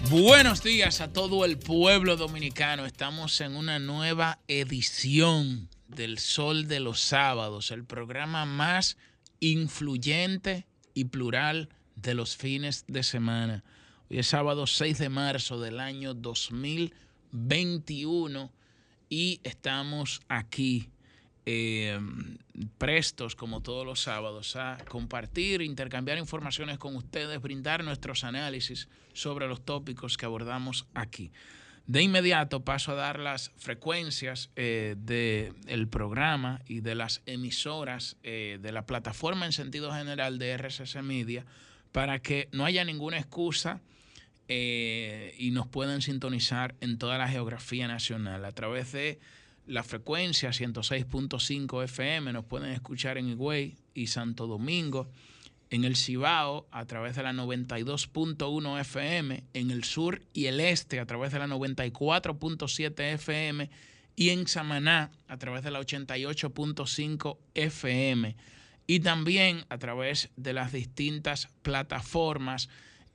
Buenos días a todo el pueblo dominicano. Estamos en una nueva edición del Sol de los Sábados, el programa más influyente y plural de los fines de semana. Hoy es sábado 6 de marzo del año 2021 y estamos aquí prestos, como todos los sábados, a compartir, intercambiar informaciones con ustedes, brindar nuestros análisis sobre los tópicos que abordamos aquí. De inmediato paso a dar las frecuencias del programa y de las emisoras de la plataforma en sentido general de RCC Media para que no haya ninguna excusa y nos puedan sintonizar en toda la geografía nacional. A través de la frecuencia 106.5 FM nos pueden escuchar en Higüey y Santo Domingo, en el Cibao a través de la 92.1 FM, en el sur y el este a través de la 94.7 FM y en Samaná a través de la 88.5 FM y también a través de las distintas plataformas.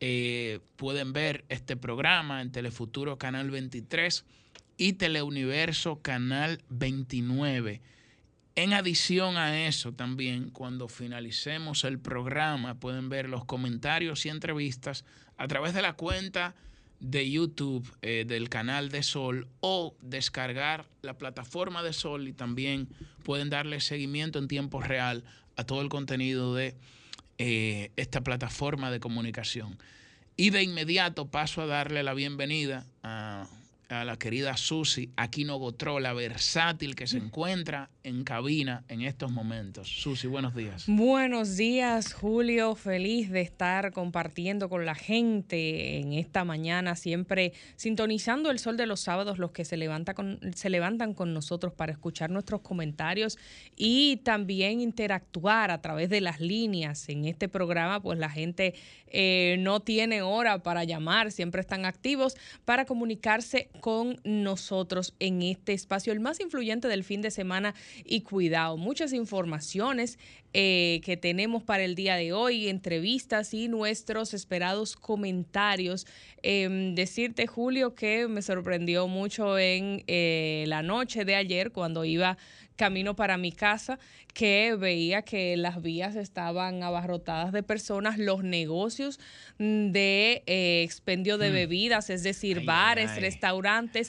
Pueden ver este programa en Telefuturo Canal 23 y Teleuniverso Canal 29. En adición a eso también, cuando finalicemos el programa, pueden ver los comentarios y entrevistas a través de la cuenta de YouTube del canal de Sol o descargar la plataforma de Sol y también pueden darle seguimiento en tiempo real a todo el contenido de esta plataforma de comunicación. Y de inmediato paso a darle la bienvenida a la querida Susi Aquino Gotró, la versátil que se encuentra en cabina en estos momentos. Susi, buenos días. Buenos días, Julio. Feliz de estar compartiendo con la gente en esta mañana, siempre sintonizando el Sol de los Sábados, los que se levantan con nosotros para escuchar nuestros comentarios y también interactuar a través de las líneas. En este programa, pues la gente no tiene hora para llamar, siempre están activos para comunicarse con nosotros en este espacio, el más influyente del fin de semana. Y cuidado, muchas informaciones que tenemos para el día de hoy, entrevistas y nuestros esperados comentarios. Decirte, Julio, que me sorprendió mucho en la noche de ayer cuando iba camino para mi casa, que veía que las vías estaban abarrotadas de personas, los negocios de expendio de bebidas, es decir, bares, restaurantes,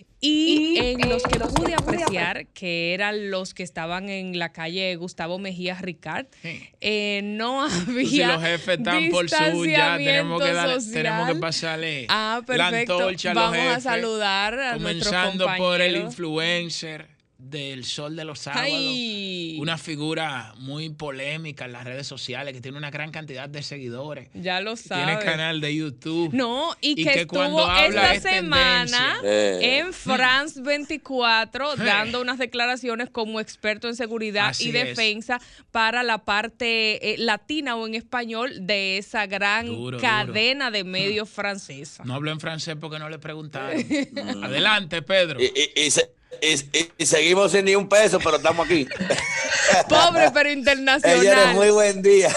y en los que pude apreciar, que eran los que estaban en la calle Gustavo Mejía Ricard, no había Si los jefes están por suya, tenemos que pasarle la antorcha a los jefes. Vamos a saludar a nuestros compañeros. Comenzando por el influencer del Sol de los Sábados, una figura muy polémica en las redes sociales, que tiene una gran cantidad de seguidores. Ya lo sabes. Tiene canal de YouTube. No, y que estuvo esta semana en France 24 dando unas declaraciones como experto en seguridad y defensa para la parte latina o en español de esa gran cadena de medios francesa. No hablo en francés porque no le preguntaron. Adelante, Pedro. Y seguimos sin ni un peso, pero estamos aquí. Pobre, pero internacional. Señores, muy buen día.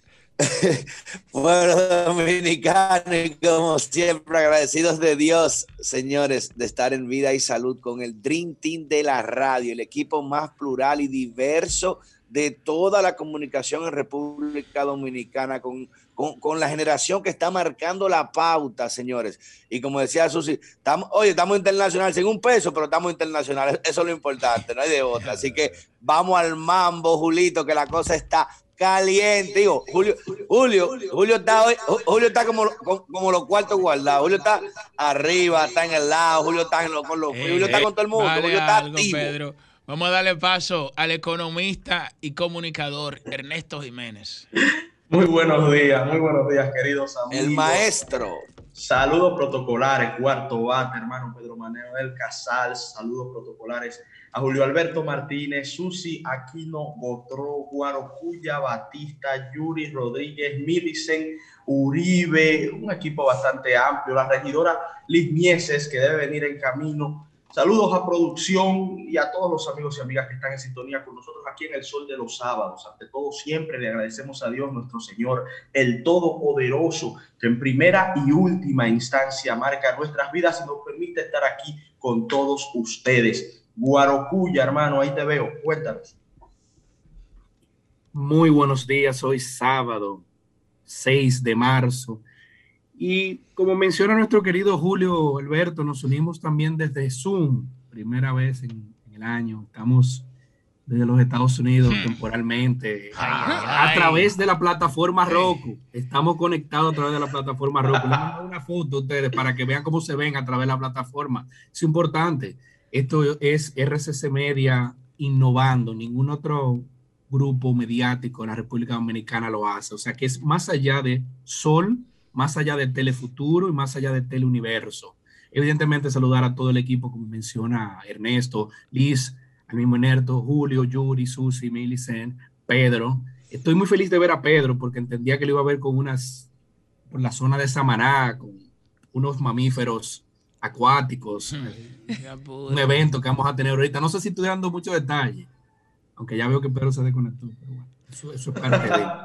Pueblo dominicano, y como siempre agradecidos de Dios, señores, de estar en vida y salud con el Dream Team de la radio, el equipo más plural y diverso de toda la comunicación en República Dominicana, con la generación que está marcando la pauta, señores. Y como decía Susi, estamos internacional sin un peso, pero estamos internacionales. Eso es lo importante, no hay de otra. Así que vamos al mambo, Julito, que la cosa está caliente. Digo, Julio está como los cuartos guardados. Julio está arriba, está en el lado, Julio está Julio está con todo el mundo, vale, Julio está activo. Pedro. Vamos a darle paso al economista y comunicador Ernesto Jiménez. Muy buenos días, queridos amigos. El maestro. Saludos protocolares, cuarto bate, hermano Pedro Manuel Casal. Saludos protocolares a Julio Alberto Martínez, Susi Aquino Gotró, Guarocuya Batista, Yuri Rodríguez, Milicen Uribe, un equipo bastante amplio. La regidora Liz Mieses, que debe venir en camino Saludos a producción y a todos los amigos y amigas que están en sintonía con nosotros aquí en el Sol de los Sábados. Ante todo, siempre le agradecemos a Dios, nuestro Señor, el Todopoderoso, que en primera y última instancia marca nuestras vidas y nos permite estar aquí con todos ustedes. Guarocuya, hermano, ahí te veo. Cuéntanos. Muy buenos días, hoy sábado 6 de marzo. Y como menciona nuestro querido Julio Alberto, nos unimos también desde Zoom, primera vez en el año. Estamos desde los Estados Unidos temporalmente, a través de la plataforma Roku. Estamos conectados a través de la plataforma Roku. Les mando una foto a ustedes para que vean cómo se ven a través de la plataforma. Es importante. Esto es RCC Media innovando. Ningún otro grupo mediático en la República Dominicana lo hace. O sea que es más allá de Sol, más allá de Telefuturo y más allá de Teleuniverso. Evidentemente saludar a todo el equipo, como menciona Ernesto, Liz, al mismo Ernesto, Julio, Yuri, Susi, Millicent, Pedro. Estoy muy feliz de ver a Pedro porque entendía que lo iba a ver por la zona de Samaná, con unos mamíferos acuáticos, un evento que vamos a tener ahorita. No sé si estoy dando mucho detalle, aunque ya veo que Pedro se desconectó, pero bueno, eso es parte de él.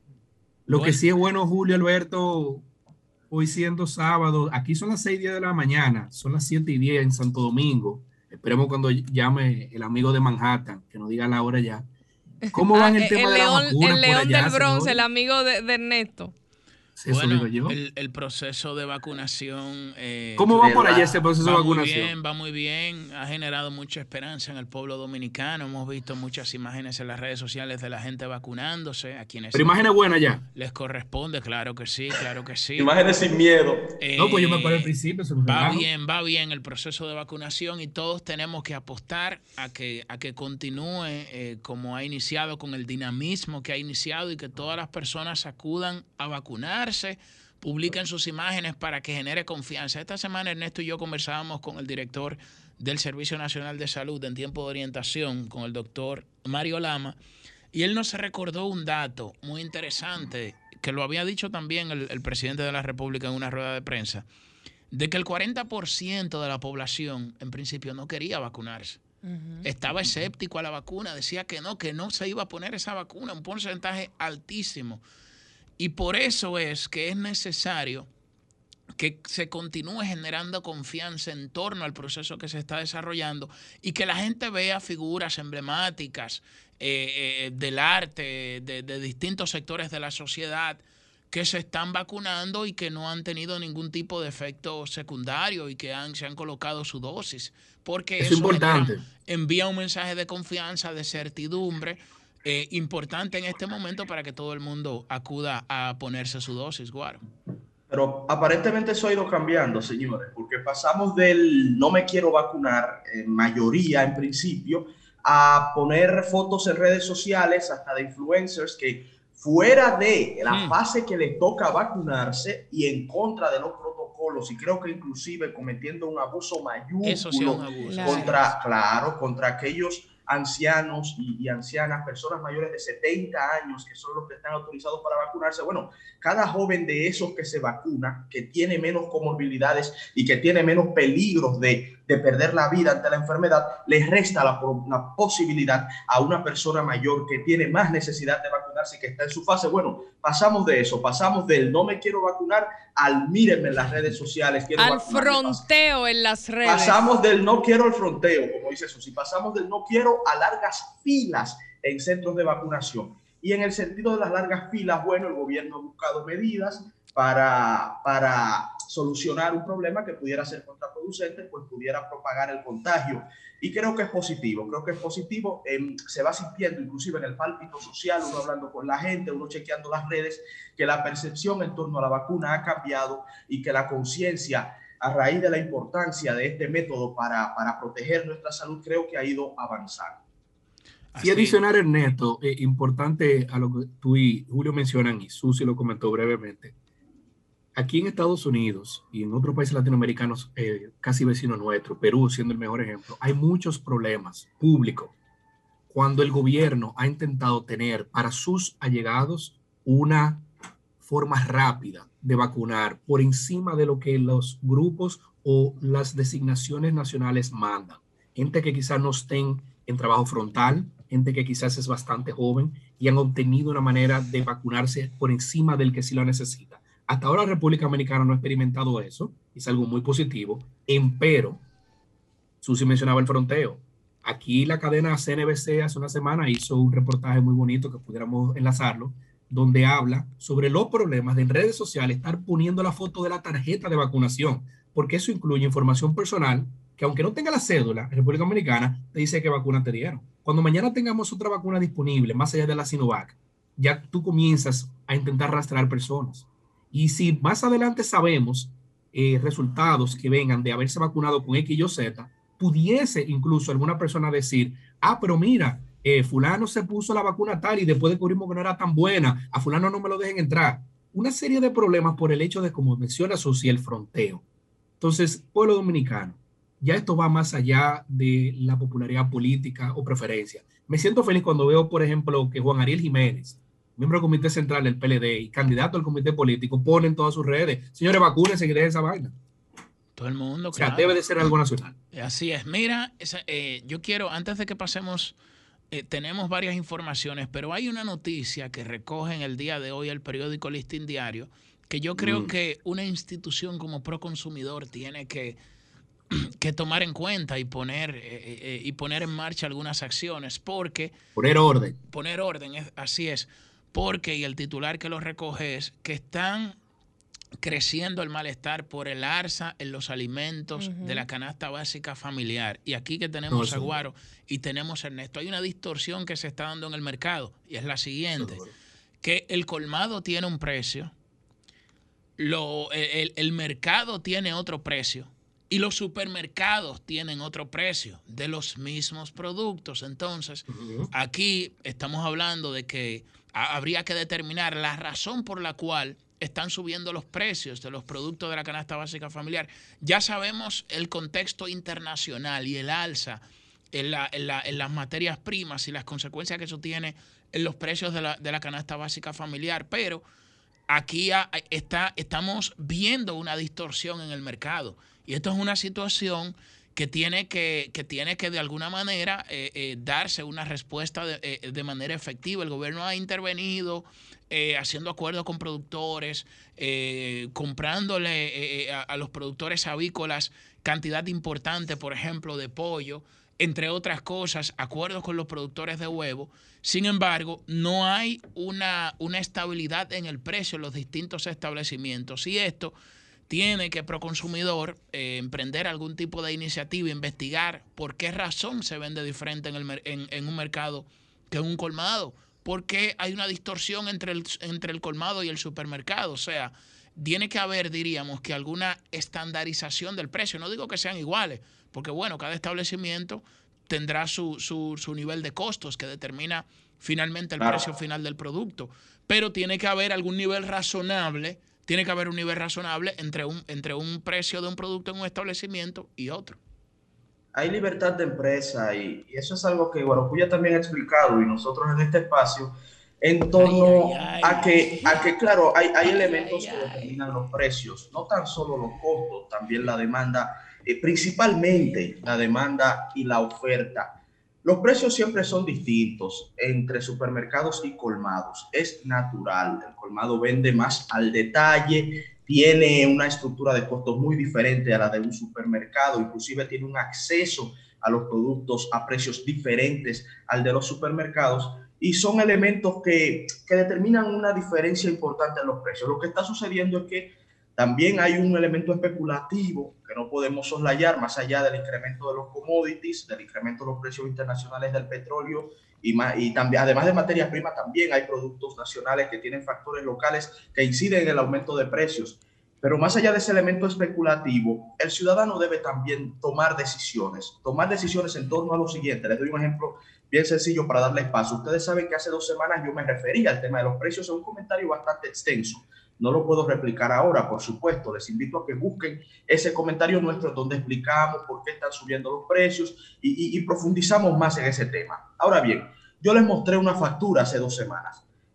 Lo que sí es bueno, Julio Alberto, hoy siendo sábado, aquí son las 6:10 de la mañana, son las 7:10 en Santo Domingo. Esperemos cuando llame el amigo de Manhattan, que nos diga la hora ya. ¿Cómo van el tema de la vacuna? El León del Bronx, el amigo de Ernesto. Sí, bueno, el proceso de vacunación. ¿Cómo va por allá ese proceso de vacunación? Va muy bien, ha generado mucha esperanza en el pueblo dominicano. Hemos visto muchas imágenes en las redes sociales de la gente vacunándose. A quienes pero imágenes buenas ya. Les corresponde, claro que sí, claro que sí. Imágenes sin miedo. No, pues yo me acuerdo al principio. Va bien el proceso de vacunación y todos tenemos que apostar a que continúe como ha iniciado, con el dinamismo que ha iniciado y que todas las personas acudan a vacunar. Publiquen sus imágenes para que genere confianza. Esta semana Ernesto y yo conversábamos con el director del Servicio Nacional de Salud en tiempo de orientación, con el doctor Mario Lama, y él nos recordó un dato muy interesante que lo había dicho también el presidente de la República en una rueda de prensa, de que el 40% de la población en principio no quería vacunarse. Estaba escéptico a la vacuna, decía que no se iba a poner esa vacuna, un porcentaje altísimo. Y por eso es que es necesario que se continúe generando confianza en torno al proceso que se está desarrollando y que la gente vea figuras emblemáticas del arte, de distintos sectores de la sociedad que se están vacunando y que no han tenido ningún tipo de efecto secundario y que se han colocado su dosis. Porque es importante. Envía un mensaje de confianza, de certidumbre, importante en este momento para que todo el mundo acuda a ponerse su dosis, Guaro. Pero aparentemente eso ha ido cambiando, señores, porque pasamos del no me quiero vacunar, en mayoría en principio, a poner fotos en redes sociales, hasta de influencers que fuera de la fase que le toca vacunarse y en contra de los protocolos, y creo que inclusive cometiendo un abuso mayúsculo eso sí es un abuso. contra aquellos ancianos y ancianas, personas mayores de 70 años, que son los que están autorizados para vacunarse. Bueno, cada joven de esos que se vacuna, que tiene menos comorbilidades y que tiene menos peligros de perder la vida ante la enfermedad, les resta la posibilidad a una persona mayor que tiene más necesidad de vacunarse y que está en su fase. Bueno, pasamos de eso, pasamos del no me quiero vacunar al mírenme en las redes sociales. Al fronteo en las redes. Pasamos del no quiero al fronteo, como dice Susi, pasamos del no quiero a largas filas en centros de vacunación. Y en el sentido de las largas filas, bueno, el gobierno ha buscado medidas para solucionar un problema que pudiera ser contraproducente, pues pudiera propagar el contagio. Y creo que es positivo, se va sintiendo inclusive en el pálpito social, uno hablando con la gente, uno chequeando las redes, que la percepción en torno a la vacuna ha cambiado y que la conciencia a raíz de la importancia de este método para proteger nuestra salud, creo que ha ido avanzando. Y adicionar, Ernesto, importante a lo que tú y Julio mencionan, y Susi lo comentó brevemente, aquí en Estados Unidos y en otros países latinoamericanos, casi vecinos nuestros, Perú siendo el mejor ejemplo, hay muchos problemas públicos cuando el gobierno ha intentado tener para sus allegados una forma rápida de vacunar por encima de lo que los grupos o las designaciones nacionales mandan. Gente que quizás no estén en trabajo frontal, gente que quizás es bastante joven y han obtenido una manera de vacunarse por encima del que sí lo necesita. Hasta ahora la República Dominicana no ha experimentado eso, es algo muy positivo, empero, Susi mencionaba el fronteo. Aquí la cadena CNBC hace una semana hizo un reportaje muy bonito que pudiéramos enlazarlo, donde habla sobre los problemas de en redes sociales estar poniendo la foto de la tarjeta de vacunación, porque eso incluye información personal que aunque no tenga la cédula en República Dominicana, te dice qué vacuna te dieron. Cuando mañana tengamos otra vacuna disponible, más allá de la Sinovac, ya tú comienzas a intentar rastrear personas. Y si más adelante sabemos resultados que vengan de haberse vacunado con X y Z, pudiese incluso alguna persona decir, pero mira, fulano se puso la vacuna tal y después descubrimos que no era tan buena, a fulano no me lo dejen entrar. Una serie de problemas por el hecho de, como menciona Susi, el fronteo. Entonces, pueblo dominicano, ya esto va más allá de la popularidad política o preferencia. Me siento feliz cuando veo, por ejemplo, que Juan Ariel Jiménez, miembro del Comité Central del PLD y candidato al Comité Político, pone en todas sus redes, señores, vacúnense y dejen esa vaina. Todo el mundo, o sea, claro. Debe de ser algo nacional. Así es. Mira, yo quiero, antes de que pasemos, tenemos varias informaciones, pero hay una noticia que recoge en el día de hoy el periódico Listín Diario, que yo creo que una institución como Proconsumidor tiene que tomar en cuenta y poner en marcha algunas acciones, porque... Poner orden. Poner orden, así es. Porque, y el titular que lo recoge es, que están creciendo el malestar por el alza en los alimentos de la canasta básica familiar. Y aquí que tenemos a Guaro y tenemos a Ernesto, hay una distorsión que se está dando en el mercado, y es la siguiente, que el colmado tiene un precio, el mercado tiene otro precio, y los supermercados tienen otro precio de los mismos productos. Entonces, aquí estamos hablando de que habría que determinar la razón por la cual están subiendo los precios de los productos de la canasta básica familiar. Ya sabemos el contexto internacional y el alza en las materias primas y las consecuencias que eso tiene en los precios de la canasta básica familiar, pero aquí estamos viendo una distorsión en el mercado. Y esto es una situación que tiene que de alguna manera darse una respuesta de manera efectiva. El gobierno ha intervenido haciendo acuerdos con productores, comprándole a los productores avícolas cantidad importante, por ejemplo, de pollo, entre otras cosas, acuerdos con los productores de huevo. Sin embargo, no hay una estabilidad en el precio en los distintos establecimientos, y esto tiene que Proconsumidor emprender algún tipo de iniciativa, investigar por qué razón se vende diferente en un mercado que en un colmado, porque hay una distorsión entre el colmado y el supermercado. O sea, tiene que haber, diríamos, que alguna estandarización del precio. No digo que sean iguales, porque bueno, cada establecimiento tendrá su nivel de costos que determina finalmente el precio final del producto, pero tiene que haber algún nivel razonable. Tiene que haber un nivel razonable entre un precio de un producto en un establecimiento y otro. Hay libertad de empresa y eso es algo que Guarocuya también ha explicado, y nosotros en este espacio, en torno a que claro, hay elementos que determinan los precios, no tan solo los costos, también la demanda, principalmente la demanda y la oferta. Los precios siempre son distintos entre supermercados y colmados. Es natural. El colmado vende más al detalle, tiene una estructura de costos muy diferente a la de un supermercado, inclusive tiene un acceso a los productos a precios diferentes al de los supermercados, y son elementos que determinan una diferencia importante en los precios. Lo que está sucediendo es que también hay un elemento especulativo que no podemos soslayar, más allá del incremento de los commodities, del incremento de los precios internacionales del petróleo y también, además de materias primas, también hay productos nacionales que tienen factores locales que inciden en el aumento de precios. Pero más allá de ese elemento especulativo, el ciudadano debe también tomar decisiones en torno a lo siguiente. Les doy un ejemplo bien sencillo para darle espacio. Ustedes saben que hace 2 semanas yo me refería al tema de los precios en un comentario bastante extenso. No lo puedo replicar ahora, por supuesto. Les invito a que busquen ese comentario nuestro donde explicamos por qué están subiendo los precios y profundizamos más en ese tema. Ahora bien, yo les mostré una factura hace 2 semanas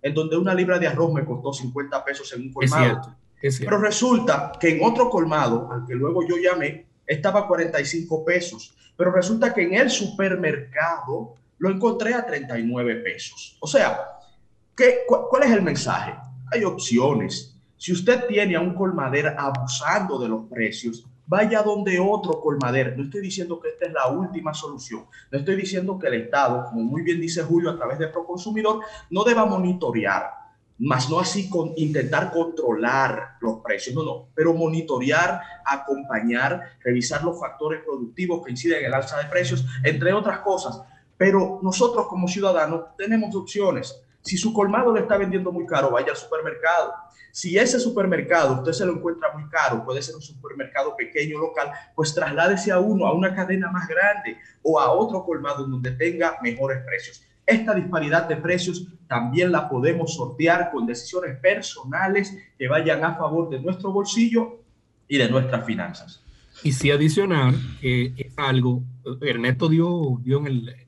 en donde una libra de arroz me costó 50 pesos en un colmado. Es cierto. Pero resulta que en otro colmado, al que luego yo llamé, estaba a 45 pesos. Pero resulta que en el supermercado lo encontré a 39 pesos. O sea, ¿cuál es el mensaje? Hay opciones. Si usted tiene a un colmader abusando de los precios, vaya donde otro colmader. No estoy diciendo que esta es la última solución. No estoy diciendo que el Estado, como muy bien dice Julio, a través de Proconsumidor, no deba monitorear, más no así intentar controlar los precios, no, pero monitorear, acompañar, revisar los factores productivos que inciden en el alza de precios, entre otras cosas. Pero nosotros como ciudadanos tenemos opciones. Si su colmado le está vendiendo muy caro, vaya al supermercado. Si ese supermercado usted se lo encuentra muy caro, puede ser un supermercado pequeño, local, pues trasládese a una cadena más grande o a otro colmado donde tenga mejores precios. Esta disparidad de precios también la podemos sortear con decisiones personales que vayan a favor de nuestro bolsillo y de nuestras finanzas. Y sí adicionar que es algo, Ernesto dio en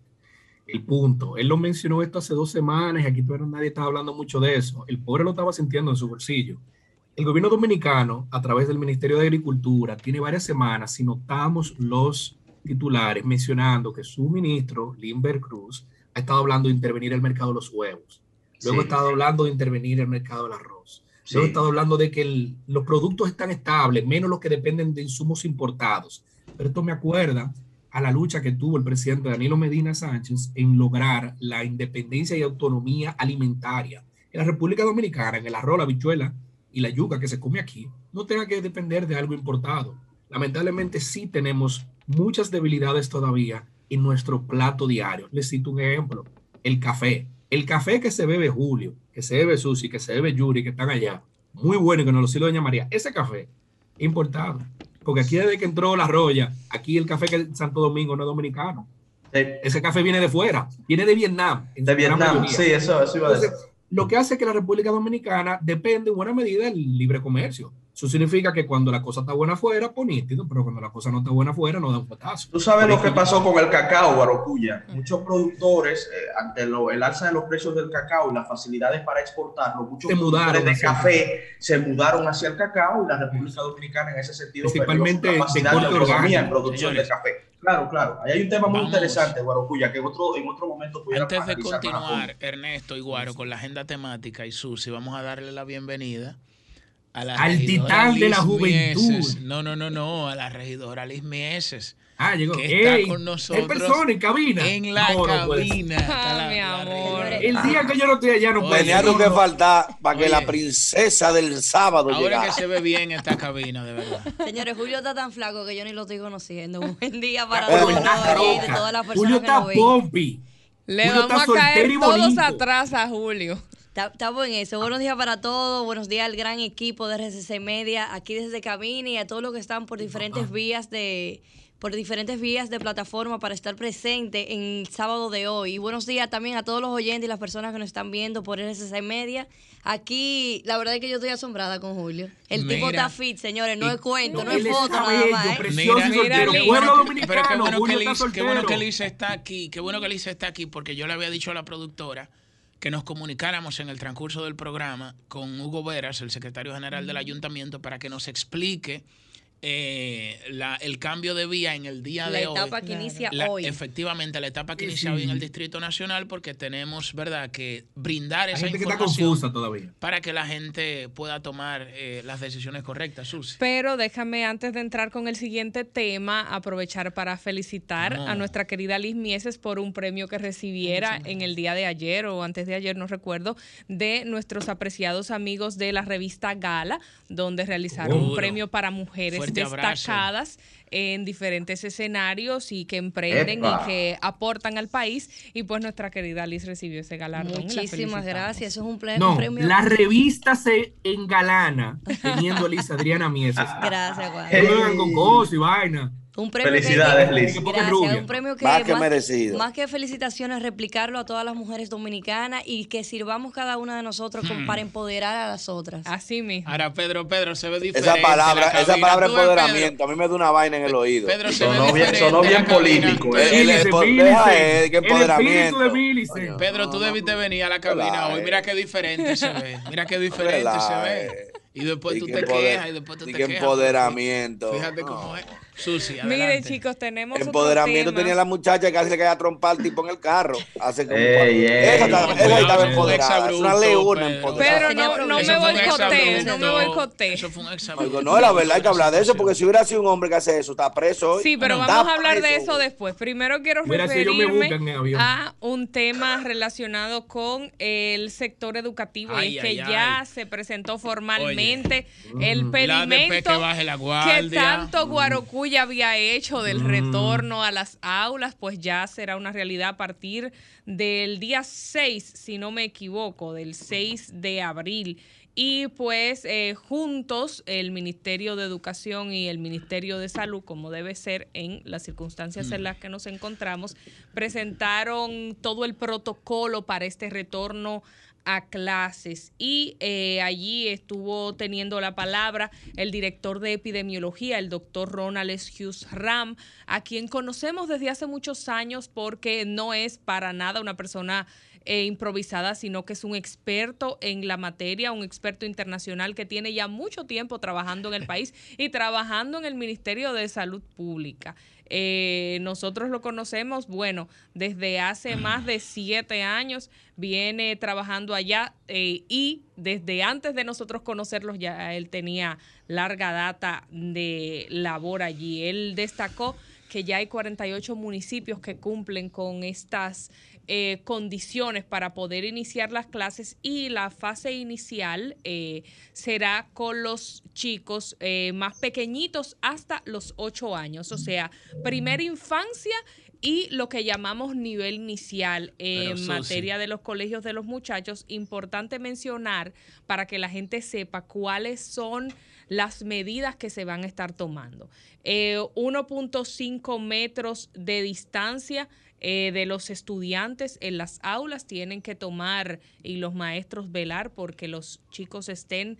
el punto. Él lo mencionó esto hace 2 semanas y aquí todavía nadie estaba hablando mucho de eso. El pobre lo estaba sintiendo en su bolsillo. El gobierno dominicano, a través del Ministerio de Agricultura, tiene varias semanas, si notamos los titulares, mencionando que su ministro, Limber Cruz, ha estado hablando de intervenir el mercado de los huevos. Luego ha estado hablando de intervenir el mercado del arroz. Luego ha estado hablando de que los productos están estables, menos los que dependen de insumos importados. Pero esto me acuerda a la lucha que tuvo el presidente Danilo Medina Sánchez en lograr la independencia y autonomía alimentaria. En la República Dominicana, en el arroz, la habichuela y la yuca que se come aquí, no tenga que depender de algo importado. Lamentablemente sí tenemos muchas debilidades todavía en nuestro plato diario. Les cito un ejemplo, el café. El café que se bebe Julio, que se bebe Susi, que se bebe Yuri, que están allá, muy bueno y que nos lo sirve doña María, ese café importado. Porque aquí desde que entró la Roya, aquí el café que es Santo Domingo no es dominicano. Sí. Ese café viene de fuera, viene de Vietnam. De Vietnam, sí, eso iba a decir. Entonces, lo que hace que la República Dominicana depende en buena medida del libre comercio. Eso significa que cuando la cosa está buena afuera, pues nítido, pero cuando la cosa no está buena afuera, no da un patazo. Tú sabes lo que pasó con el cacao, Guarocuya. Muchos productores, ante el alza de los precios del cacao y las facilidades para exportarlo, muchos productores de café se mudaron hacia el cacao y la República Dominicana en ese sentido principalmente perdió su capacidad de autonomía en producción de café. Claro. Ahí hay un tema muy interesante, Guarocuya, que en otro momento pudiera antes de continuar, Ernesto y Guaro, con la agenda temática y Susi, vamos a darle la bienvenida al titán de la juventud. No, a la regidora Liz Mieses. Llegó. Que está con nosotros. En persona, en cabina. En la cabina. Mi amor. El día que yo no estoy allá no puede. Tenía que faltar para que la princesa del sábado llegara. Ahora que se ve bien esta cabina, de verdad. Señores, Julio está tan flaco que yo ni lo estoy conociendo. Un buen día para todos y todas las personas Julio que está nos ven. pompi. Le vamos a caer todos atrás a Julio. Estamos en eso. Buenos días para todos. Buenos días al gran equipo de RCC Media, aquí desde cabina y a todos los que están por diferentes vías de plataforma para estar presente en el sábado de hoy. Y buenos días también a todos los oyentes y las personas que nos están viendo por RCC Media. Aquí, la verdad es que yo estoy asombrada con Julio. El tipo está fit, señores, no es cuento, no es foto nada más. Mira, pueblo dominicano, qué bueno que Liz está aquí. Qué bueno que Liz está aquí, porque yo le había dicho a la productora que nos comunicáramos en el transcurso del programa con Hugo Veras, el secretario general del ayuntamiento, para que nos explique el cambio de vía en el día de hoy. La etapa que inicia hoy. Efectivamente, la etapa que inicia hoy en el Distrito Nacional, porque tenemos, ¿verdad?, que brindar esa gente información que está confusa todavía, para que la gente pueda tomar las decisiones correctas, Susi. Pero déjame, antes de entrar con el siguiente tema, aprovechar para felicitar a nuestra querida Liz Mieses por un premio que recibiera en el día de ayer o antes de ayer, no recuerdo, de nuestros apreciados amigos de la revista Gala, donde realizaron un premio para mujeres destacadas en diferentes escenarios y que emprenden y que aportan al país, y pues nuestra querida Liz recibió ese galardón. Muchísimas gracias, eso es un premio. La revista se engalana teniendo a Liz Adriana Mieses. Gracias, Juan. Con cosas y vaina. Un premio Felicidades, Liz. Gracias, un premio que más que merecido. Más que felicitaciones, replicarlo a todas las mujeres dominicanas y que sirvamos cada una de nosotros para empoderar a las otras. Así mismo. Ahora, Pedro, se ve diferente. Esa palabra empoderamiento, a mí me da una vaina en el oído. Pedro se Sonó ve diferente. sonó bien político. El empoderamiento. espíritu de Millicent. Pedro, tú debiste venir a la cabina hoy. Mira qué diferente se ve. Mira qué diferente se ve. Y después tú te quejas, y después tú te quejas. Empoderamiento. Fíjate cómo es. Susi, Miren, adelante. chicos, tenemos Empoderamiento otro tema. tenía la muchacha que casi le caía trompa al tipo en el carro. Hace como Esa estaba empoderada. Es una leona empoderada. Pero no me boicotee. Eso fue un examen. Oigo, no, la verdad hay que hablar de eso, porque si hubiera sido un hombre que hace eso, está preso hoy. Sí, pero Está vamos a hablar de preso. eso después. Primero quiero Mira, si ellos me referirme buscan en avión. a un tema relacionado con el sector educativo. Y es que ya se presentó formalmente el pedimento que baje la guardia. que tanto Guarocuya había hecho del retorno a las aulas, pues ya será una realidad a partir del día 6, si no me equivoco, del 6 de abril. Y pues juntos el Ministerio de Educación y el Ministerio de Salud, como debe ser en las circunstancias en las que nos encontramos, presentaron todo el protocolo para este retorno a clases y allí estuvo teniendo la palabra el director de epidemiología, el doctor Ronald Hughes Ram, a quien conocemos desde hace muchos años porque no es para nada una persona improvisada, sino que es un experto en la materia, un experto internacional que tiene ya mucho tiempo trabajando en el país y trabajando en el Ministerio de Salud Pública. Nosotros lo conocemos, bueno, desde hace más de 7 años viene trabajando allá y desde antes de nosotros conocerlos ya él tenía larga data de labor allí. Él destacó que ya hay 48 municipios que cumplen con estas condiciones para poder iniciar las clases y la fase inicial será con los chicos más pequeñitos hasta los 8 años, o sea, primera infancia y lo que llamamos nivel inicial en materia de los colegios de los muchachos. Importante mencionar para que la gente sepa cuáles son las medidas que se van a estar tomando. 1.5 metros de distancia de los estudiantes en las aulas tienen que tomar y los maestros velar porque los chicos estén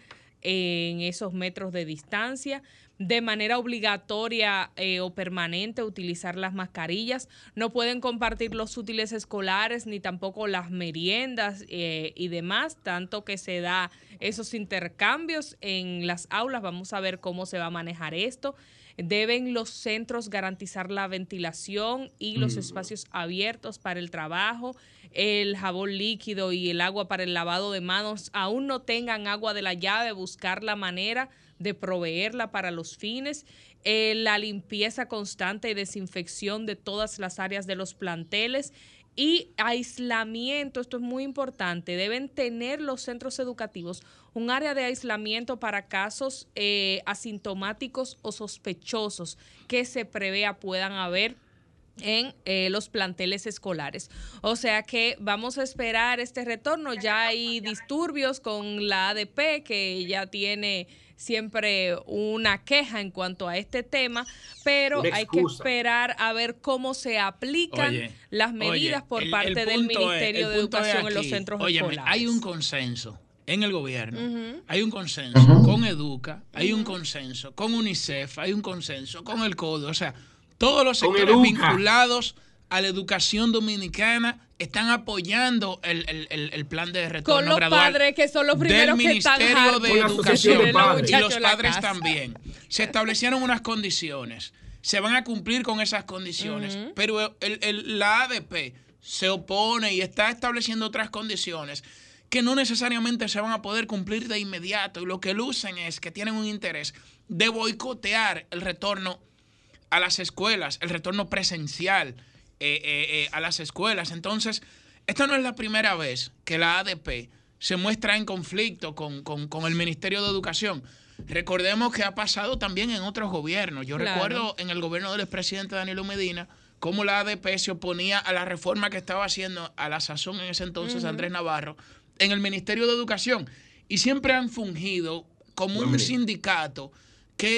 en esos metros de distancia. De manera obligatoria o permanente utilizar las mascarillas. No pueden compartir los útiles escolares ni tampoco las meriendas y demás, tanto que se da esos intercambios en las aulas. Vamos a ver cómo se va a manejar esto. Deben los centros garantizar la ventilación y los espacios abiertos para el trabajo, el jabón líquido y el agua para el lavado de manos. Aún no tengan agua de la llave, buscar la manera de proveerla para los fines, la limpieza constante y desinfección de todas las áreas de los planteles y aislamiento. Esto es muy importante. Deben tener los centros educativos un área de aislamiento para casos asintomáticos o sospechosos que se prevea puedan haber en los planteles escolares. O sea que vamos a esperar este retorno. Ya hay disturbios con la ADP, que ya tiene siempre una queja en cuanto a este tema, pero hay que esperar a ver cómo se aplican las medidas por parte del Ministerio de Educación en los centros escolares. Hay un consenso en el gobierno, hay un consenso con Educa, hay un consenso con UNICEF, hay un consenso con el CODE, o sea, todos los sectores vinculados a la educación dominicana están apoyando el plan de retorno con gradual. Los padres que son los primeros del que están Ministerio de Educación y los padres casa. También. Se establecieron unas condiciones, se van a cumplir con esas condiciones, pero la ADP se opone y está estableciendo otras condiciones que no necesariamente se van a poder cumplir de inmediato, y lo que lucen es que tienen un interés de boicotear el retorno a las escuelas, el retorno presencial a las escuelas. Entonces, esta no es la primera vez que la ADP se muestra en conflicto con el Ministerio de Educación. Recordemos que ha pasado también en otros gobiernos. Yo recuerdo en el gobierno del expresidente Danilo Medina cómo la ADP se oponía a la reforma que estaba haciendo a la sazón en ese entonces Andrés Navarro en el Ministerio de Educación. Y siempre han fungido como un sindicato que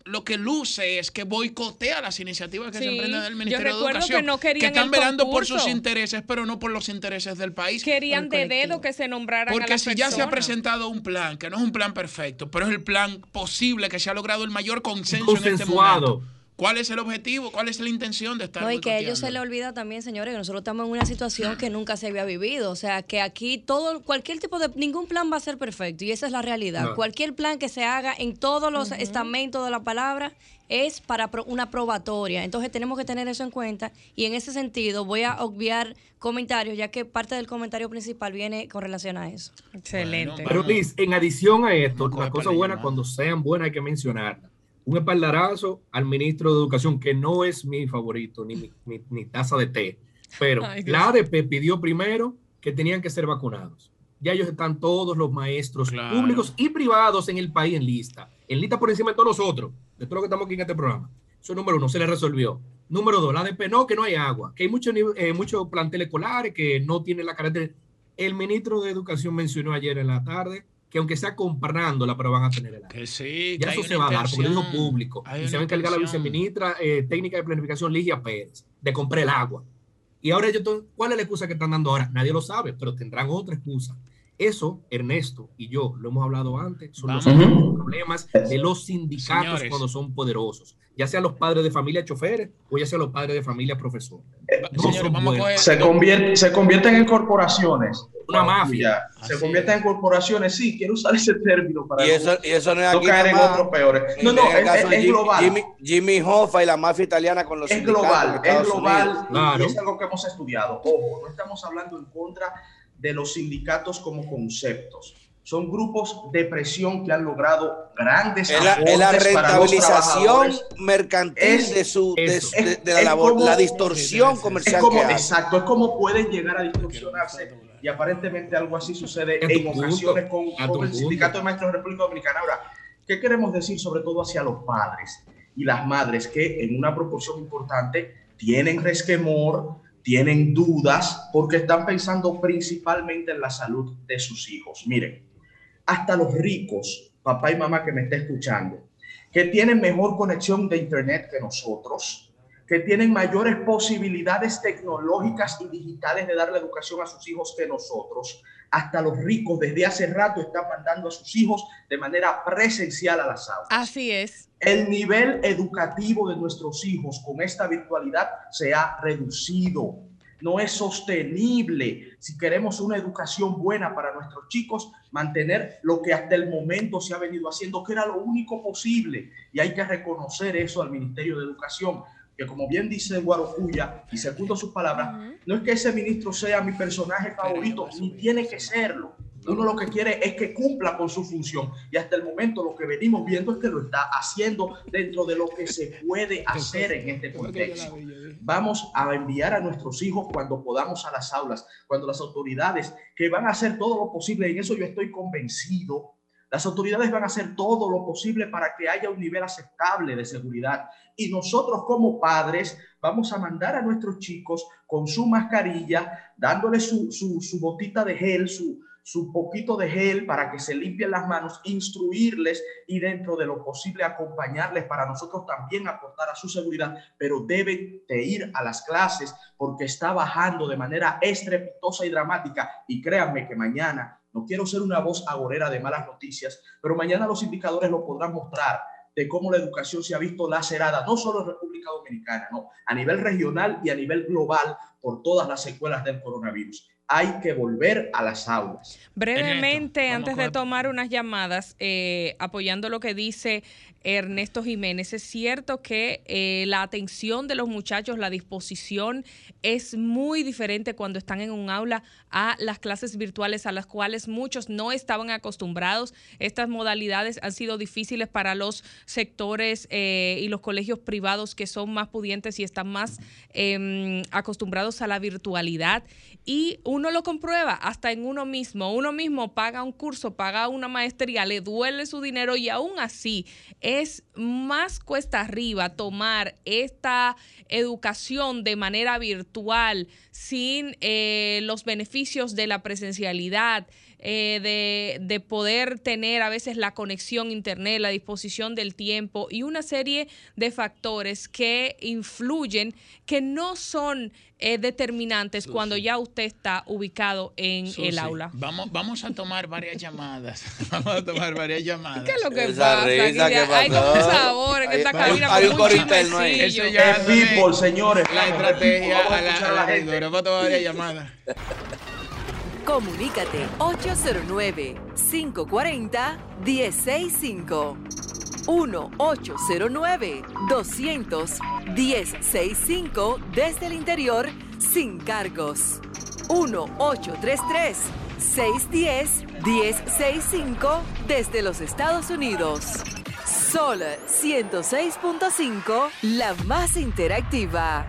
lo que luce es que boicotea las iniciativas que se emprenden del Ministerio de recuerdo Educación, que no querían están el velando por concurso. sus intereses, pero no por los intereses del país. Querían de dedo que se nombraran a Porque las si ya se ha personas. presentado un plan, que no es un plan perfecto, pero es el plan posible que se ha logrado el mayor consenso en este Consensuado. momento. ¿Cuál es el objetivo? ¿Cuál es la intención de estar No, y que a ellos boicoteando? se les olvida también, señores, que nosotros estamos en una situación que nunca se había vivido. O sea, que aquí cualquier tipo de, ningún plan va a ser perfecto y esa es la realidad. No. Cualquier plan que se haga en todos los estamentos de la palabra es para una probatoria. Entonces tenemos que tener eso en cuenta y en ese sentido voy a obviar comentarios, ya que parte del comentario principal viene con relación a eso. Excelente. Bueno, Pero Liz, en adición a esto, Vamos a las coger cosas para la buenas llamada. cuando sean buenas hay que mencionarlas. Un espaldarazo al ministro de Educación, que no es mi favorito, ni taza de té, pero Ay, Dios. la ADP pidió primero que tenían que ser vacunados. Ya ellos están todos los maestros Claro. públicos y privados en el país en lista por encima de todos nosotros, de todo lo que estamos aquí en este programa. Eso número 1, se le resolvió. Número 2, la ADP no, que no hay agua, que hay muchos planteles escolares que no tienen la característica. El ministro de Educación mencionó ayer en la tarde que aunque sea comprándola, pero van a tener el agua. Que sí, Ya que eso hay se una va a dar, porque lo dijo intención, público. hay Y se una va a encargar la intención. viceministra técnica de planificación, Ligia Pérez, de comprar el agua. Y ahora ¿cuál es la excusa que están dando ahora? Nadie lo sabe, pero tendrán otra excusa. Eso, Ernesto y yo lo hemos hablado antes, son los Vamos. problemas de los sindicatos Señores. cuando son poderosos. Ya sean los padres de familia choferes o ya sean los padres de familia profesores. No Señores, son vamos a buenos. coger... Se convierten en corporaciones. Una mafia. Se Así convierten en corporaciones, sí, quiero usar ese término para Y eso no es no aquí caer en nada más. otros peores. No, En el caso de es global. Jimmy Hoffa y la mafia italiana con los Es sindicatos global, en es Estados global Unidos. Claro. y es algo que hemos estudiado. Ojo, no estamos hablando en contra de los sindicatos como conceptos. Son grupos de presión que han logrado grandes Es la aportes para los rentabilización trabajadores. mercantil Es- de la es labor, como- la distorsión Es comercial como, que hace. exacto, es como pueden llegar a distorsionarse y aparentemente algo así sucede A tu en punto, ocasiones a tu con el punto. Sindicato de Maestros de República Dominicana. Ahora, ¿qué queremos decir sobre todo hacia los padres y las madres que en una proporción importante tienen resquemor, tienen dudas porque están pensando principalmente en la salud de sus hijos? Miren, hasta los ricos, papá y mamá que me está escuchando, que tienen mejor conexión de internet que nosotros, que tienen mayores posibilidades tecnológicas y digitales de darle educación a sus hijos que nosotros, hasta los ricos desde hace rato están mandando a sus hijos de manera presencial a las aulas. Así es. El nivel educativo de nuestros hijos con esta virtualidad se ha reducido. No es sostenible si queremos una educación buena para nuestros chicos, mantener lo que hasta el momento se ha venido haciendo, que era lo único posible. Y hay que reconocer eso al Ministerio de Educación, que como bien dice Guarocuya, y segundo sus palabras, no es que ese ministro sea mi personaje favorito, ni tiene que serlo. Uno lo que quiere es que cumpla con su función y hasta el momento lo que venimos viendo es que lo está haciendo dentro de lo que se puede hacer en este contexto. Vamos a enviar a nuestros hijos cuando podamos a las aulas, cuando las autoridades que van a hacer todo lo posible, y en eso yo estoy convencido, las autoridades van a hacer todo lo posible para que haya un nivel aceptable de seguridad. Y nosotros como padres vamos a mandar a nuestros chicos con su mascarilla, dándoles su botita de gel, su poquito de gel para que se limpien las manos, instruirles y dentro de lo posible acompañarles para nosotros también aportar a su seguridad, pero deben de ir a las clases porque está bajando de manera estrepitosa y dramática. Y créanme que mañana, no quiero ser una voz agorera de malas noticias, pero mañana los indicadores lo podrán mostrar de cómo la educación se ha visto lacerada, no solo en República Dominicana, no, a nivel regional y a nivel global por todas las secuelas del coronavirus. Hay que volver a las aulas. Brevemente, Ernesto, antes de tomar unas llamadas, apoyando lo que dice Ernesto Jiménez, es cierto que la atención de los muchachos, la disposición es muy diferente cuando están en un aula a las clases virtuales a las cuales muchos no estaban acostumbrados. Estas modalidades han sido difíciles para los sectores y los colegios privados que son más pudientes y están más acostumbrados a la virtualidad. Y uno lo comprueba hasta en uno mismo. Uno mismo paga un curso, paga una maestría, le duele su dinero y aún así es más cuesta arriba tomar esta educación de manera virtual sin los beneficios de la presencialidad, de poder tener a veces la conexión internet, la disposición del tiempo y una serie de factores que influyen, que no son determinantes cuando ya usted está ubicado en el aula. Vamos a tomar varias llamadas. Vamos a tomar varias llamadas. ¿Qué es lo que Esa pasa? risa que Hay como un pasó. sabor en esta cabina. Hay un como coro interno ahí. chismecillo. Eso ya Es fútbol, señores. la estrategia Vamos a a escuchar a la gente. rigor. Vamos a tomar varias llamadas. Comunícate 809-540-1065. 1-809-200-1065 desde el interior sin cargos. 1-833-610-1065 desde los Estados Unidos. Sol 106.5, la más interactiva.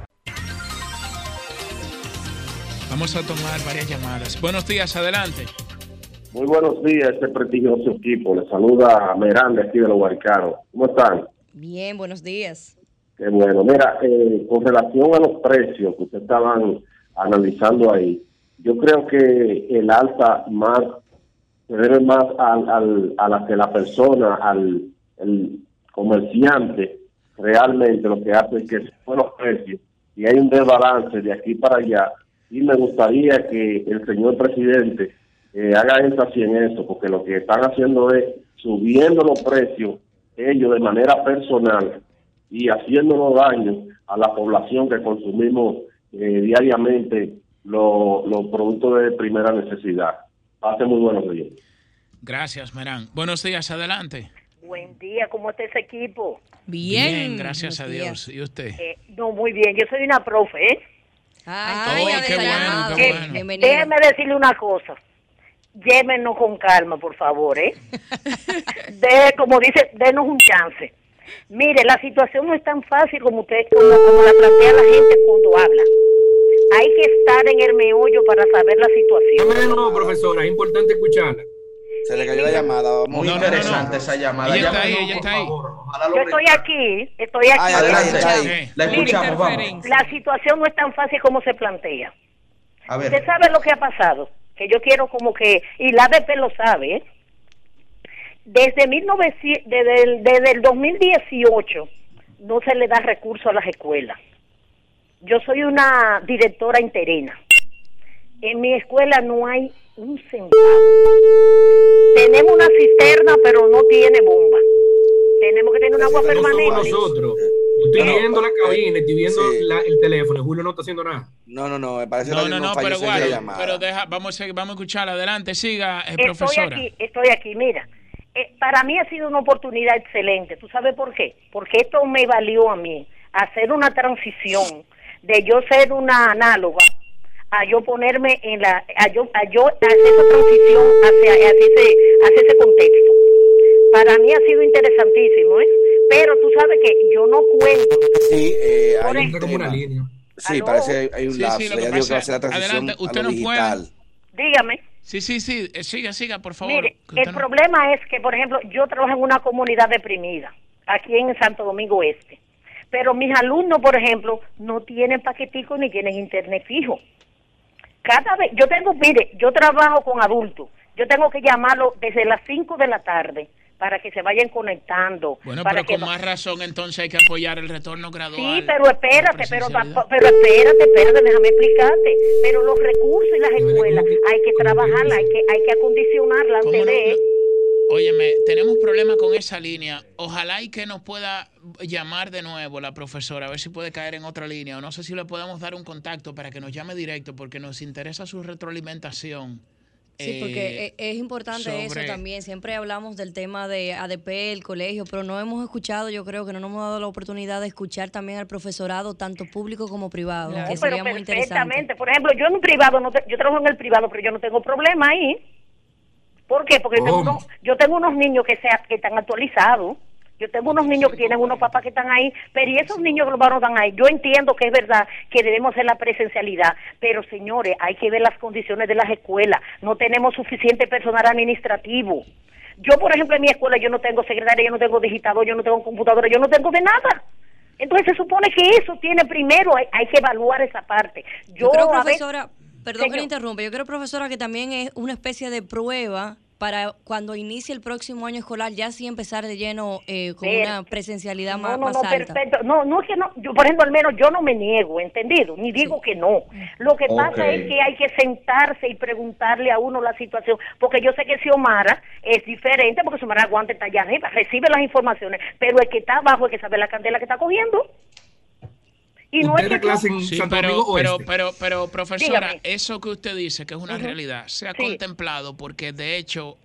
Vamos a tomar varias llamadas. Buenos días, adelante. Muy buenos días, este prestigioso equipo. Les saluda Merán de aquí de Los Guaricanos. ¿Cómo están? Bien, buenos días. Qué bueno. Mira, con relación a los precios que ustedes estaban analizando ahí, yo creo que el alza más se debe más a la que la persona, el comerciante, realmente lo que hace es que se suben los precios y hay un desbalance de aquí para allá. Y me gustaría que el señor presidente haga énfasis en eso, porque lo que están haciendo es subiendo los precios ellos de manera personal y haciéndonos daño a la población que consumimos diariamente los productos de primera necesidad. Hace muy buenos días. Gracias, Merán. Buenos días, adelante. Buen día, ¿cómo está ese equipo? Bien. Gracias a Dios. ¿Y usted? No, muy bien, yo soy una profe, ¿eh? Ay, Oh, ya qué bueno, llamado. qué bueno. Bienvenida. Déjeme decirle una cosa. Llévenos con calma, por favor, ¿eh? Como dice, denos un chance. Mire, la situación no es tan fácil como como la plantea la gente cuando habla. Hay que estar en el meollo para saber la situación. No, profesora, es importante escucharla. Se le cayó la llamada. Muy No, interesante esa llamada. Ella está ahí, Llámenos, ella por está ahí. favor. Ojalá lo Yo estoy aquí. Ay, Adelante. Sí. La escuchamos, vamos. Interferencia. La situación no es tan fácil como se plantea. A ver. Usted sabe lo que ha pasado, que yo quiero como que, y la ADP lo sabe, ¿eh? Desde el 2018 no se le da recurso a las escuelas. Yo soy una directora interina. En mi escuela no hay un centavo. Tenemos una cisterna, pero no tiene bomba. Tenemos que tener un agua No somos permanente. nosotros. Estoy viendo la cabina, estoy viendo sí. el teléfono. Julio no está haciendo nada. No, me parece No, que pero falló igual, la llamada. pero vamos a escuchar. Adelante, siga, profesora. Estoy aquí, mira. Para mí ha sido una oportunidad excelente. ¿Tú sabes por qué? Porque esto me valió a mí hacer una transición de yo ser una análoga a yo ponerme en a yo hacer esa transición hacia ese contexto. Para mí ha sido interesantísimo, ¿eh? Pero tú sabes que yo no cuento. Sí, Por hay ejemplo, un Como una tema. línea. Sí, ¿Aló? parece que hay un Sí, lapso. sí, lo que Ya digo que va a pasa- ser la transición adelante, usted a lo no puede. digital. Dígame. Sí, siga, por favor. Mire, que usted el no- problema es que, por ejemplo, yo trabajo en una comunidad deprimida, aquí en Santo Domingo Este, pero mis alumnos, por ejemplo, no tienen paquetico ni tienen internet fijo. Cada vez, yo trabajo con adultos, yo tengo que llamarlo desde las 5 de la tarde para que se vayan conectando. Bueno, para pero que con más razón entonces hay que apoyar el retorno gradual. Sí, pero espérate, la pero presencialidad. espérate, déjame explicarte. Pero los recursos y las escuelas hay que trabajarlas, hay que acondicionarlas ¿Cómo antes no? de... Óyeme, tenemos problemas con esa línea. Ojalá y que nos pueda llamar de nuevo la profesora, a ver si puede caer en otra línea. O no sé si le podemos dar un contacto para que nos llame directo, porque nos interesa su retroalimentación. Sí, porque es importante eso sobre- también. Siempre hablamos del tema de ADP, el colegio, pero no hemos escuchado, yo creo que no nos hemos dado la oportunidad de escuchar también al profesorado, tanto público como privado, Claro. que No, pero sería muy interesante. perfectamente. Por ejemplo, yo en un privado, yo trabajo en el privado, pero yo no tengo problema ahí. ¿Por qué? Porque ¿Cómo? yo tengo unos niños que están actualizados. Yo tengo unos niños que tienen unos papás que están ahí, pero y esos niños que los varones están ahí. Yo entiendo que es verdad que debemos hacer la presencialidad, pero señores, hay que ver las condiciones de las escuelas. No tenemos suficiente personal administrativo. Yo, por ejemplo, en mi escuela yo no tengo secretaria, yo no tengo digitador, yo no tengo computadora, yo no tengo de nada. Entonces se supone que eso tiene primero, hay que evaluar esa parte. Yo creo, a ver, profesora, Perdón que le interrumpa. Yo creo, profesora, que también es una especie de prueba para cuando inicie el próximo año escolar ya sí empezar de lleno con una presencialidad más alta. Perfecto. No es que no, yo por ejemplo al menos yo no me niego, ¿entendido? Ni digo que no. Lo que pasa es que hay que sentarse y preguntarle a uno la situación, porque yo sé que Xiomara es diferente, porque Xiomara aguanta está allá arriba, recibe las informaciones, pero el que está abajo hay que saber la candela que está cogiendo. Y no es que clase en Santo Domingo Oeste. Pero profesora, Dígame. eso que usted dice que es una realidad se ha contemplado porque de hecho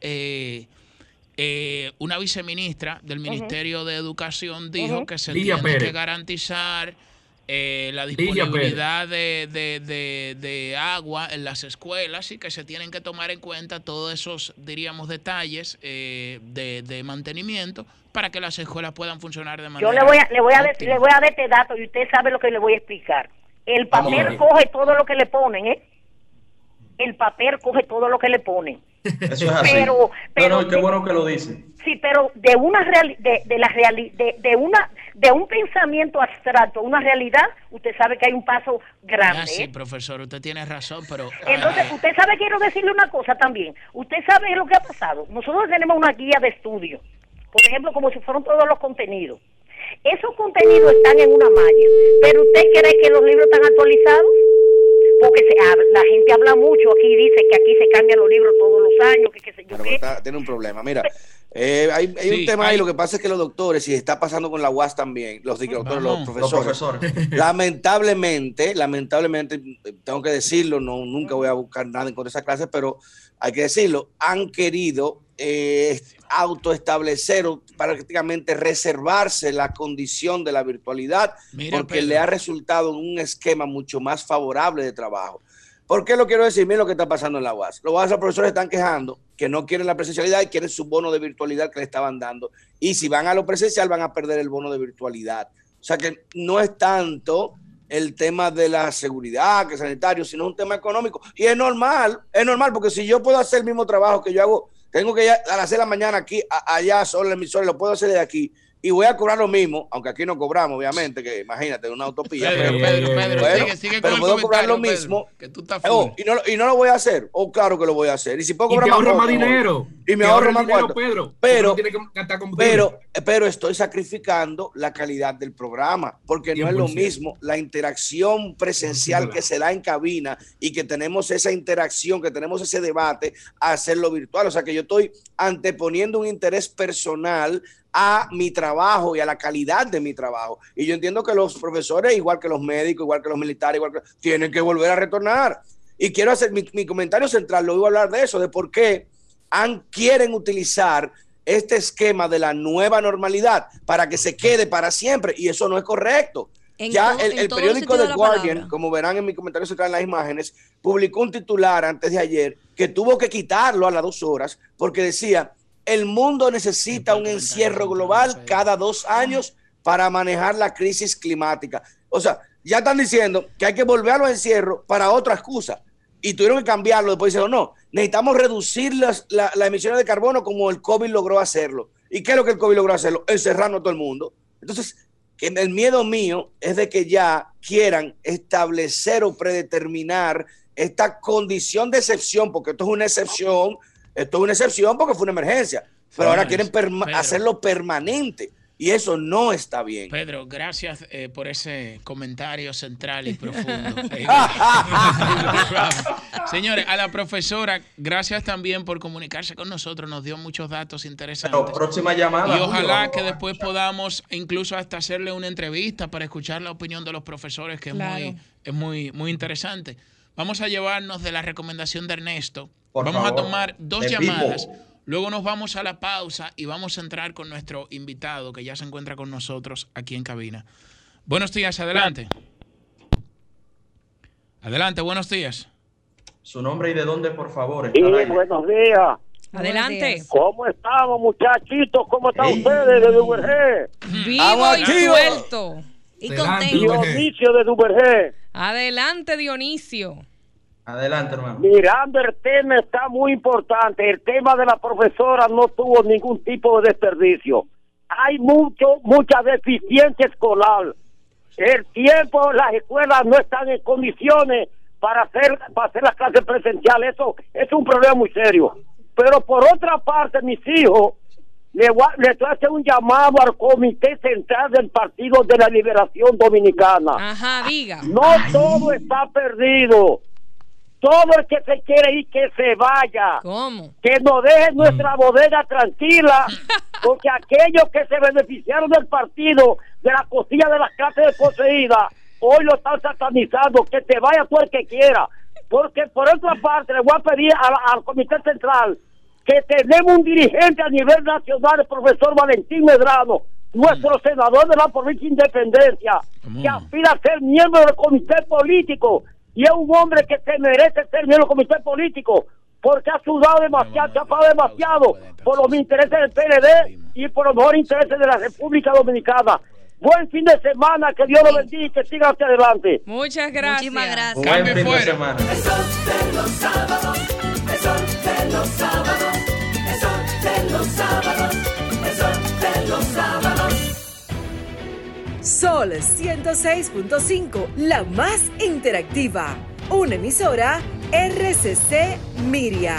una viceministra del Ministerio de Educación dijo que se Lidia tiene Pérez. que garantizar la disponibilidad de agua en las escuelas y que se tienen que tomar en cuenta todos esos, diríamos, detalles de mantenimiento para que las escuelas puedan funcionar de manera Yo le voy a dar este dato y usted sabe lo que le voy a explicar. El papel coge todo lo que le ponen, ¿eh? El papel coge todo lo que le ponen. Eso es así. Pero qué bueno que lo dice. Sí, pero de un pensamiento abstracto a una realidad, usted sabe que hay un paso grande. Sí, profesor, usted tiene razón, pero... Entonces, usted sabe, quiero decirle una cosa también. Usted sabe lo que ha pasado. Nosotros tenemos una guía de estudio, por ejemplo, como si fueron todos los contenidos. Esos contenidos están en una malla, pero ¿usted cree que los libros están actualizados? Porque la gente habla mucho aquí, dice que aquí se cambian los libros todos los años, que qué sé yo qué. Tiene un problema, mira. Hay un tema ahí, lo que pasa es que los doctores, y está pasando con la UAS también, los profesores. Lamentablemente, tengo que decirlo, nunca voy a buscar nada en contra de esa clase, pero hay que decirlo, han querido autoestablecer o prácticamente reservarse la condición de la virtualidad porque le ha resultado un esquema mucho más favorable de trabajo. ¿Por qué lo quiero decir? Miren lo que está pasando en la UAS. Los profesores están quejando que no quieren la presencialidad y quieren su bono de virtualidad que le estaban dando. Y si van a lo presencial van a perder el bono de virtualidad. O sea que no es tanto el tema de la seguridad, que es sanitario, sino un tema económico. Y es normal porque si yo puedo hacer el mismo trabajo que yo hago, tengo que ir a las 6 de la mañana aquí, allá solo en el emisor, lo puedo hacer de aquí. Y voy a cobrar lo mismo, aunque aquí no cobramos, obviamente, que imagínate, una utopía. Pedro, sigue pero puedo cobrar lo mismo. Pedro, que tú estás y no lo voy a hacer. Claro que lo voy a hacer. Y si puedo cobrar más dinero. Y me ahorro más cuarto. Pero estoy sacrificando la calidad del programa, porque no es lo mismo la interacción presencial que se da en cabina y que tenemos esa interacción, que tenemos ese debate, a hacerlo virtual. O sea que yo estoy anteponiendo un interés personal a mi trabajo y a la calidad de mi trabajo. Y yo entiendo que los profesores, igual que los médicos, igual que los militares, tienen que volver a retornar. Y quiero hacer mi comentario central, lo voy a hablar de eso, de por qué quieren utilizar este esquema de la nueva normalidad para que se quede para siempre, y eso no es correcto. Ya el periódico The Guardian, como verán en mi comentario central en las imágenes, publicó un titular antes de ayer que tuvo que quitarlo a las 2 horas porque decía: el mundo necesita un encierro global cada 2 años para manejar la crisis climática. O sea, ya están diciendo que hay que volver a los encierros para otra excusa. Y tuvieron que cambiarlo. Después dijeron, no, necesitamos reducir las emisiones de carbono como el COVID logró hacerlo. ¿Y qué es lo que el COVID logró hacerlo? Encerrarnos a todo el mundo. Entonces, el miedo mío es de que ya quieran establecer o predeterminar esta condición de excepción, porque esto es una excepción porque fue una emergencia, pero ahora quieren hacerlo permanente y eso no está bien. Pedro, gracias por ese comentario central y profundo. Señores, a la profesora, gracias también por comunicarse con nosotros, nos dio muchos datos interesantes. Pero próxima llamada. Y ojalá que después podamos incluso hasta hacerle una entrevista para escuchar la opinión de los profesores, que es muy interesante. Vamos a llevarnos de la recomendación de Ernesto. Vamos a tomar 2 llamadas. Luego nos vamos a la pausa y vamos a entrar con nuestro invitado que ya se encuentra con nosotros aquí en cabina. Buenos días, adelante. Adelante, buenos días. Su nombre y de dónde, por favor. Sí, buenos días. Adelante. ¿Cómo estamos, muchachitos? ¿Cómo están ustedes de Duvergé? Vivo y suelto. Y contento. Dionisio de Duvergé. Adelante, Dionisio. Adelante, hermano. Mirando el tema está muy importante. El tema de la profesora no tuvo ningún tipo de desperdicio. Hay mucha deficiencia escolar. El tiempo, las escuelas no están en condiciones para hacer las clases presenciales. Eso es un problema muy serio. Pero por otra parte, mis hijos, le estoy haciendo un llamado al Comité Central del Partido de la Liberación Dominicana. Ajá, diga. No todo está perdido. Todo el que se quiere ir, que se vaya. ¿Cómo? Que nos deje nuestra bodega tranquila, porque aquellos que se beneficiaron del partido, de la costilla de las clases desposeídas, hoy lo están satanizando. Que se vaya todo el que quiera. Porque por otra parte, le voy a pedir al Comité Central que tenemos un dirigente a nivel nacional, el profesor Valentín Medrano, nuestro senador de la provincia de Independencia, que aspira a ser miembro del comité político, y es un hombre que se merece ser miembro del comité político, porque ha sudado demasiado, se ha pagado demasiado por los intereses del PLD y por los mejores intereses de la República Dominicana. Buen fin de semana, que Dios lo bendiga y que siga hacia adelante. Muchas gracias. Muchísimas gracias. Buen fin de semana. El sol de los sábados, el sol de los sábados, el sol de los sábados, el sol de los sábados. Sol 106.5, la más interactiva. Una emisora RCC Miria.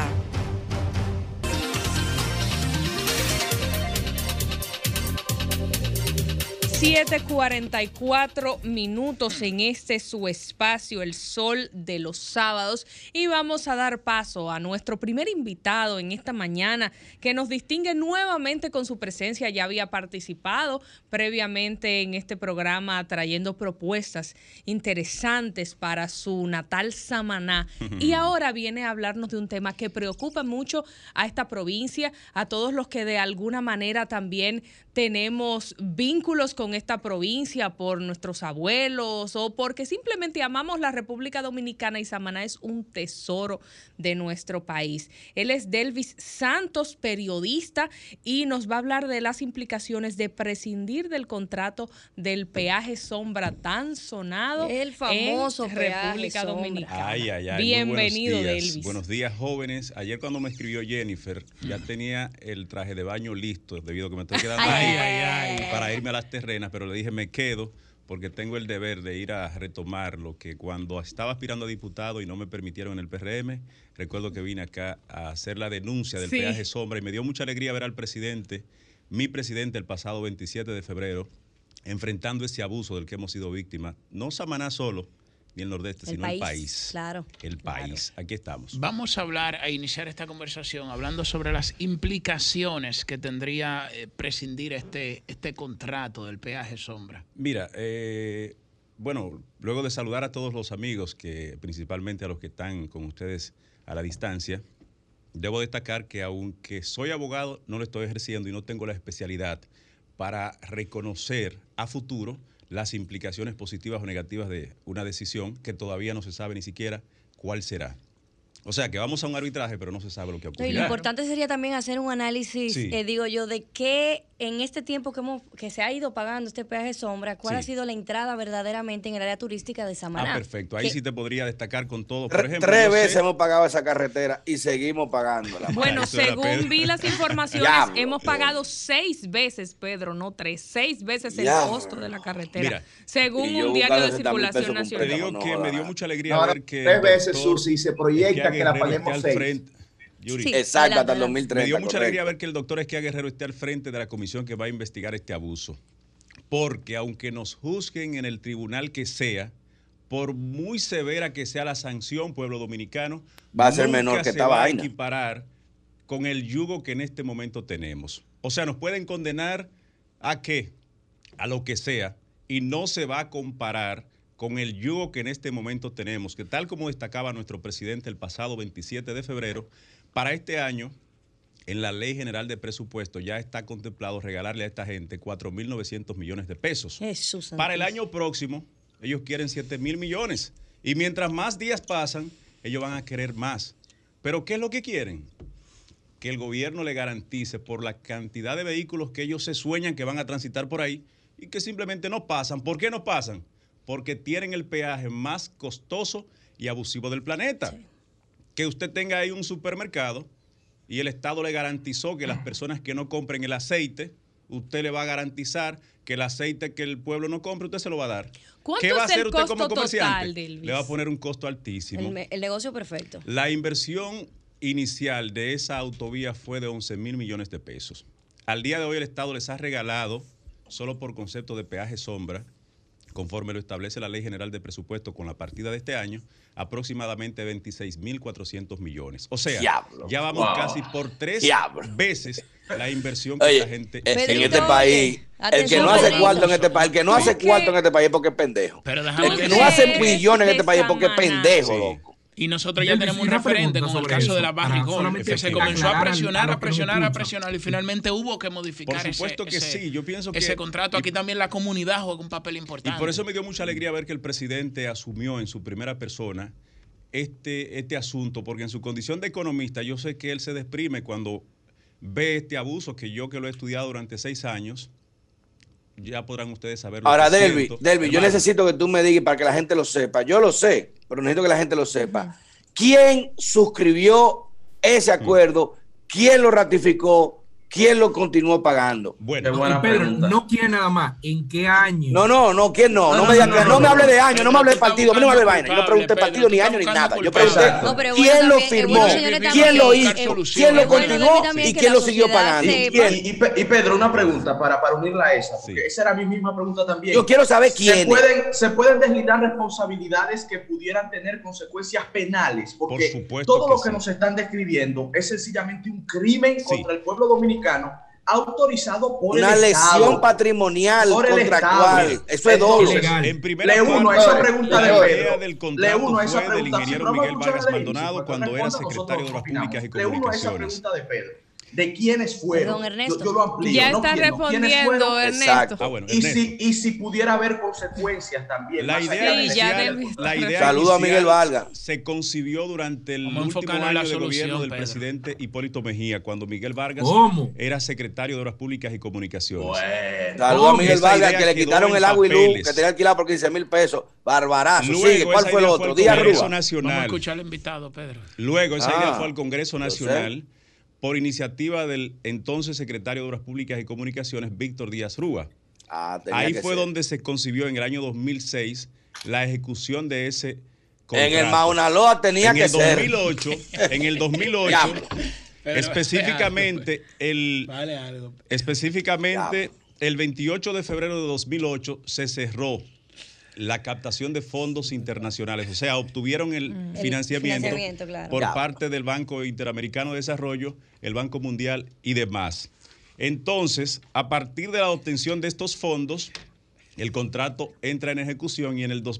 7:44 en este su espacio, el sol de los sábados, y vamos a dar paso a nuestro primer invitado en esta mañana, que nos distingue nuevamente con su presencia. Ya había participado previamente en este programa trayendo propuestas interesantes para su natal Samaná, y ahora viene a hablarnos de un tema que preocupa mucho a esta provincia, a todos los que de alguna manera también tenemos vínculos con esta provincia por nuestros abuelos o porque simplemente amamos la República Dominicana, y Samaná es un tesoro de nuestro país. Él es Delvis Santos, periodista, y nos va a hablar de las implicaciones de prescindir del contrato del peaje sombra tan sonado, el famoso en República Dominicana. Ay, Bienvenido, buenos días. Delvis. Buenos días, jóvenes. Ayer cuando me escribió Jennifer, ya tenía el traje de baño listo, debido a que me estoy quedando para irme a las terrenas, pero le dije, me quedo porque tengo el deber de ir a retomar lo que cuando estaba aspirando a diputado y no me permitieron en el PRM, recuerdo que vine acá a hacer la denuncia del peaje sombra, y me dio mucha alegría ver al presidente, mi presidente, el pasado 27 de febrero, enfrentando ese abuso del que hemos sido víctimas, no Samaná solo, ni el Nordeste, sino el país. Claro. El país. Aquí estamos. Vamos a iniciar esta conversación hablando sobre las implicaciones que tendría prescindir este contrato del peaje sombra. Mira, bueno, luego de saludar a todos los amigos, que principalmente a los que están con ustedes a la distancia, debo destacar que aunque soy abogado, no lo estoy ejerciendo y no tengo la especialidad para reconocer a futuro las implicaciones positivas o negativas de una decisión que todavía no se sabe ni siquiera cuál será. O sea, que vamos a un arbitraje, pero no se sabe lo que ocurrirá. Y lo importante sería también hacer un análisis, digo yo, de qué en este tiempo que se ha ido pagando este peaje sombra, cuál ha sido la entrada verdaderamente en el área turística de Samaná. Ah, perfecto. Ahí sí te podría destacar con todo. Por ejemplo, 3 veces hemos pagado esa carretera y seguimos pagándola. Bueno, según vi las informaciones, hemos pagado 6 veces, Pedro, no 3, 6 veces el costo de la carretera. Mira, según un diario de circulación nacional. Te digo que me dio mucha alegría ver que 3 veces, Sursi, se proyecta que la paguemos 6. Yuri, exacto, hasta el 2030. Me dio mucha alegría ver que el doctor Esquia Guerrero esté al frente de la comisión que va a investigar este abuso. Porque aunque nos juzguen en el tribunal que sea, por muy severa que sea la sanción, pueblo dominicano, va a ser menor que esta vaina. Va a equiparar con el yugo que en este momento tenemos. O sea, nos pueden condenar a qué, a lo que sea, y no se va a comparar con el yugo que en este momento tenemos, que tal como destacaba nuestro presidente el pasado 27 de febrero, para este año, en la Ley General de Presupuesto ya está contemplado regalarle a esta gente 4.900 millones de pesos. Jesús. Para el año próximo, ellos quieren 7.000 millones. Y mientras más días pasan, ellos van a querer más. ¿Pero qué es lo que quieren? Que el gobierno le garantice por la cantidad de vehículos que ellos se sueñan que van a transitar por ahí y que simplemente no pasan. ¿Por qué no pasan? Porque tienen el peaje más costoso y abusivo del planeta. Sí. Que usted tenga ahí un supermercado y el Estado le garantizó que las personas que no compren el aceite, usted le va a garantizar que el aceite que el pueblo no compre, usted se lo va a dar. ¿Cuánto ¿Qué va a es el hacer usted costo como comerciante? total, Delvis? Le va a poner un costo altísimo. El negocio perfecto. La inversión inicial de esa autovía fue de 11,000 millones de pesos. Al día de hoy el Estado les ha regalado, solo por concepto de peaje sombra, conforme lo establece la Ley General de Presupuesto con la partida de este año, aproximadamente 26,400 millones. O sea, ya vamos casi por 3 veces la inversión que la gente... en este país, el que no hace cuarto en este país, el que no hace cuarto en este país es porque es pendejo. El que no hace billones en este país es porque es pendejo, loco. Y nosotros ya tenemos un referente con el caso de la Barrigol, que se comenzó a presionar y finalmente hubo que modificar ese contrato. Aquí también la comunidad juega un papel importante. Y por eso me dio mucha alegría ver que el presidente asumió en su primera persona este asunto, porque en su condición de economista yo sé que él se deprime cuando ve este abuso que yo, que lo he estudiado durante 6 años, ya podrán ustedes saberlo. Ahora, Delvis, yo necesito que tú me digas para que la gente lo sepa. Yo lo sé, pero necesito que la gente lo sepa. ¿Quién suscribió ese acuerdo? ¿Quién lo ratificó? ¿Quién lo continuó pagando? Bueno, Pedro, no quién nada más. ¿En qué año? No, ¿quién no? No me hable de año, no me hable de partido, a mí no me hable de vaina. Yo no pregunté partido, ni año, ni nada. Yo pregunté quién lo firmó, quién lo hizo, quién lo continuó y quién lo siguió pagando. Y Pedro, una pregunta para unirla a esa, porque esa era mi misma pregunta también. Yo quiero saber quién. ¿Se pueden deslindar responsabilidades que pudieran tener consecuencias penales? Porque todo lo que nos están describiendo es sencillamente un crimen contra el pueblo dominicano, autorizado por una el Estado. Lesión patrimonial contractual. Eso es doble. En primera le uno a esa pregunta de Pedro. Del contrato fue del ingeniero Miguel Vargas Maldonado cuando era secretario de Obras Públicas y Comunicaciones. Le uno a esa pregunta de Pedro. ¿De quiénes fueron? Perdón, Ernesto. Yo lo amplío. Ya está respondiendo, Ernesto. Bueno, y si pudiera haber consecuencias también. La idea Saludo a Miguel Vargas. Se concibió durante el último año de gobierno del presidente Hipólito Mejía, cuando Miguel Vargas era secretario de Obras Públicas y Comunicaciones. Saludo a Miguel Vargas, que le quitaron el agua y luz, que tenía alquilado por 15,000 pesos. Barbarazo. Sigue. ¿Cuál fue el otro? Díaz Rúa. Vamos a escuchar al invitado, Pedro. Luego esa idea fue al Congreso Nacional por iniciativa del entonces secretario de Obras Públicas y Comunicaciones, Víctor Díaz Rúa. Ahí fue donde se concibió en el año 2006 la ejecución de ese contrato. En el Maunaloa tenía que ser. En el 2008, específicamente, el 28 de febrero de 2008 se cerró la captación de fondos internacionales, o sea, obtuvieron el financiamiento claro, por parte del Banco Interamericano de Desarrollo, el Banco Mundial y demás. Entonces, a partir de la obtención de estos fondos, el contrato entra en ejecución y en el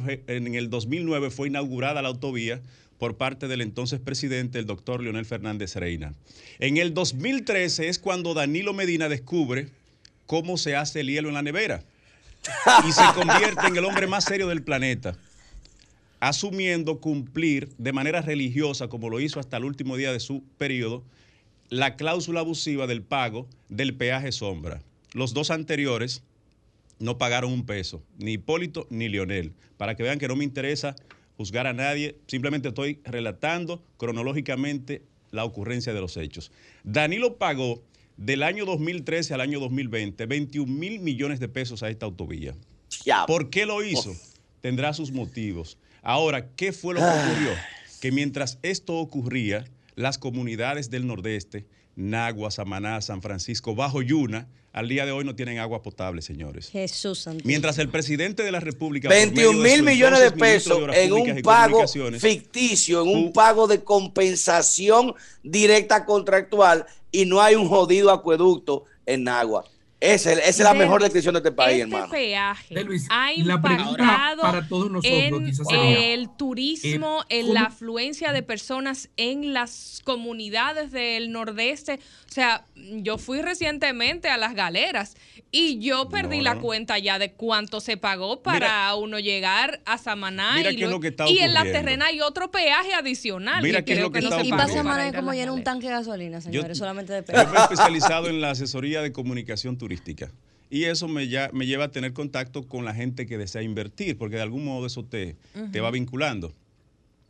2009 fue inaugurada la autovía por parte del entonces presidente, el doctor Leonel Fernández Reina. En el 2013 es cuando Danilo Medina descubre cómo se hace el hielo en la nevera y se convierte en el hombre más serio del planeta, asumiendo cumplir de manera religiosa, como lo hizo hasta el último día de su periodo, la cláusula abusiva del pago del peaje sombra. Los dos anteriores no pagaron un peso, ni Hipólito ni Leonel. Para que vean que no me interesa juzgar a nadie, simplemente estoy relatando cronológicamente la ocurrencia de los hechos. Danilo pagó del año 2013 al año 2020, 21,000 millones de pesos a esta autovía. ¿Por qué lo hizo? Tendrá sus motivos. Ahora, ¿qué fue lo que ocurrió? Que mientras esto ocurría, las comunidades del Nordeste, Nagua, Samaná, San Francisco, Bajo Yuna, al día de hoy no tienen agua potable, señores. Jesús santo. Mientras el presidente de la República... 21,000 millones de pesos en un pago ficticio, en un pago de compensación directa contractual, y no hay un jodido acueducto en Nagua. Esa es la mejor descripción de este país, hermano. Este peaje Luis, ha la pregunta impactado para todos nosotros, quizás sería, el turismo, en la afluencia de personas en las comunidades del Nordeste. O sea, yo fui recientemente a Las Galeras y yo perdí la cuenta ya de cuánto se pagó para uno llegar a Samaná. Y en La Terrena hay otro peaje adicional. Mira qué es lo que está ocurriendo. Y para Samaná es como llenar un tanque de gasolina, señores, solamente de peaje. Yo me he especializado en la asesoría de comunicación turística. Y eso me lleva a tener contacto con la gente que desea invertir, porque de algún modo eso te va vinculando.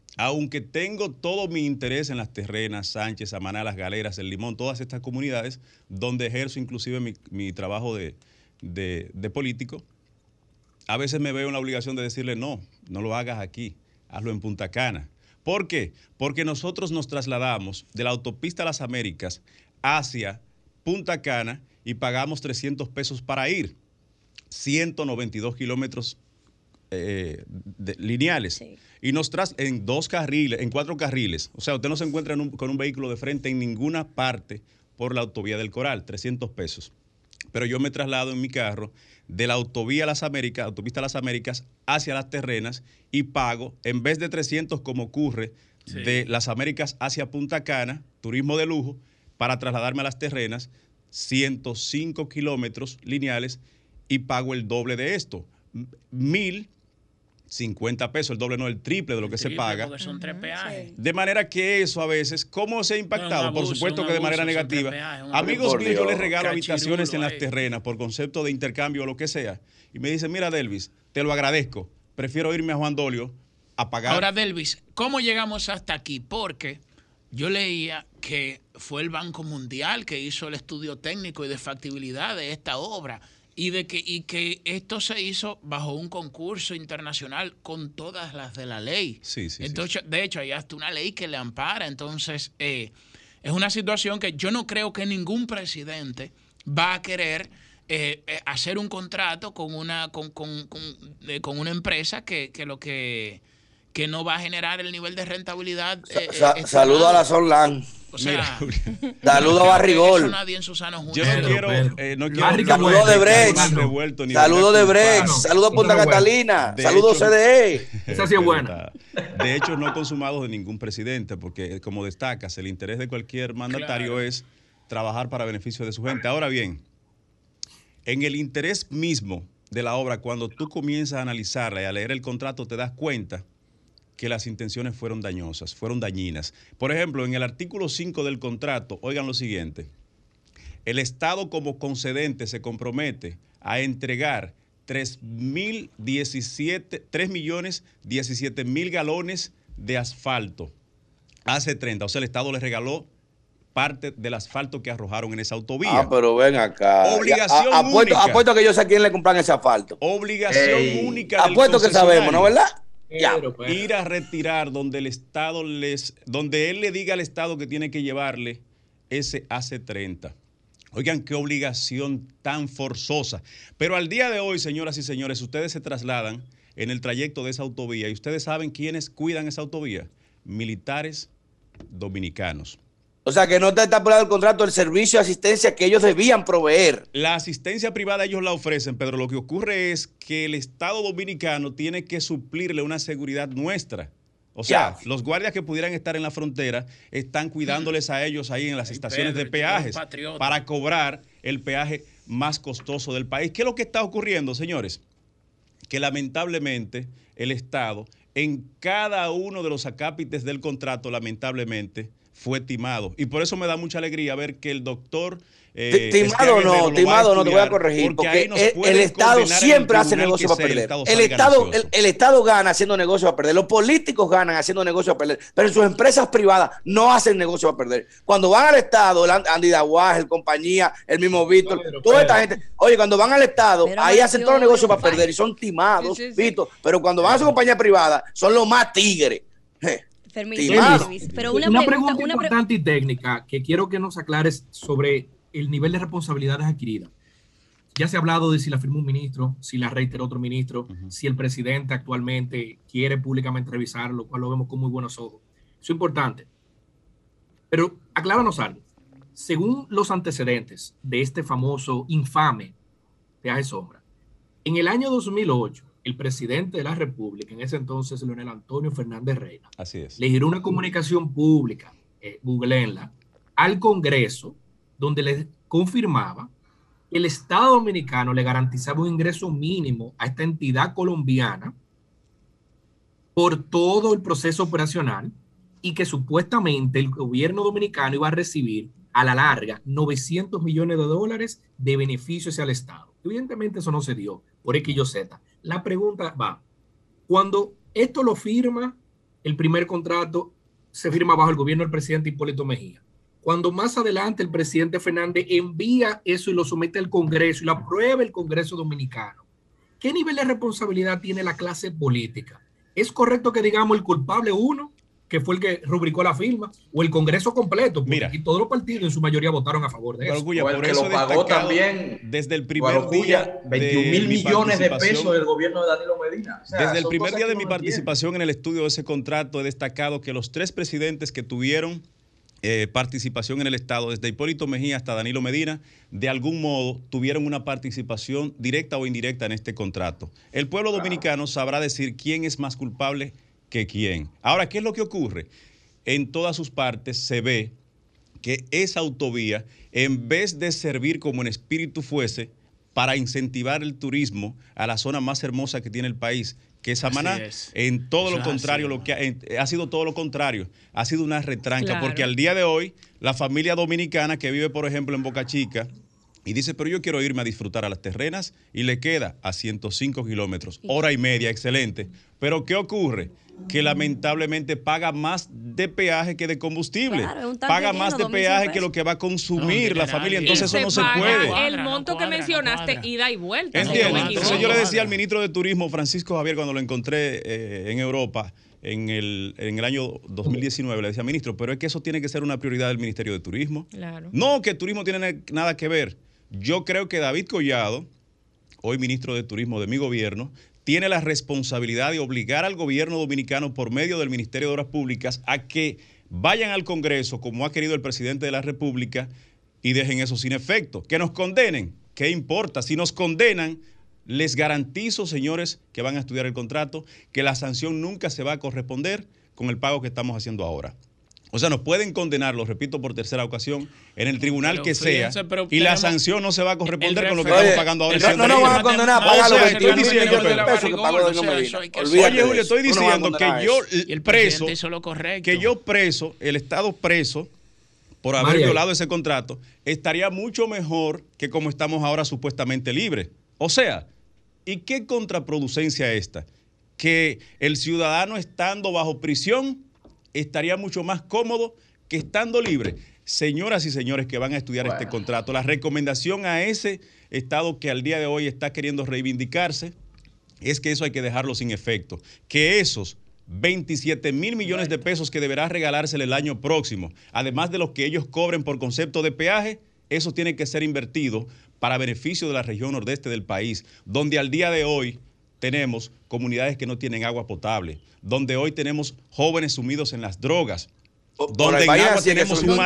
aunque tengo todo mi interés en Las Terrenas, Sánchez, Samaná, Las Galeras, El Limón, todas estas comunidades donde ejerzo inclusive mi trabajo de político, a veces me veo en la obligación de decirle no lo hagas aquí, hazlo en Punta Cana. ¿Por qué? Porque nosotros nos trasladamos de la autopista Las Américas hacia Punta Cana y pagamos 300 pesos para ir, 192 kilómetros lineales. Sí. Y nos en 4 carriles. O sea, usted no se encuentra con un vehículo de frente en ninguna parte por la autovía del Coral, 300 pesos. Pero yo me traslado en mi carro de la autopista Las Américas hacia Las Terrenas y pago, en vez de 300 como ocurre, sí, de Las Américas hacia Punta Cana, turismo de lujo, para trasladarme a Las Terrenas, 105 kilómetros lineales y pago el doble de esto, 1,050 pesos, el doble no, el triple de lo que se paga. Porque son 3 peajes. De manera que eso a veces, ¿cómo se ha impactado? Abuso, por supuesto que de manera negativa. Amigos míos, yo les regalo habitaciones en Las Terrenas por concepto de intercambio o lo que sea. Y me dicen, mira, Delvis, te lo agradezco. Prefiero irme a Juan Dolio a pagar. Ahora, Delvis, ¿cómo llegamos hasta aquí? Porque yo leía que fue el Banco Mundial que hizo el estudio técnico y de factibilidad de esta obra. Y que esto se hizo bajo un concurso internacional con todas las de la ley. Sí. Entonces, de hecho, hay hasta una ley que le ampara. Entonces, es una situación que yo no creo que ningún presidente va a querer hacer un contrato con una empresa que no va a generar el nivel de rentabilidad. Saludo a la Solán. O sea, saludo a Barrigol. Eso nadie en su sano juicio. Yo no quiero saludo de Brex. Saludo de Brex. Saludo a Punta Catalina. Saludo CDE. Esa sí es buena. De hecho, no consumados de ningún presidente, porque como destacas, el interés de cualquier mandatario es trabajar para beneficio de su gente. Ahora bien, en el interés mismo de la obra, cuando tú comienzas a analizarla y a leer el contrato, te das cuenta que las intenciones fueron dañosas, fueron dañinas. Por ejemplo, en el artículo 5 del contrato, oigan lo siguiente: el Estado como concedente se compromete a entregar 3.017.000 galones de asfalto hace 30. O sea, el Estado le regaló parte del asfalto que arrojaron en esa autovía. Pero ven acá. Obligación única. Apuesto que yo sé a quién le compran ese asfalto. Obligación única del apuesto que sabemos, ¿no, verdad? Ir a retirar donde el Estado donde él le diga al Estado que tiene que llevarle ese AC30. Oigan, qué obligación tan forzosa. Pero al día de hoy, señoras y señores, ustedes se trasladan en el trayecto de esa autovía y ustedes saben quiénes cuidan esa autovía. Militares dominicanos. O sea, que no te está por el contrato el servicio de asistencia que ellos debían proveer. La asistencia privada ellos la ofrecen, Pedro. Lo que ocurre es que el Estado dominicano tiene que suplirle una seguridad nuestra. O sea, los guardias que pudieran estar en la frontera están cuidándoles a ellos ahí en las estaciones de peajes para cobrar el peaje más costoso del país. ¿Qué es lo que está ocurriendo, señores? Que lamentablemente el Estado, en cada uno de los acápites del contrato, lamentablemente, fue timado. Y por eso me da mucha alegría ver que el doctor... timado no, te voy a corregir, porque el Estado siempre hace negocio para perder. El Estado gana haciendo negocio para perder. Los políticos ganan haciendo negocio para perder. Pero sus empresas privadas no hacen negocio para perder. Cuando van al Estado, Andy Daguaj, el compañía, el mismo Víctor, toda esta gente, oye, cuando van al Estado, ahí hacen todos los negocios para perder y son timados, Víctor. Pero cuando van a su compañía privada, son los más tigres. Pero una pregunta importante y técnica que quiero que nos aclares sobre el nivel de responsabilidades adquiridas. Ya se ha hablado de si la firmó un ministro, si la reiteró otro ministro, si el presidente actualmente quiere públicamente revisarlo, lo cual lo vemos con muy buenos ojos. Eso es importante. Pero acláranos algo. Según los antecedentes de este famoso infame peaje sombra, en el año 2008, el presidente de la República, en ese entonces Leonel Antonio Fernández Reina, le giró una comunicación pública, googleenla, al Congreso, donde le confirmaba que el Estado dominicano le garantizaba un ingreso mínimo a esta entidad colombiana por todo el proceso operacional y que supuestamente el gobierno dominicano iba a recibir a la larga $900 millones de beneficios al Estado. Evidentemente eso no se dio por X y Z. La pregunta va, cuando esto lo firma el primer contrato se firma bajo el gobierno del presidente Hipólito Mejía. Cuando más adelante el presidente Fernández envía eso y lo somete al Congreso y lo aprueba el Congreso Dominicano, ¿qué nivel de responsabilidad tiene la clase política? ¿Es correcto que digamos el culpable uno, que fue el que rubricó la firma, o el Congreso completo? Porque aquí todos los partidos en su mayoría votaron a favor de eso. O el que lo pagó también desde el primer día 21.000 millones de pesos del gobierno de Danilo Medina. O sea, desde el primer día de mi participación en el estudio de ese contrato he destacado que los 3 presidentes que tuvieron participación en el Estado, desde Hipólito Mejía hasta Danilo Medina, de algún modo tuvieron una participación directa o indirecta en este contrato. El pueblo dominicano sabrá decir quién es más culpable que quién. Ahora, ¿qué es lo que ocurre? En todas sus partes se ve que esa autovía, en vez de servir como en espíritu fuese para incentivar el turismo a la zona más hermosa que tiene el país, que es Samaná, en todo lo contrario, lo que ha sido todo lo contrario, ha sido una retranca, porque al día de hoy, la familia dominicana que vive, por ejemplo, en Boca Chica, y dice, pero yo quiero irme a disfrutar a las terrenas, y le queda a 105 kilómetros, hora y media, excelente. Pero ¿qué ocurre? Que lamentablemente paga más de peaje que de combustible. Paga más de peaje que lo que va a consumir la familia. Entonces eso no se puede. El monto que mencionaste, ida y vuelta. Entiendo. Entonces yo le decía al ministro de Turismo, Francisco Javier, cuando lo encontré en Europa, en el año 2019, le decía, ministro, pero es que eso tiene que ser una prioridad del Ministerio de Turismo. Claro. No, que el turismo tiene nada que ver. Yo creo que David Collado, hoy ministro de Turismo de mi gobierno, tiene la responsabilidad de obligar al gobierno dominicano por medio del Ministerio de Obras Públicas a que vayan al Congreso, como ha querido el presidente de la República, y dejen eso sin efecto. Que nos condenen. ¿Qué importa? Si nos condenan, les garantizo, señores, que van a estudiar el contrato, que la sanción nunca se va a corresponder con el pago que estamos haciendo ahora. O sea, nos pueden condenar, lo repito por tercera ocasión, en el tribunal que sea, y la sanción no se va a corresponder con lo que estamos pagando ahora. No nos van a condenar a pagar los 21 millones de pesos que pagó Danilo Medina. Oye, Julio, estoy diciendo que yo preso, el Estado preso, por haber violado ese contrato, estaría mucho mejor que como estamos ahora supuestamente libres. O sea, ¿y qué contraproducencia esta? Que el ciudadano estando bajo prisión estaría mucho más cómodo que estando libre. Señoras y señores que van a estudiar este contrato, la recomendación a ese Estado que al día de hoy está queriendo reivindicarse es que eso hay que dejarlo sin efecto. Que esos 27.000 millones de pesos que deberá regalársele el año próximo, además de los que ellos cobren por concepto de peaje, eso tiene que ser invertido para beneficio de la región nordeste del país, donde al día de hoy tenemos comunidades que no tienen agua potable, donde hoy tenemos jóvenes sumidos en las drogas, donde en agua tenemos un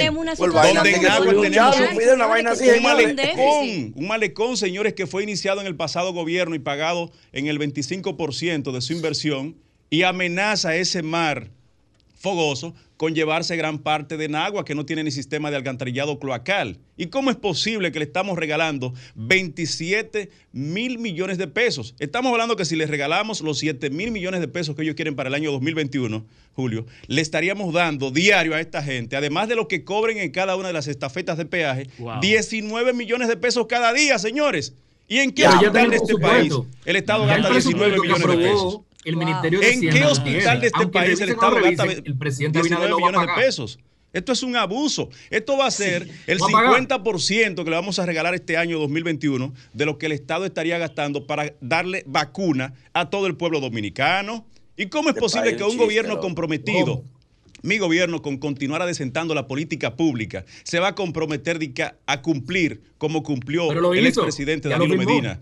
malecón, señores, que fue iniciado en el pasado gobierno y pagado en el 25% de su inversión, y amenaza ese mar fogoso con llevarse gran parte de Nagua, que no tiene ni sistema de alcantarillado cloacal. ¿Y cómo es posible que le estamos regalando 27.000 millones de pesos? Estamos hablando que si les regalamos los 7.000 millones de pesos que ellos quieren para el año 2021, Julio, le estaríamos dando diario a esta gente, además de lo que cobren en cada una de las estafetas de peaje, 19 millones de pesos cada día, señores. ¿Y en qué hospital de este país el Estado gasta 19 millones de pesos? El Ministerio de ¿En qué hospital de este país el Estado gasta 19 millones de pesos? Esto es un abuso. Esto va a ser el 50% que le vamos a regalar este año 2021 de lo que el Estado estaría gastando para darle vacuna a todo el pueblo dominicano. ¿Y cómo es posible que un gobierno comprometido, mi gobierno, con continuar adecentando la política pública, se va a comprometer a cumplir como cumplió el expresidente Danilo Medina,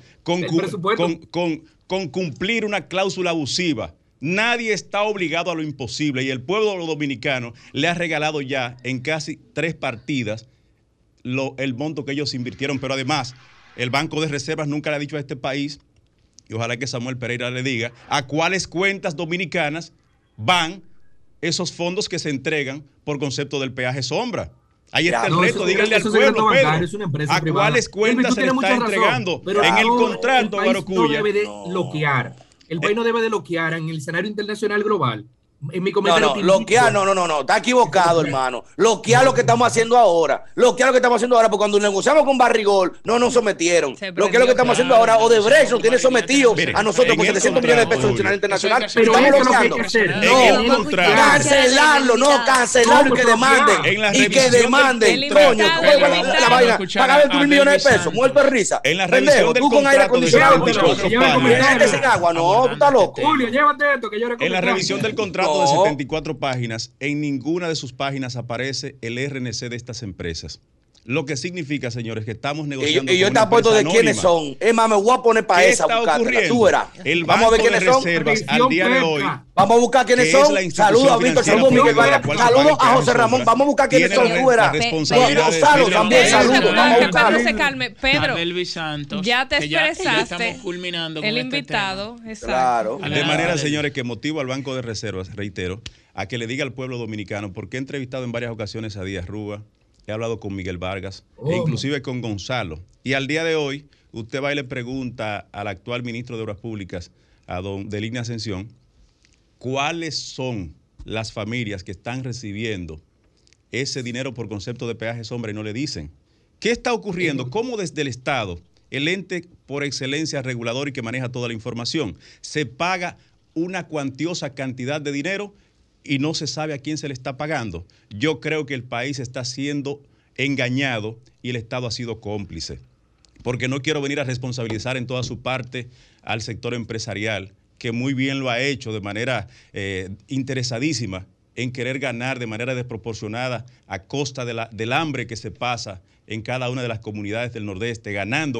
con cumplir una cláusula abusiva? Nadie está obligado a lo imposible, y el pueblo dominicano le ha regalado ya en casi 3 partidas el monto que ellos invirtieron. Pero además, el Banco de Reservas nunca le ha dicho a este país, y ojalá que Samuel Pereira le diga, a cuáles cuentas dominicanas van esos fondos que se entregan por concepto del peaje sombra. Ahí está el reto, díganle al pueblo, Pedro, a cuáles cuentas se le está entregando en el contrato, Guarocuya. El país no debe de bloquear en el escenario internacional global. En mi comentario no, está equivocado, hermano. Bloquear lo que estamos haciendo ahora. Porque cuando negociamos con Barrigol, no nos sometieron. Lo que es lo que estamos haciendo ahora, Odebrecht nos tiene sometido a nosotros por 700 millones de pesos nacional e internacional. Estamos bloqueando. Cancelarlo, que demanden. Y que demanden, coño, la vaina. Pagar 2.000 millones de pesos, muerto de risa. En la revisión del contrato de 74 páginas. Sin agua, no, tú estás loco. Julio, llévate esto que yo En la revisión del contrato de 74 páginas, en ninguna de sus páginas aparece el RNC de estas empresas. Lo que significa, señores, que estamos negociando. Y yo te apuesto de quiénes son. Es más, me voy a poner para esa. Tú verás. Vamos a ver quiénes son. Al día de hoy. Vamos a buscar quiénes son. Saludos a Víctor, saludos a Miguel Vargas, saludos a José Ramón. Vamos a buscar quiénes son. Tú verás. Gonzalo también, saludos. Vamos a buscarlo. Se calme. Pedro, Santos, ya te expresaste. Estamos culminando el invitado. Exacto. De manera, señores, que motivo al Banco de Reservas, reitero, a que le diga al pueblo dominicano, porque he entrevistado en varias ocasiones a Díaz Rúa, he hablado con Miguel Vargas, e inclusive con Gonzalo. Y al día de hoy, usted va y le pregunta al actual ministro de Obras Públicas, a don Delignia Ascensión, cuáles son las familias que están recibiendo ese dinero por concepto de peaje sombra y no le dicen. ¿Qué está ocurriendo? ¿Cómo desde el Estado, el ente por excelencia regulador y que maneja toda la información, se paga una cuantiosa cantidad de dinero y no se sabe a quién se le está pagando? Yo creo que el país está siendo engañado y el Estado ha sido cómplice. Porque no quiero venir a responsabilizar en toda su parte al sector empresarial, que muy bien lo ha hecho de manera interesadísima en querer ganar de manera desproporcionada a costa del hambre que se pasa en cada una de las comunidades del Nordeste, ganando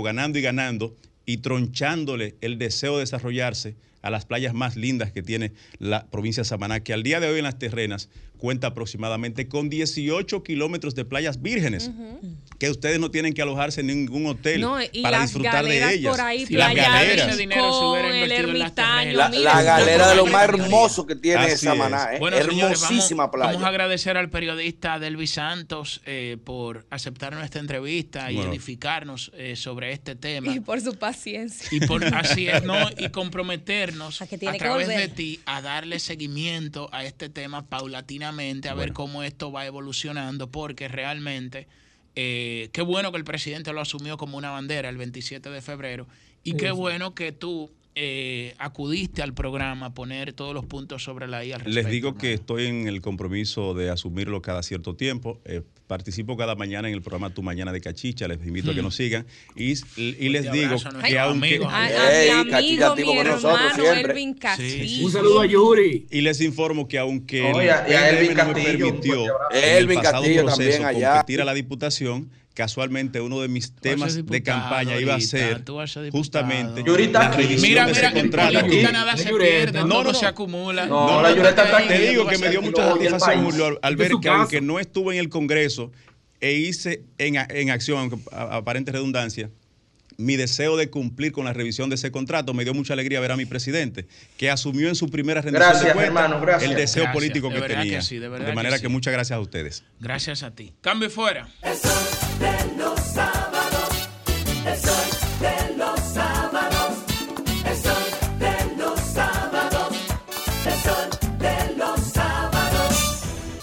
y tronchándole el deseo de desarrollarse a las playas más lindas que tiene la provincia de Samaná, que al día de hoy en Las Terrenas cuenta aproximadamente con 18 kilómetros de playas vírgenes, que ustedes no tienen que alojarse en ningún hotel para disfrutar de ellas. Por ahí, las galeras. El Ermitaño, la galera de lo más hermoso que tiene Samaná. Bueno, hermosísima señores, playa. Vamos a agradecer al periodista Delvis Santos por aceptar nuestra entrevista y edificarnos sobre este tema. Y por su paciencia. Y por así es, ¿no? Y comprometernos a través de ti a darle seguimiento a este tema paulatinamente, a ver cómo esto va evolucionando, porque realmente qué bueno que el presidente lo asumió como una bandera el 27 de febrero y qué bueno que tú acudiste al programa a poner todos los puntos sobre la I al respecto. Les digo que estoy en el compromiso de asumirlo cada cierto tiempo. Participo cada mañana en el programa Tu Mañana de Cachicha. Les invito a que nos sigan. Y les digo que aunque... mi hermano Elvin Castillo. Un saludo a Yuri. Y les informo que aunque Elvin no me permitió en el pasado proceso competir a la diputación, casualmente uno de mis temas de campaña iba a ser justamente la revisión de ese contrato. Nada se pierde, no se acumula. Te digo que me dio mucha satisfacción, Julio, al ver que aunque no estuve en el Congreso e hice en acción, aunque aparente redundancia, mi deseo de cumplir con la revisión de ese contrato, me dio mucha alegría ver a mi presidente, que asumió en su primera rendición de cuentas el deseo político que tenía. De manera que muchas gracias a ustedes. Gracias a ti. Cambio fuera. El sol de los sábados, el sol de los sábados, el sol de los sábados, el sol de los sábados.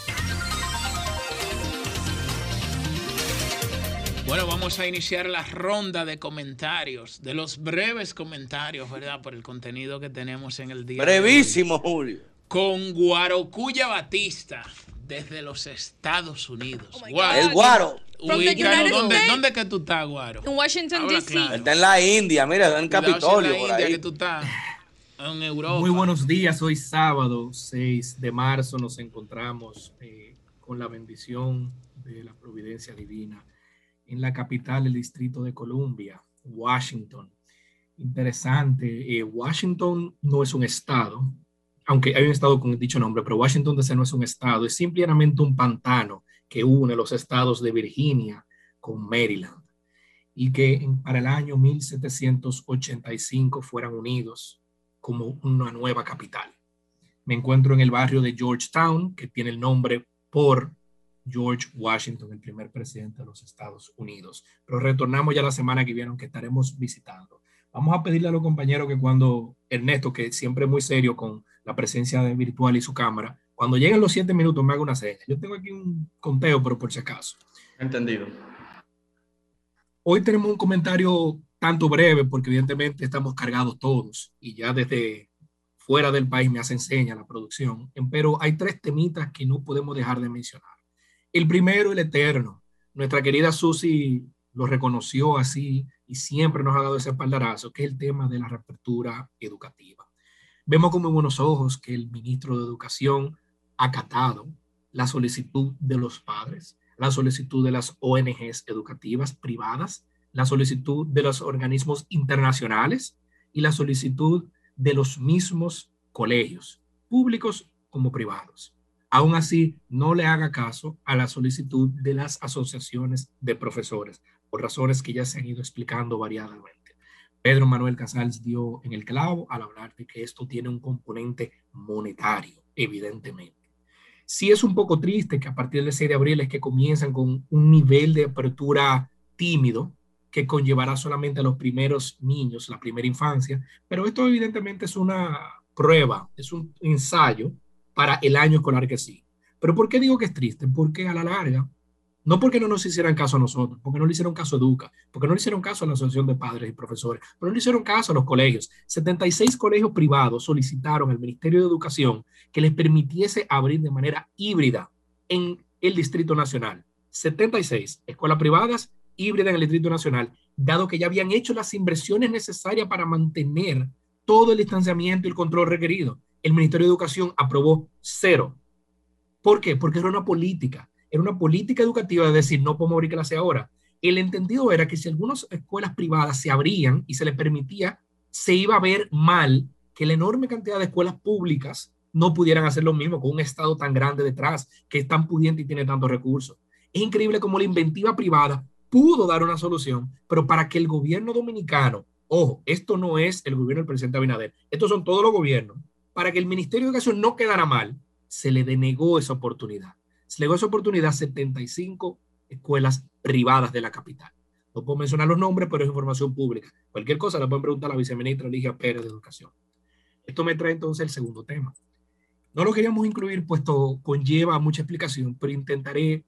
Bueno, vamos a iniciar la ronda de comentarios, de los breves comentarios, ¿verdad? Por el contenido que tenemos en el día. Brevísimo, Julio. Con Guarocuya Batista, desde los Estados Unidos. El Guaro. ¿Dónde que tú estás, Guaro? En Washington, D.C. Está en la India, mira, en Capitolio. Por ahí. Que tú estás en Europa. Muy buenos días, hoy sábado 6 de marzo nos encontramos con la bendición de la providencia divina en la capital del Distrito de Columbia, Washington. Interesante, Washington no es un estado, aunque hay un estado con dicho nombre, pero Washington DC no es un estado, es simplemente un pantano que une los estados de Virginia con Maryland y que para el año 1785 fueran unidos como una nueva capital. Me encuentro en el barrio de Georgetown, que tiene el nombre por George Washington, el primer presidente de los Estados Unidos. Pero retornamos ya la semana que viene, que estaremos visitando. Vamos a pedirle a los compañeros que cuando Ernesto, que siempre es muy serio con la presencia de virtual y su cámara, cuando lleguen los 7 minutos me haga una seña. Yo tengo aquí un conteo, pero por si acaso. Entendido. Hoy tenemos un comentario tanto breve, porque evidentemente estamos cargados todos y ya desde fuera del país me hacen seña la producción, pero hay 3 temitas que no podemos dejar de mencionar. El primero, el eterno. Nuestra querida Susi lo reconoció así y siempre nos ha dado ese espaldarazo, que es el tema de la reapertura educativa. Vemos con muy buenos ojos que el ministro de Educación ha acatado la solicitud de los padres, la solicitud de las ONGs educativas privadas, la solicitud de los organismos internacionales y la solicitud de los mismos colegios, públicos como privados. Aún así, no le haga caso a la solicitud de las asociaciones de profesores, por razones que ya se han ido explicando variadamente. Pedro Manuel Casals dio en el clavo al hablar de que esto tiene un componente monetario, evidentemente. Sí es un poco triste que a partir del 6 de abril es que comienzan con un nivel de apertura tímido que conllevará solamente a los primeros niños, la primera infancia, pero esto evidentemente es una prueba, es un ensayo para el año escolar que sigue. ¿Pero por qué digo que es triste? Porque a la larga, no porque no nos hicieran caso a nosotros, porque no le hicieron caso a Educa, porque no le hicieron caso a la Asociación de Padres y Profesores, pero no le hicieron caso a los colegios. 76 colegios privados solicitaron al Ministerio de Educación que les permitiese abrir de manera híbrida en el Distrito Nacional. 76 escuelas privadas híbridas en el Distrito Nacional, dado que ya habían hecho las inversiones necesarias para mantener todo el distanciamiento y el control requerido. El Ministerio de Educación aprobó 0. ¿Por qué? Porque era una política educativa de decir, no podemos abrir clase ahora. El entendido era que si algunas escuelas privadas se abrían y se les permitía, se iba a ver mal que la enorme cantidad de escuelas públicas no pudieran hacer lo mismo con un Estado tan grande detrás, que es tan pudiente y tiene tantos recursos. Es increíble cómo la inventiva privada pudo dar una solución, pero para que el gobierno dominicano, ojo, esto no es el gobierno del presidente Abinader, estos son todos los gobiernos, para que el Ministerio de Educación no quedara mal, se le denegó esa oportunidad. Se le dio esa oportunidad a 75 escuelas privadas de la capital. No puedo mencionar los nombres, pero es información pública. Cualquier cosa la pueden preguntar a la viceministra Ligia Pérez de Educación. Esto me trae entonces el segundo tema. No lo queríamos incluir, puesto conlleva mucha explicación, pero intentaré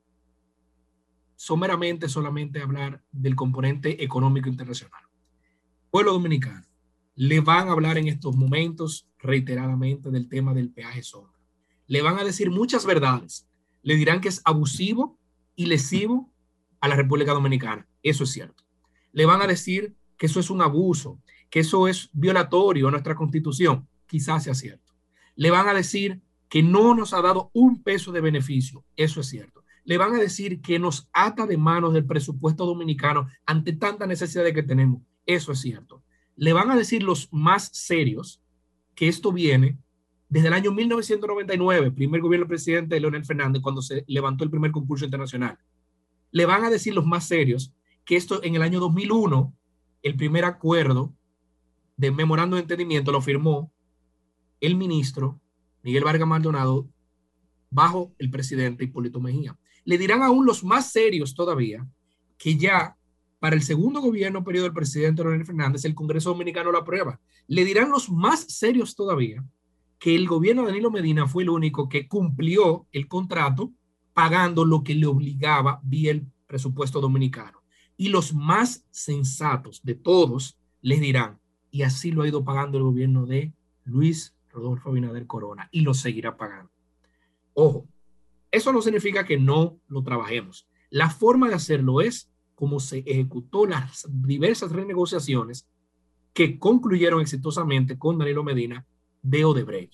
someramente solamente hablar del componente económico internacional. Pueblo dominicano, le van a hablar en estos momentos reiteradamente del tema del peaje sombra. Le van a decir muchas verdades. Le dirán que es abusivo y lesivo a la República Dominicana. Eso es cierto. Le van a decir que eso es un abuso, que eso es violatorio a nuestra Constitución. Quizás sea cierto. Le van a decir que no nos ha dado un peso de beneficio. Eso es cierto. Le van a decir que nos ata de manos del presupuesto dominicano ante tanta necesidad que tenemos. Eso es cierto. Le van a decir los más serios que esto viene desde el año 1999, primer gobierno del presidente Leonel Fernández, cuando se levantó el primer concurso internacional. Le van a decir los más serios que esto en el año 2001, el primer acuerdo de memorando de entendimiento lo firmó el ministro Miguel Vargas Maldonado bajo el presidente Hipólito Mejía. Le dirán aún los más serios todavía que ya para el segundo gobierno periodo del presidente Leonel Fernández el Congreso Dominicano lo aprueba. Le dirán los más serios todavía que el gobierno de Danilo Medina fue el único que cumplió el contrato pagando lo que le obligaba vía el presupuesto dominicano. Y los más sensatos de todos les dirán, y así lo ha ido pagando el gobierno de Luis Rodolfo Abinader Corona, y lo seguirá pagando. Ojo, eso no significa que no lo trabajemos. La forma de hacerlo es como se ejecutó las diversas renegociaciones que concluyeron exitosamente con Danilo Medina de Odebrecht,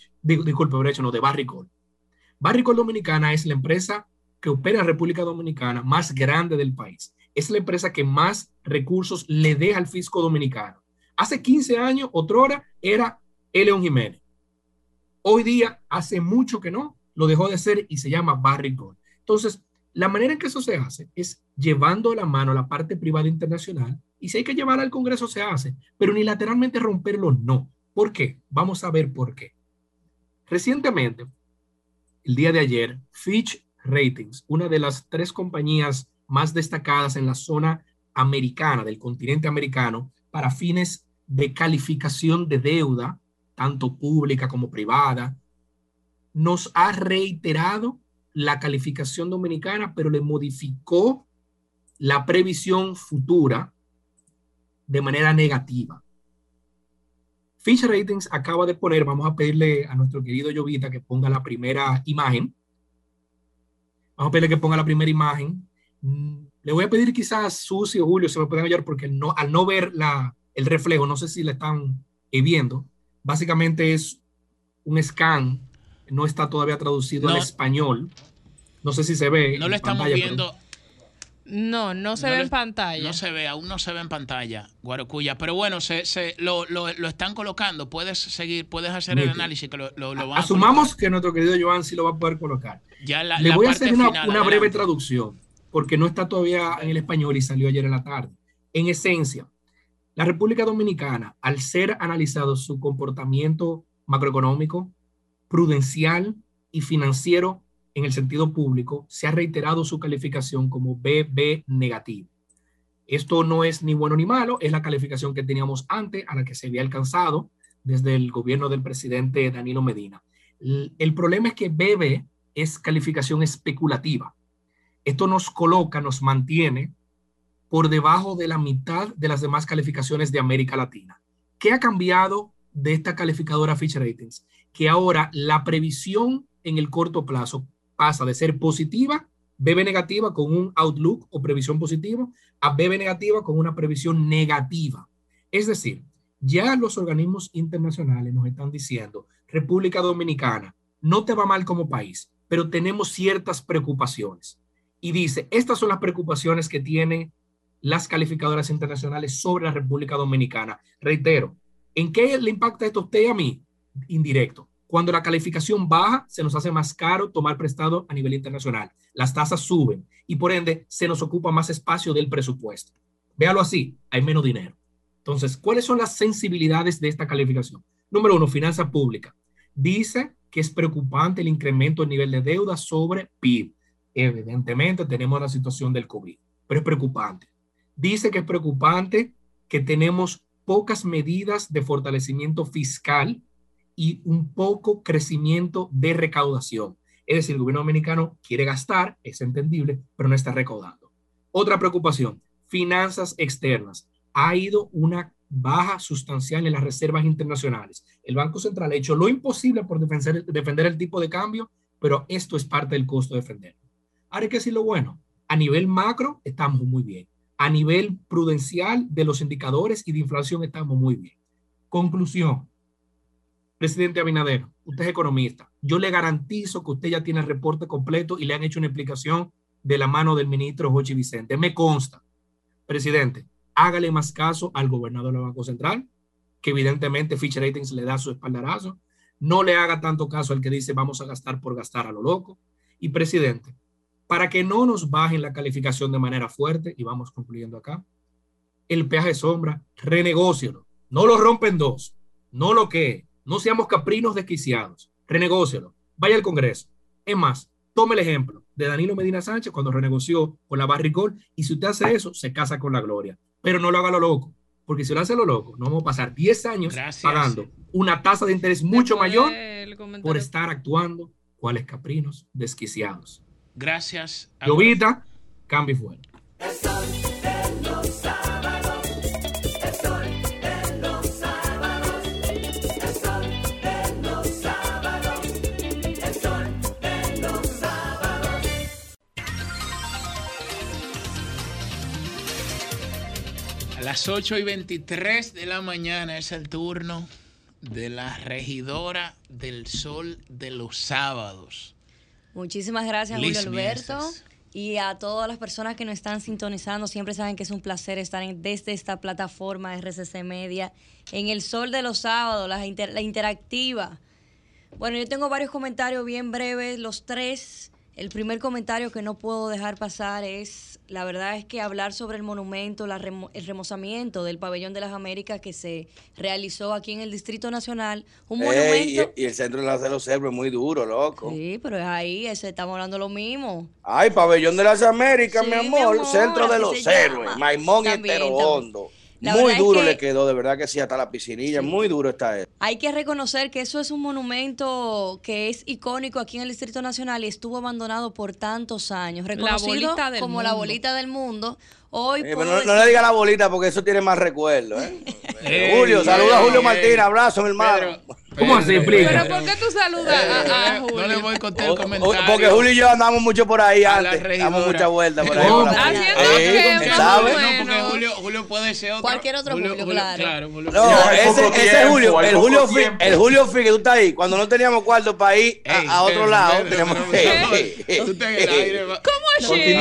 de Barrick-Gold. Barrick-Gold Dominicana es la empresa que opera en República Dominicana más grande del país. Es la empresa que más recursos le deja al fisco dominicano. Hace 15 años, otrora, era León Jiménez. Hoy día, hace mucho que no, lo dejó de ser y se llama Barrick-Gold. Entonces, la manera en que eso se hace es llevando a la mano la parte privada internacional, y si hay que llevar al Congreso se hace, pero unilateralmente romperlo no. ¿Por qué? Vamos a ver por qué. Recientemente, el día de ayer, Fitch Ratings, una de las 3 compañías más destacadas en la zona americana, del continente americano, para fines de calificación de deuda, tanto pública como privada, nos ha reiterado la calificación dominicana, pero le modificó la previsión futura de manera negativa. Fitch Ratings acaba de poner, vamos a pedirle a nuestro querido Jovita que ponga la primera imagen. Vamos a pedirle que ponga la primera imagen. Le voy a pedir quizás Susi o Julio se me puedan ayudar porque al no ver el reflejo, no sé si la están viendo. Básicamente es un scan, no está todavía traducido al español. No sé si se ve. No lo estamos viendo. No se ve en pantalla. No se ve, aún no se ve en pantalla, Guarocuya. Pero bueno, lo están colocando. Puedes seguir, puedes hacer el análisis. Que lo van asumamos que nuestro querido Joan sí lo va a poder colocar. Ya Le voy a hacer una breve traducción, porque no está todavía en el español y salió ayer en la tarde. En esencia, la República Dominicana, al ser analizado su comportamiento macroeconómico, prudencial y financiero en el sentido público, se ha reiterado su calificación como BB negativo. Esto no es ni bueno ni malo, es la calificación que teníamos antes, a la que se había alcanzado desde el gobierno del presidente Danilo Medina. El problema es que BB es calificación especulativa. Esto nos coloca, nos mantiene por debajo de la mitad de las demás calificaciones de América Latina. ¿Qué ha cambiado de esta calificadora Fitch Ratings? Que ahora la previsión en el corto plazo pasa de ser positiva, BB negativa con un outlook o previsión positiva, a BB negativa con una previsión negativa. Es decir, ya los organismos internacionales nos están diciendo, República Dominicana, no te va mal como país, pero tenemos ciertas preocupaciones. Y dice, estas son las preocupaciones que tienen las calificadoras internacionales sobre la República Dominicana. Reitero, ¿en qué le impacta esto a usted y a mí? Indirecto. Cuando la calificación baja, se nos hace más caro tomar prestado a nivel internacional. Las tasas suben y por ende se nos ocupa más espacio del presupuesto. Véalo así, hay menos dinero. Entonces, ¿cuáles son las sensibilidades de esta calificación? Número 1, finanza pública. Dice que es preocupante el incremento del nivel de deuda sobre PIB. Evidentemente tenemos la situación del COVID, pero es preocupante. Dice que es preocupante que tenemos pocas medidas de fortalecimiento fiscal y un poco crecimiento de recaudación. Es decir, el gobierno dominicano quiere gastar, es entendible, pero no está recaudando. Otra preocupación, finanzas externas. Ha habido una baja sustancial en las reservas internacionales. El Banco Central ha hecho lo imposible por defender el tipo de cambio, pero esto es parte del costo de defenderlo. Ahora hay que decir lo bueno. A nivel macro estamos muy bien. A nivel prudencial de los indicadores y de inflación estamos muy bien. Conclusión. Presidente Abinader, usted es economista. Yo le garantizo que usted ya tiene el reporte completo y le han hecho una explicación de la mano del ministro Jochi Vicente. Me consta. Presidente, hágale más caso al gobernador del Banco Central, que evidentemente Fitch Ratings le da su espaldarazo. No le haga tanto caso al que dice vamos a gastar por gastar a lo loco. Y presidente, para que no nos bajen la calificación de manera fuerte, y vamos concluyendo acá, el peaje sombra, renegócielo. No lo rompen dos, no lo que no seamos caprinos desquiciados, renegócielo, vaya al Congreso. Es más, tome el ejemplo de Danilo Medina Sánchez cuando renegoció con la Barricol, y si usted hace eso, se casa con la gloria. Pero no lo haga lo loco, porque si lo hace lo loco, no vamos a pasar 10 años pagando una tasa de interés mucho mayor por estar actuando cuales caprinos desquiciados. Gracias. Llovita, cambio y fuera. A las 8:23 de la mañana es el turno de la regidora del Sol de los Sábados. Muchísimas gracias, Julio Alberto. Y a todas las personas que nos están sintonizando, siempre saben que es un placer estar desde esta plataforma RCC Media, en el Sol de los Sábados, la interactiva. Bueno, yo tengo varios comentarios bien breves, los tres. El primer comentario que no puedo dejar pasar es, la verdad es que hablar sobre el monumento, el remozamiento del Pabellón de las Américas que se realizó aquí en el Distrito Nacional, un monumento... Y el centro de los Cerros es muy duro, loco. Sí, pero es ahí, estamos hablando lo mismo. Ay, Pabellón de las Américas, sí, mi amor, centro de los héroes, Maimón y Entero Hondo. Muy duro le quedó, de verdad que sí, hasta la piscinilla, muy duro está él. Hay que reconocer que eso es un monumento que es icónico aquí en el Distrito Nacional y estuvo abandonado por tantos años, reconocido como la bolita del mundo. Hoy pero no le diga la bolita porque eso tiene más recuerdos. Julio, saluda a Julio Martínez, abrazo, mi hermano. ¿Cómo así, explica? ¿Pero por qué tú saludas a Julio? No le voy a contar el comentario. Porque Julio y yo andamos mucho por ahí antes. Damos muchas vueltas por ahí. ¿Sabes? No, porque Julio puede ser otro. Cualquier otro Julio, claro. No, ese Julio, el Julio Fi, que tú estás ahí. Cuando no teníamos cuarto para ir a otro lado, teníamos que... ¿Cómo así?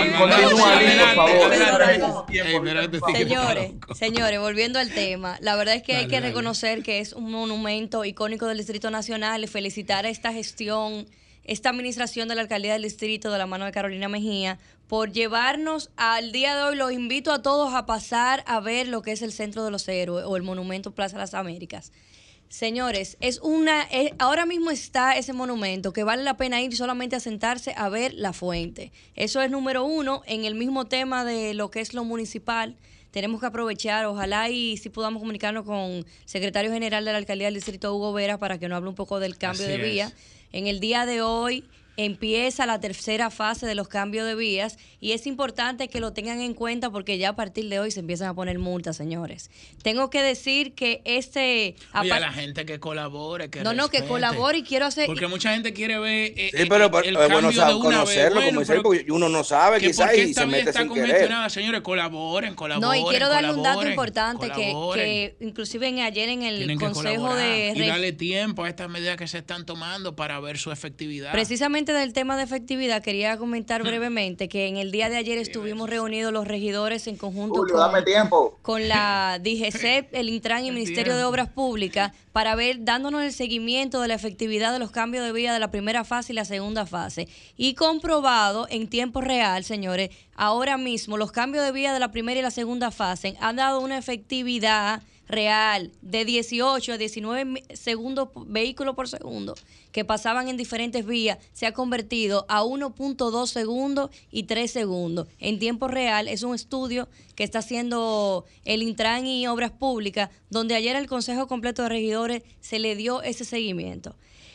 Señores, volviendo al tema, la verdad es que hay que reconocer que es un monumento icónico del Distrito Nacional, felicitar a esta gestión, esta administración de la Alcaldía del Distrito de la mano de Carolina Mejía por llevarnos al día de hoy. Los invito a todos a pasar a ver lo que es el Centro de los Héroes o el Monumento Plaza Las Américas. Señores, ahora mismo está ese monumento que vale la pena ir solamente a sentarse a ver la fuente. Eso es número uno. En el mismo tema de lo que es lo municipal, tenemos que aprovechar, ojalá y si podamos comunicarnos con el secretario general de la Alcaldía del Distrito, Hugo Vera, para que nos hable un poco del cambio de vía. En el día de hoy empieza la tercera fase de los cambios de vías y es importante que lo tengan en cuenta porque ya a partir de hoy se empiezan a poner multas, señores. Tengo que decir que Oye, a la gente que colabore, que que colabore y quiero hacer... Porque mucha gente quiere ver el cambio bueno, de una conocerlo, vez. Bueno, como dice, porque uno no sabe quizás y se mete sin querer. Señores, colaboren. No, y quiero darle un dato importante que inclusive ayer en el Consejo de... Y darle tiempo a estas medidas que se están tomando para ver su efectividad. Precisamente del tema de efectividad, quería comentar brevemente que en el día de ayer estuvimos reunidos los regidores en conjunto con la DGCEP, el Intran y el Ministerio de Obras Públicas para ver, dándonos el seguimiento de la efectividad de los cambios de vía de la primera fase y la segunda fase. Y comprobado en tiempo real, señores, ahora mismo los cambios de vía de la primera y la segunda fase han dado una efectividad real de 18 a 19 segundos vehículos por segundo que pasaban en diferentes vías, se ha convertido a 1.2 segundos y 3 segundos. En tiempo real es un estudio que está haciendo el Intran y Obras Públicas, donde ayer el Consejo Completo de Regidores se le dio ese seguimiento.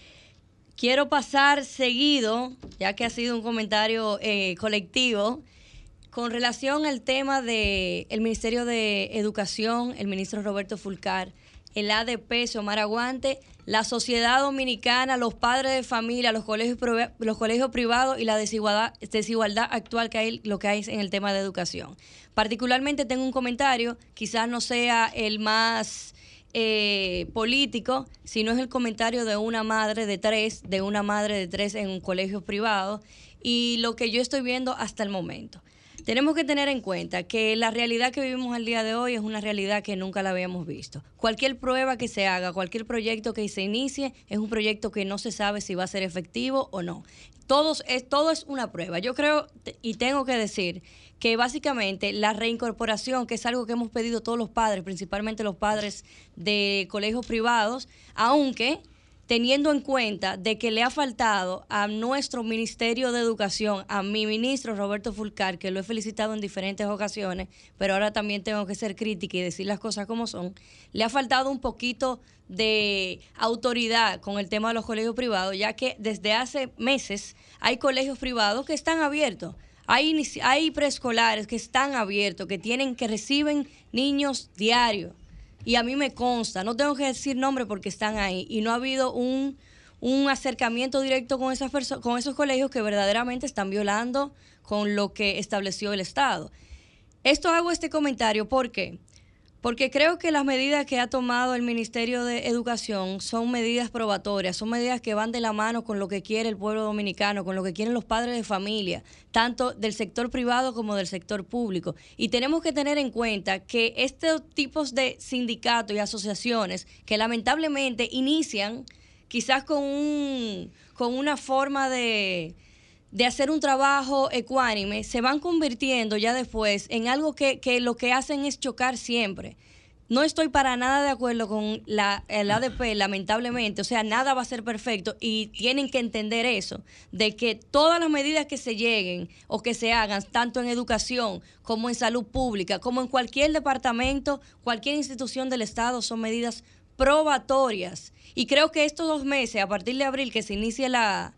Quiero pasar seguido, ya que ha sido un comentario colectivo, con relación al tema del Ministerio de Educación, el ministro Roberto Fulcar, el ADP, Xiomara Aguante, la sociedad dominicana, los padres de familia, los colegios privados y la desigualdad actual que hay, lo que hay en el tema de educación. Particularmente tengo un comentario, quizás no sea el más político, sino es el comentario de una madre de tres en un colegio privado y lo que yo estoy viendo hasta el momento. Tenemos que tener en cuenta que la realidad que vivimos al día de hoy es una realidad que nunca la habíamos visto. Cualquier prueba que se haga, cualquier proyecto que se inicie, es un proyecto que no se sabe si va a ser efectivo o no. Todo es una prueba. Yo creo y tengo que decir que básicamente la reincorporación, que es algo que hemos pedido todos los padres, principalmente los padres de colegios privados, aunque teniendo en cuenta de que le ha faltado a nuestro Ministerio de Educación, a mi ministro Roberto Fulcar, que lo he felicitado en diferentes ocasiones, pero ahora también tengo que ser crítica y decir las cosas como son, le ha faltado un poquito de autoridad con el tema de los colegios privados, ya que desde hace meses hay colegios privados que están abiertos. Hay preescolares que están abiertos, que reciben niños diarios. Y a mí me consta, no tengo que decir nombre porque están ahí, y no ha habido un acercamiento directo con esos colegios que verdaderamente están violando con lo que estableció el Estado. Hago este comentario, ¿por qué? Porque creo que las medidas que ha tomado el Ministerio de Educación son medidas probatorias, son medidas que van de la mano con lo que quiere el pueblo dominicano, con lo que quieren los padres de familia, tanto del sector privado como del sector público. Y tenemos que tener en cuenta que estos tipos de sindicatos y asociaciones que lamentablemente inician quizás con una forma de hacer un trabajo ecuánime, se van convirtiendo ya después en algo que lo que hacen es chocar siempre. no estoy para nada de acuerdo con el ADP, lamentablemente. O sea, nada va a ser perfecto y tienen que entender eso, de que todas las medidas que se lleguen o que se hagan, tanto en educación como en salud pública, como en cualquier departamento, cualquier institución del Estado, son medidas probatorias. Y creo que estos 2 meses, a partir de abril, que se inicie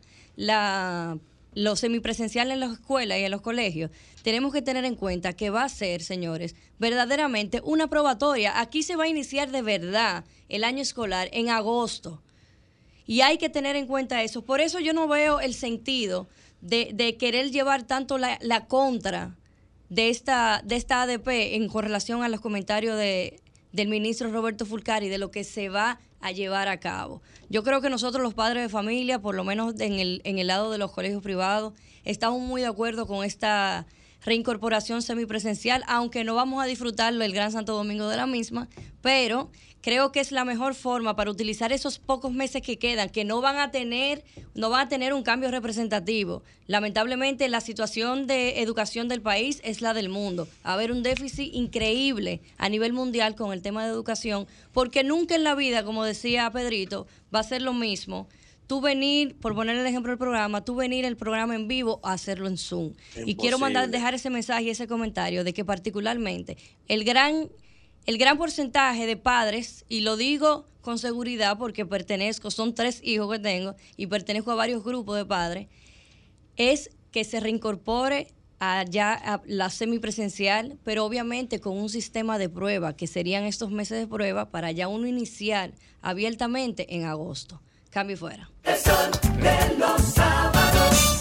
lo semipresencial en las escuelas y en los colegios, tenemos que tener en cuenta que va a ser, señores, verdaderamente una probatoria. Aquí se va a iniciar de verdad el año escolar en agosto. Y hay que tener en cuenta eso. Por eso yo no veo el sentido de querer llevar tanto la contra de esta ADP con relación a los comentarios del ministro Roberto Fulcari, de lo que se va a llevar a cabo. Yo creo que nosotros los padres de familia, por lo menos en el lado de los colegios privados, estamos muy de acuerdo con esta reincorporación semipresencial, aunque no vamos a disfrutarlo el Gran Santo Domingo de la misma, pero creo que es la mejor forma para utilizar esos pocos meses que quedan, que no van a tener un cambio representativo. Lamentablemente, la situación de educación del país es la del mundo. Va a haber un déficit increíble a nivel mundial con el tema de educación, porque nunca en la vida, como decía Pedrito, va a ser lo mismo tú venir, por poner el ejemplo del programa, tú venir el programa en vivo a hacerlo en Zoom. Imposible. Y quiero dejar ese mensaje y ese comentario de que particularmente el gran porcentaje de padres, y lo digo con seguridad porque son 3 hijos que tengo y pertenezco a varios grupos de padres, es que se reincorpore a la semipresencial, pero obviamente con un sistema de prueba, que serían estos meses de prueba para ya uno iniciar abiertamente en agosto. Cambio fuera. El sol de los sábados.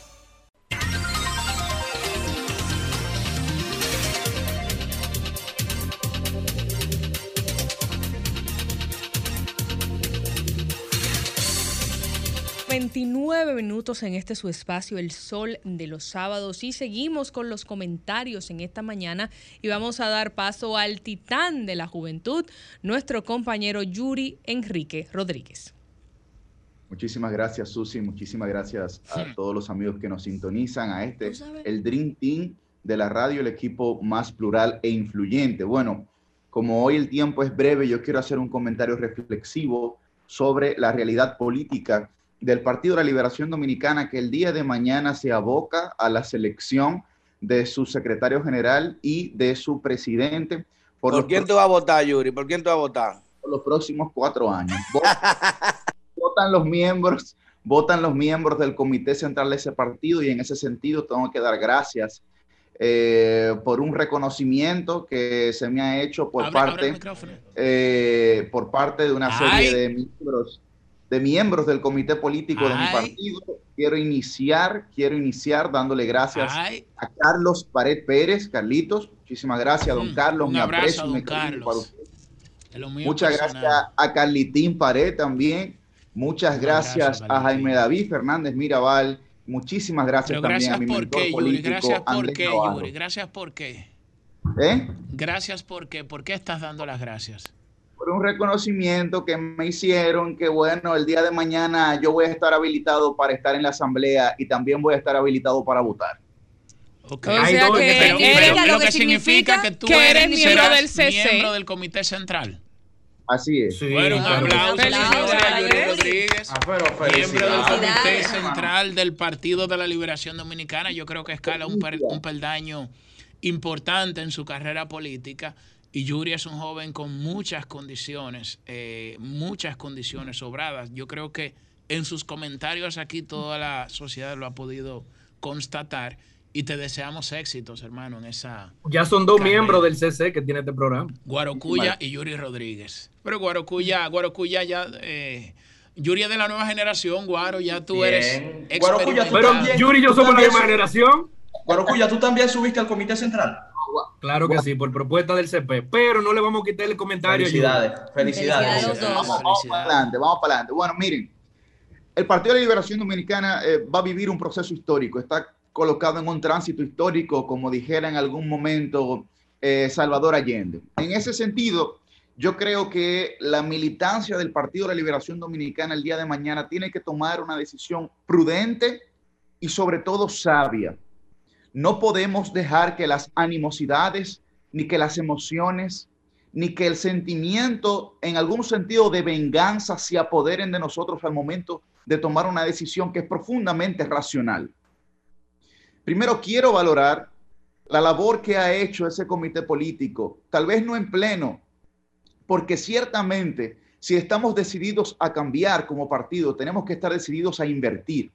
Minutos en este su espacio, El Sol de los Sábados, y seguimos con los comentarios en esta mañana y vamos a dar paso al titán de la juventud, nuestro compañero Yuri Enrique Rodríguez. Muchísimas gracias, Susi, muchísimas gracias a todos los amigos que nos sintonizan a el Dream Team de la radio, el equipo más plural e influyente. Bueno, como hoy el tiempo es breve, yo quiero hacer un comentario reflexivo sobre la realidad política del Partido de la Liberación Dominicana, que el día de mañana se aboca a la selección de su secretario general y de su presidente. ¿Por quién tú vas a votar, Yuri? ¿Por quién tú vas a votar? Por los próximos 4 años. Votan los miembros del comité central de ese partido, y en ese sentido tengo que dar gracias por un reconocimiento que se me ha hecho por parte de una serie de miembros del comité político de mi partido. Quiero iniciar dándole gracias a Carlos Pared Pérez. Carlitos, muchísimas gracias, don Carlos. Un abrazo, don Carlos. Muchas gracias a Carlitín Pared también. Muchas gracias a Jaime David Fernández Mirabal. Muchísimas gracias también a mi mentor político, Andrés Navarro. Gracias por qué. Gracias por qué. ¿Por qué estás dando las gracias? Por un reconocimiento que me hicieron, que bueno, el día de mañana yo voy a estar habilitado para estar en la asamblea y también voy a estar habilitado para votar. Okay. O sea pero lo que significa que tú eres miembro del CC, miembro del comité central. Así es. Sí, bueno, un aplauso a Yuri Rodríguez, miembro del comité central del Partido de la Liberación Dominicana. Yo creo que escala un peldaño importante en su carrera política. Y Yuri es un joven con muchas condiciones sobradas. Yo creo que en sus comentarios aquí toda la sociedad lo ha podido constatar. Y te deseamos éxitos, hermano, en esa... Ya son 2 miembros del CC que tiene este programa. Guarocuya y Yuri Rodríguez. Pero Guarocuya ya... Yuri es de la nueva generación, Guaro, ya tú eres experimentado. Pero Yuri y yo somos la misma generación. Guarocuya, ¿tú también subiste al comité central? Claro que sí, por propuesta del CP, pero no le vamos a quitar el comentario. Felicidades. Vamos para adelante. Bueno, miren, el Partido de la Liberación Dominicana va a vivir un proceso histórico, está colocado en un tránsito histórico, como dijera en algún momento Salvador Allende. En ese sentido, yo creo que la militancia del Partido de la Liberación Dominicana el día de mañana tiene que tomar una decisión prudente y sobre todo sabia. No podemos dejar que las animosidades, ni que las emociones, ni que el sentimiento, en algún sentido de venganza, se apoderen de nosotros al momento de tomar una decisión que es profundamente racional. Primero, quiero valorar la labor que ha hecho ese comité político, tal vez no en pleno, porque ciertamente si estamos decididos a cambiar como partido, tenemos que estar decididos a invertir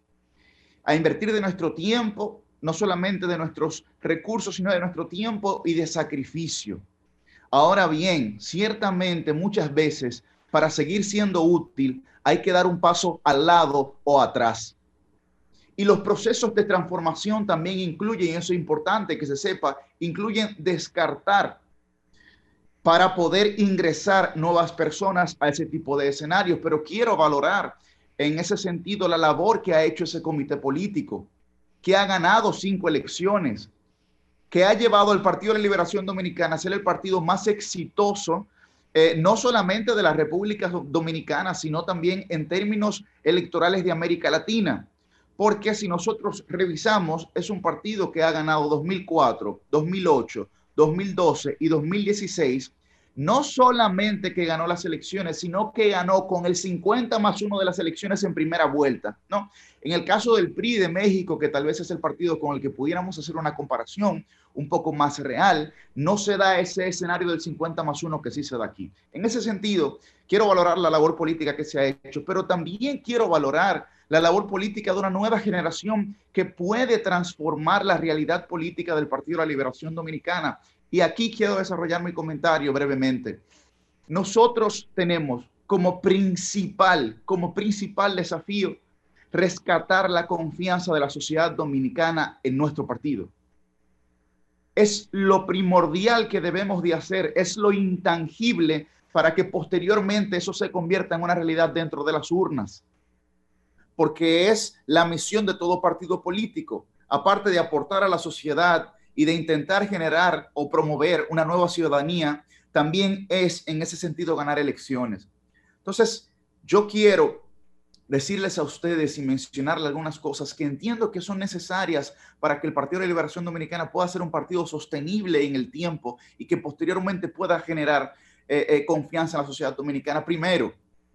de nuestro tiempo, no solamente de nuestros recursos, sino de nuestro tiempo y de sacrificio. Ahora bien, ciertamente muchas veces para seguir siendo útil hay que dar un paso al lado o atrás. Y los procesos de transformación también incluyen, y eso es importante que se sepa, incluyen descartar para poder ingresar nuevas personas a ese tipo de escenarios. Pero quiero valorar en ese sentido la labor que ha hecho ese comité político, que ha ganado 5 elecciones, que ha llevado al Partido de la Liberación Dominicana a ser el partido más exitoso, no solamente de la República Dominicana, sino también en términos electorales de América Latina. Porque si nosotros revisamos, es un partido que ha ganado 2004, 2008, 2012 y 2016, no solamente que ganó las elecciones, sino que ganó con el 50+1 de las elecciones en primera vuelta, ¿no? En el caso del PRI de México, que tal vez es el partido con el que pudiéramos hacer una comparación un poco más real, no se da ese escenario del 50+1 que sí se da aquí. En ese sentido, quiero valorar la labor política que se ha hecho, pero también quiero valorar la labor política de una nueva generación que puede transformar la realidad política del Partido de la Liberación Dominicana. Y aquí quiero desarrollar mi comentario brevemente. Nosotros tenemos como principal desafío rescatar la confianza de la sociedad dominicana en nuestro partido. Es lo primordial que debemos de hacer, es lo intangible para que posteriormente eso se convierta en una realidad dentro de las urnas. Porque es la misión de todo partido político, aparte de aportar a la sociedad y de intentar generar o promover una nueva ciudadanía, también es en ese sentido ganar elecciones. Entonces, yo quiero decirles a ustedes y mencionarles algunas cosas que entiendo que son necesarias para que el Partido de la Liberación Dominicana pueda ser un partido sostenible en el tiempo y que posteriormente pueda generar confianza en la sociedad dominicana. Primero,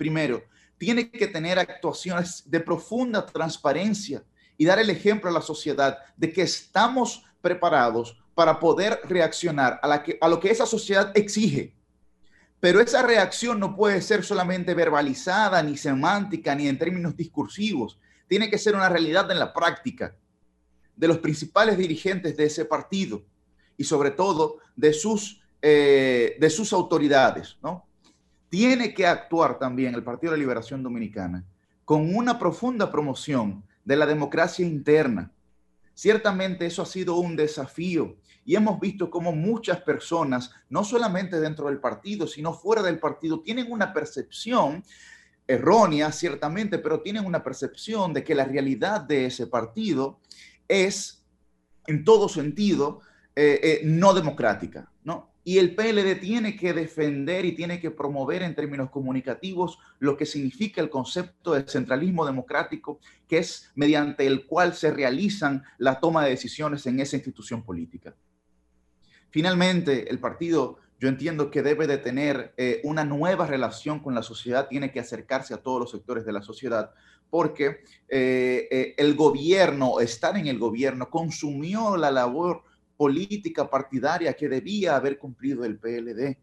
tiene que tener actuaciones de profunda transparencia y dar el ejemplo a la sociedad de que estamos preparados para poder reaccionar a lo que esa sociedad exige. Pero esa reacción no puede ser solamente verbalizada, ni semántica, ni en términos discursivos. Tiene que ser una realidad en la práctica de los principales dirigentes de ese partido y sobre todo de sus autoridades, ¿no? Tiene que actuar también el Partido de la Liberación Dominicana con una profunda promoción de la democracia interna. Ciertamente eso ha sido un desafío y hemos visto cómo muchas personas, no solamente dentro del partido, sino fuera del partido, tienen una percepción errónea, ciertamente, pero tienen una percepción de que la realidad de ese partido es, en todo sentido, no democrática, ¿no? Y el PLD tiene que defender y tiene que promover en términos comunicativos lo que significa el concepto de centralismo democrático, que es mediante el cual se realizan la toma de decisiones en esa institución política. Finalmente, el partido, yo entiendo que debe de tener una nueva relación con la sociedad, tiene que acercarse a todos los sectores de la sociedad, porque el gobierno, estar en el gobierno, consumió la labor política partidaria que debía haber cumplido el PLD.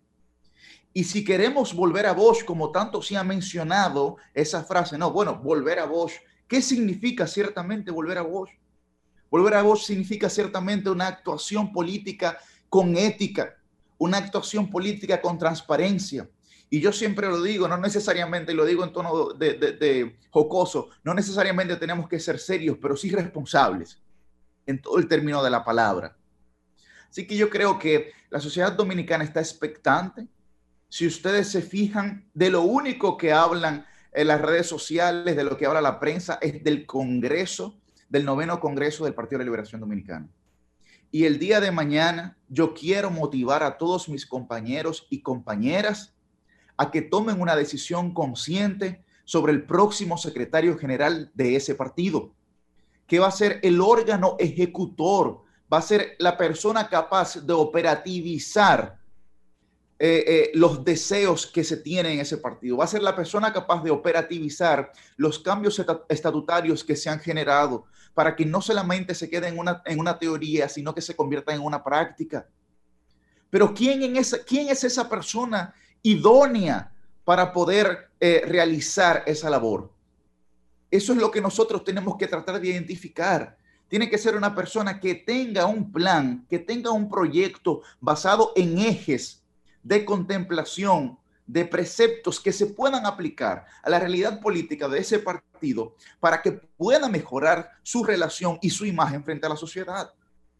Y si queremos volver a Bosch, como tanto se ha mencionado esa frase, no, bueno, volver a Bosch, ¿qué significa ciertamente volver a Bosch? Volver a Bosch significa ciertamente una actuación política con ética, una actuación política con transparencia. Y yo siempre lo digo, no necesariamente, y lo digo en tono de jocoso, no necesariamente tenemos que ser serios, pero sí responsables en todo el término de la palabra. Así que yo creo que la sociedad dominicana está expectante. Si ustedes se fijan, de lo único que hablan en las redes sociales, de lo que habla la prensa, es del Congreso, del 9º Congreso del Partido de la Liberación Dominicana. Y el día de mañana yo quiero motivar a todos mis compañeros y compañeras a que tomen una decisión consciente sobre el próximo secretario general de ese partido, que va a ser el órgano ejecutor, va a ser la persona capaz de operativizar los deseos que se tienen en ese partido. Va a ser la persona capaz de operativizar los cambios estatutarios que se han generado para que no solamente se quede en una teoría, sino que se convierta en una práctica. Pero ¿quién es esa persona idónea para poder realizar esa labor? Eso es lo que nosotros tenemos que tratar de identificar. Tiene que ser una persona que tenga un plan, que tenga un proyecto basado en ejes de contemplación, de preceptos que se puedan aplicar a la realidad política de ese partido para que pueda mejorar su relación y su imagen frente a la sociedad.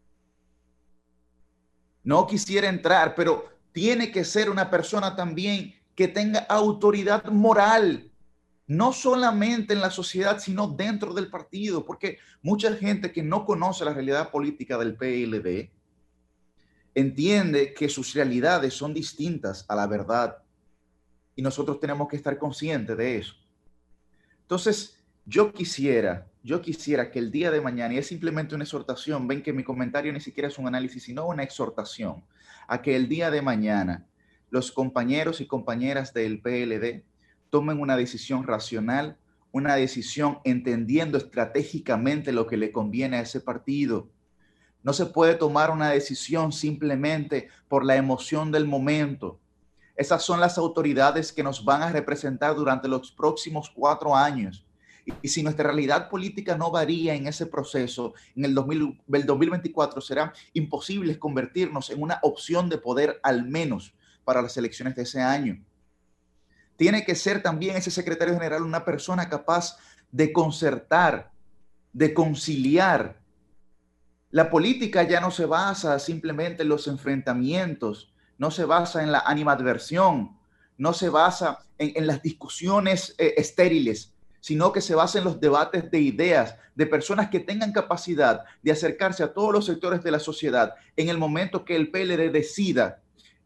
No quisiera entrar, pero tiene que ser una persona también que tenga autoridad moral, no solamente en la sociedad, sino dentro del partido, porque mucha gente que no conoce la realidad política del PLD entiende que sus realidades son distintas a la verdad y nosotros tenemos que estar conscientes de eso. Entonces, yo quisiera que el día de mañana, y es simplemente una exhortación, ven que mi comentario ni siquiera es un análisis, sino una exhortación, a que el día de mañana los compañeros y compañeras del PLD tomen una decisión racional, una decisión entendiendo estratégicamente lo que le conviene a ese partido. No se puede tomar una decisión simplemente por la emoción del momento. Esas son las autoridades que nos van a representar durante los próximos 4 años. Y si nuestra realidad política no varía en ese proceso, en el 2024 será imposible convertirnos en una opción de poder, al menos para las elecciones de ese año. Tiene que ser también ese secretario general una persona capaz de concertar, de conciliar. La política ya no se basa simplemente en los enfrentamientos, no se basa en la animadversión, no se basa en las discusiones estériles, sino que se basa en los debates de ideas, de personas que tengan capacidad de acercarse a todos los sectores de la sociedad en el momento que el PLD decida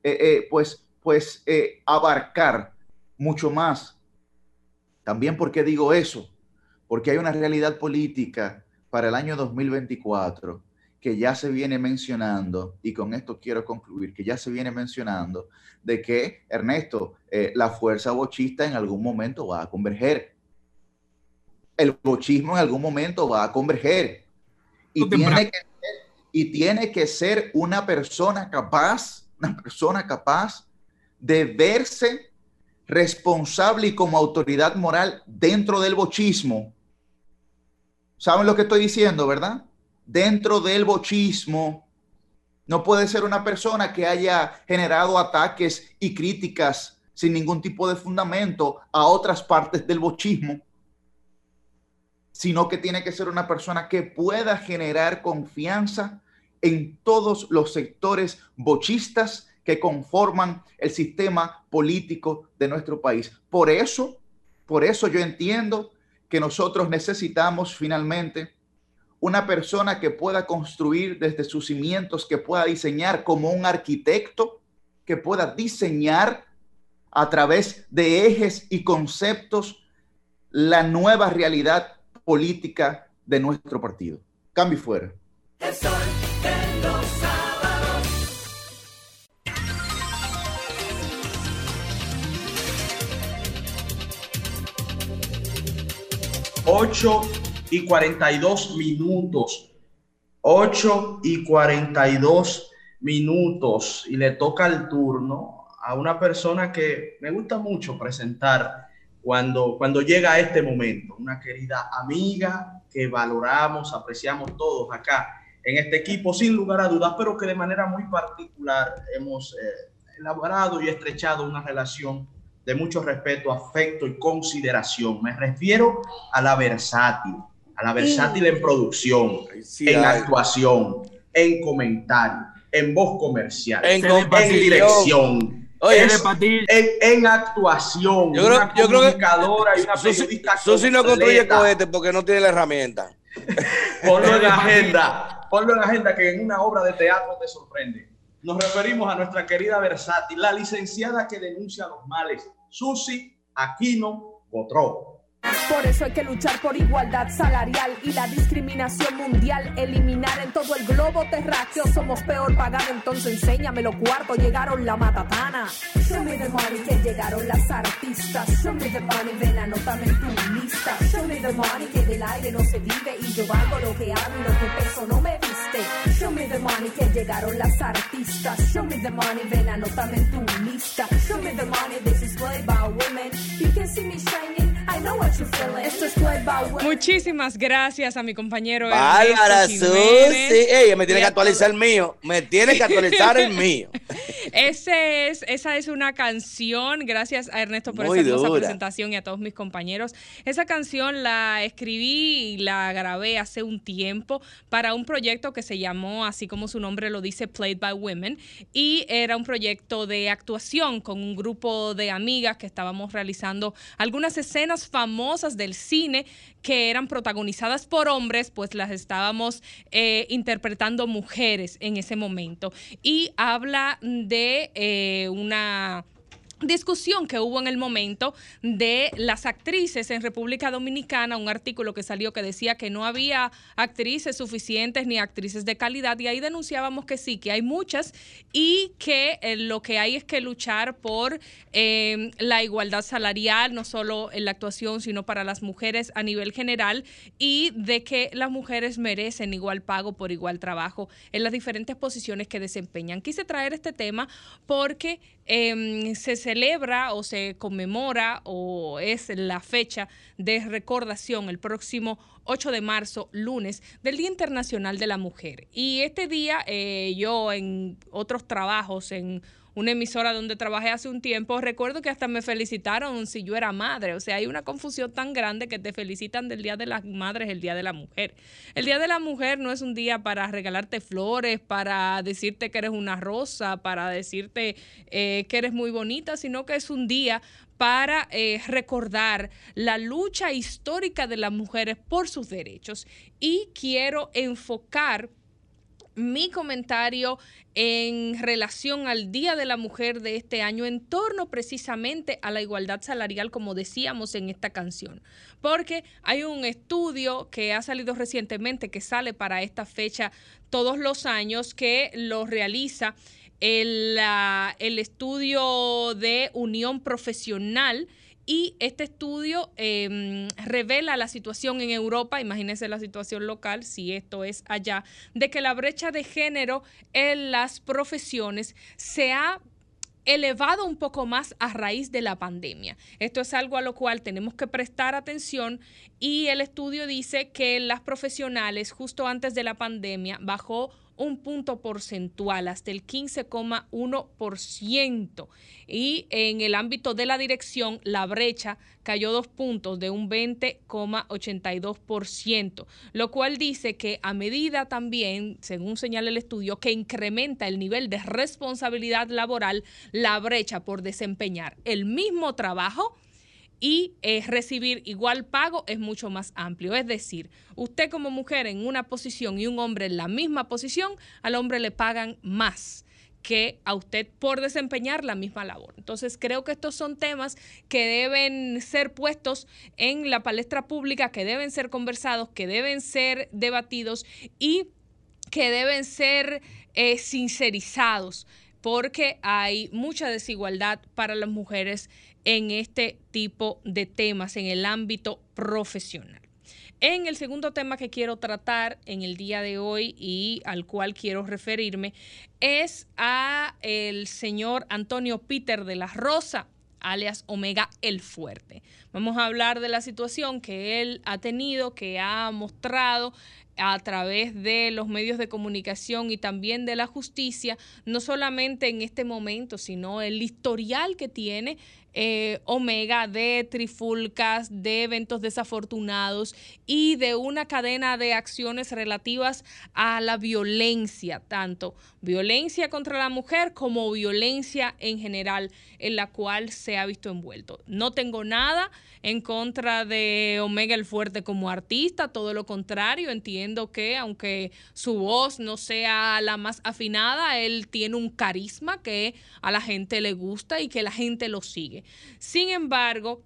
abarcar mucho más. También, ¿por qué digo eso? Porque hay una realidad política para el año 2024 que ya se viene mencionando, y con esto quiero concluir, que ya se viene mencionando de que, Ernesto, la fuerza bochista en algún momento va a converger. El bochismo en algún momento va a converger. Y tiene que ser una persona capaz de verse responsable y como autoridad moral dentro del bochismo. ¿Saben lo que estoy diciendo, verdad? Dentro del bochismo. No puede ser una persona que haya generado ataques y críticas sin ningún tipo de fundamento a otras partes del bochismo, sino que tiene que ser una persona que pueda generar confianza en todos los sectores bochistas que conforman el sistema político de nuestro país. Por eso yo entiendo que nosotros necesitamos finalmente una persona que pueda construir desde sus cimientos, que pueda diseñar como un arquitecto, que pueda diseñar a través de ejes y conceptos la nueva realidad política de nuestro partido. Cambio y fuera. El sol de los sábados. 8:42 minutos. 8:42 minutos. Y le toca el turno a una persona que me gusta mucho presentar cuando llega a este momento. Una querida amiga que valoramos, apreciamos todos acá en este equipo, sin lugar a dudas, pero que de manera muy particular hemos elaborado y estrechado una relación de mucho respeto, afecto y consideración. Me refiero a la versátil en producción, en actuación, en comentario, en voz comercial, en dirección, en actuación. Yo creo comunicadora que y una periodista Susi no construye cohetes porque no tiene la herramienta. Ponlo en agenda, que en una obra de teatro te sorprende. Nos referimos a nuestra querida versátil, la licenciada que denuncia los males, Susi Aquino Botró. Por eso hay que luchar por igualdad salarial y la discriminación mundial, eliminar en todo el globo terráqueo. Somos peor pagados, entonces enséñame los cuartos, llegaron la matatana. Show me the money, que llegaron las artistas. Show me the money, ven, anótame en tu lista. Show me the money, que del aire no se vive y yo hago lo que hago y lo que peso no me viste. Show me the money, que llegaron las artistas. Show me the money, ven, anótame en tu lista. Show me the money, this is played by women. You can see me shining, I know what you're feeling. Esto es played by women. Muchísimas gracias a mi compañero Bárbara Ernesto Susi. Jiménez. Ey, me tiene que actualizar el mío. Me tiene que actualizar el mío. Esa es una canción, gracias a Ernesto por Muy esa hermosa dura. presentación y a todos mis compañeros. Esa canción la escribí y la grabé hace un tiempo para un proyecto que se llamó, así como su nombre lo dice, Played by Women, y era un proyecto de actuación con un grupo de amigas que estábamos realizando algunas escenas famosas del cine que eran protagonizadas por hombres, pues las estábamos interpretando mujeres en ese momento. Y habla de una discusión que hubo en el momento de las actrices en República Dominicana, un artículo que salió que decía que no había actrices suficientes ni actrices de calidad, y ahí denunciábamos que sí, que hay muchas y que lo que hay es que luchar por la igualdad salarial, no solo en la actuación, sino para las mujeres a nivel general, y de que las mujeres merecen igual pago por igual trabajo en las diferentes posiciones que desempeñan. Quise traer este tema porque se celebra o se conmemora o es la fecha de recordación el próximo 8 de marzo, lunes, del Día Internacional de la Mujer. Y este día yo en otros trabajos, en una emisora donde trabajé hace un tiempo, recuerdo que hasta me felicitaron si yo era madre. O sea, hay una confusión tan grande que te felicitan del Día de las Madres, el Día de la Mujer. El Día de la Mujer no es un día para regalarte flores, para decirte que eres una rosa, para decirte que eres muy bonita, sino que es un día para recordar la lucha histórica de las mujeres por sus derechos. Y quiero enfocar mi comentario en relación al Día de la Mujer de este año en torno precisamente a la igualdad salarial, como decíamos en esta canción. Porque hay un estudio que ha salido recientemente, que sale para esta fecha todos los años, que lo realiza el estudio de Unión Profesional. Y este estudio revela la situación en Europa, imagínense la situación local, si esto es allá, de que la brecha de género en las profesiones se ha elevado un poco más a raíz de la pandemia. Esto es algo a lo cual tenemos que prestar atención, y el estudio dice que las profesionales justo antes de la pandemia bajó un punto porcentual hasta el 15,1%, y en el ámbito de la dirección la brecha cayó 2 puntos de un 20,82%, lo cual dice que a medida también, según señala el estudio, que incrementa el nivel de responsabilidad laboral, la brecha por desempeñar el mismo trabajo y recibir igual pago es mucho más amplio. Es decir, usted como mujer en una posición y un hombre en la misma posición, al hombre le pagan más que a usted por desempeñar la misma labor. Entonces, creo que estos son temas que deben ser puestos en la palestra pública, que deben ser conversados, que deben ser debatidos y que deben ser sincerizados, porque hay mucha desigualdad para las mujeres en este tipo de temas en el ámbito profesional. En el segundo tema que quiero tratar en el día de hoy y al cual quiero referirme es a el señor Antonio Peter de la Rosa, alias Omega el Fuerte. Vamos a hablar de la situación que él ha tenido, que ha mostrado a través de los medios de comunicación y también de la justicia, no solamente en este momento, sino el historial que tiene Omega de trifulcas, de eventos desafortunados y de una cadena de acciones relativas a la violencia, tanto violencia contra la mujer como violencia en general en la cual se ha visto envuelto. No tengo nada en contra de Omega el Fuerte como artista, todo lo contrario, entiendo que aunque su voz no sea la más afinada, él tiene un carisma que a la gente le gusta y que la gente lo sigue. Sin embargo,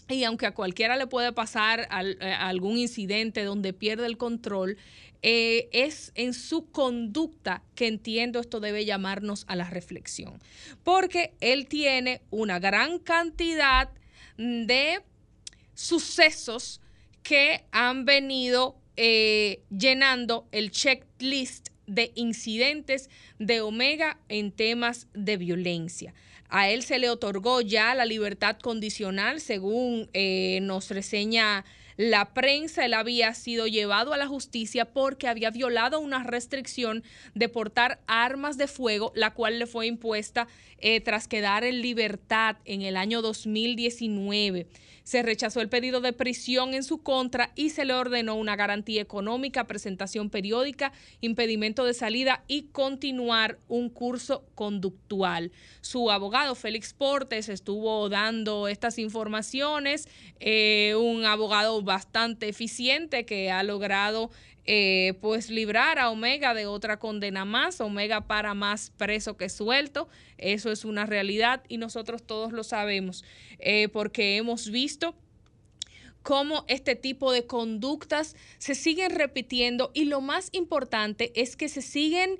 y aunque a cualquiera le puede pasar algún incidente donde pierde el control, es en su conducta que entiendo esto debe llamarnos a la reflexión, porque él tiene una gran cantidad de sucesos que han venido llenando el checklist de incidentes de Omega en temas de violencia. A él se le otorgó ya la libertad condicional, según nos reseña la prensa. Él había sido llevado a la justicia porque había violado una restricción de portar armas de fuego, la cual le fue impuesta tras quedar en libertad en el año 2019. Se rechazó el pedido de prisión en su contra y se le ordenó una garantía económica, presentación periódica, impedimento de salida y continuar un curso conductual. Su abogado, Félix Portes, estuvo dando estas informaciones, un abogado bastante eficiente que ha logrado pues librar a Omega de otra condena más. Omega para más preso que suelto. Eso es una realidad y nosotros todos lo sabemos porque hemos visto cómo este tipo de conductas se siguen repitiendo y lo más importante es que se siguen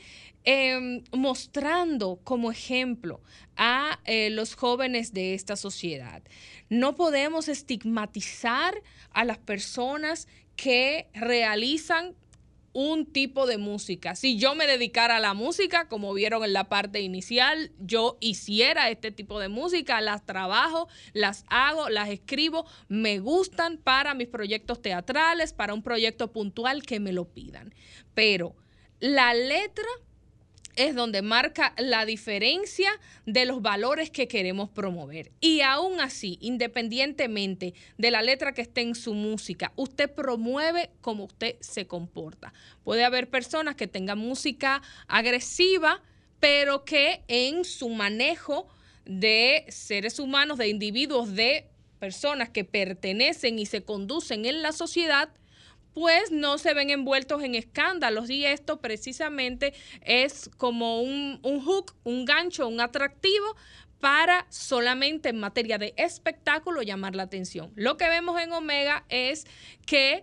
mostrando como ejemplo a los jóvenes de esta sociedad. No podemos estigmatizar a las personas que realizan un tipo de música. Si yo me dedicara a la música, como vieron en la parte inicial, yo hiciera este tipo de música, las trabajo, las hago, las escribo, me gustan para mis proyectos teatrales, para un proyecto puntual que me lo pidan. Pero la letra es donde marca la diferencia de los valores que queremos promover. Y aún así, independientemente de la letra que esté en su música, usted promueve cómo usted se comporta. Puede haber personas que tengan música agresiva, pero que en su manejo de seres humanos, de individuos, de personas que pertenecen y se conducen en la sociedad, pues no se ven envueltos en escándalos y esto precisamente es como un hook, un gancho, un atractivo para solamente en materia de espectáculo llamar la atención. Lo que vemos en Omega es que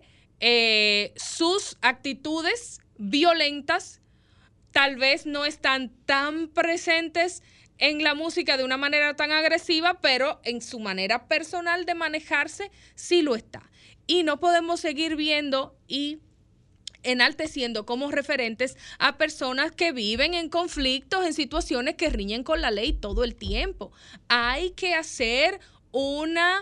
sus actitudes violentas tal vez no están tan presentes en la música de una manera tan agresiva, pero en su manera personal de manejarse sí lo está. Y no podemos seguir viendo y enalteciendo como referentes a personas que viven en conflictos, en situaciones que riñen con la ley todo el tiempo. Hay que hacer una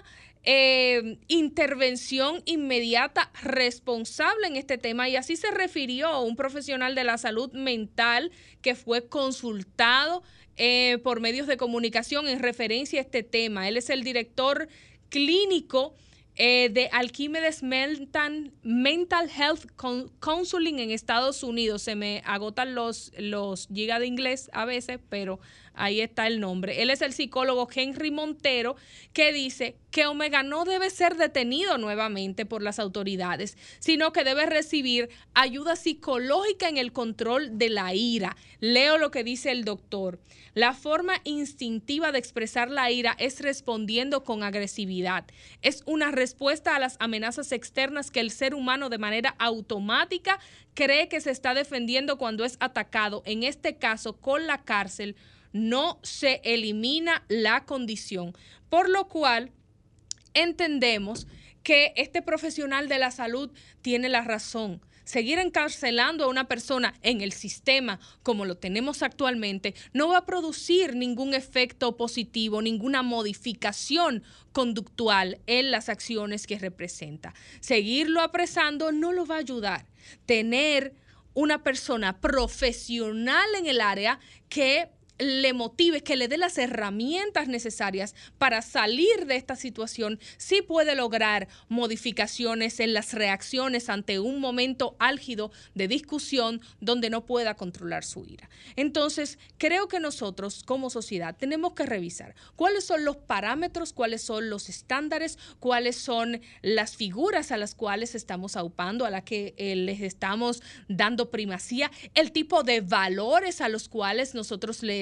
intervención inmediata responsable en este tema y así se refirió un profesional de la salud mental que fue consultado por medios de comunicación en referencia a este tema. Él es el director clínico de Arquímedes Mental Health Counseling en Estados Unidos. Se me agotan los gigas de inglés a veces, pero ahí está el nombre. Él es el psicólogo Henry Montero, que dice que Omega no debe ser detenido nuevamente por las autoridades, sino que debe recibir ayuda psicológica en el control de la ira. Leo lo que dice el doctor. La forma instintiva de expresar la ira es respondiendo con agresividad. Es una respuesta a las amenazas externas que el ser humano de manera automática cree que se está defendiendo cuando es atacado. En este caso, con la cárcel, no se elimina la condición, por lo cual entendemos que este profesional de la salud tiene la razón. Seguir encarcelando a una persona en el sistema como lo tenemos actualmente no va a producir ningún efecto positivo, ninguna modificación conductual en las acciones que representa. Seguirlo apresando no lo va a ayudar. Tener una persona profesional en el área que le motive, que le dé las herramientas necesarias para salir de esta situación, sí puede lograr modificaciones en las reacciones ante un momento álgido de discusión donde no pueda controlar su ira. Entonces, creo que nosotros como sociedad tenemos que revisar cuáles son los parámetros, cuáles son los estándares, cuáles son las figuras a las cuales estamos aupando, a las que les estamos dando primacía, el tipo de valores a los cuales nosotros les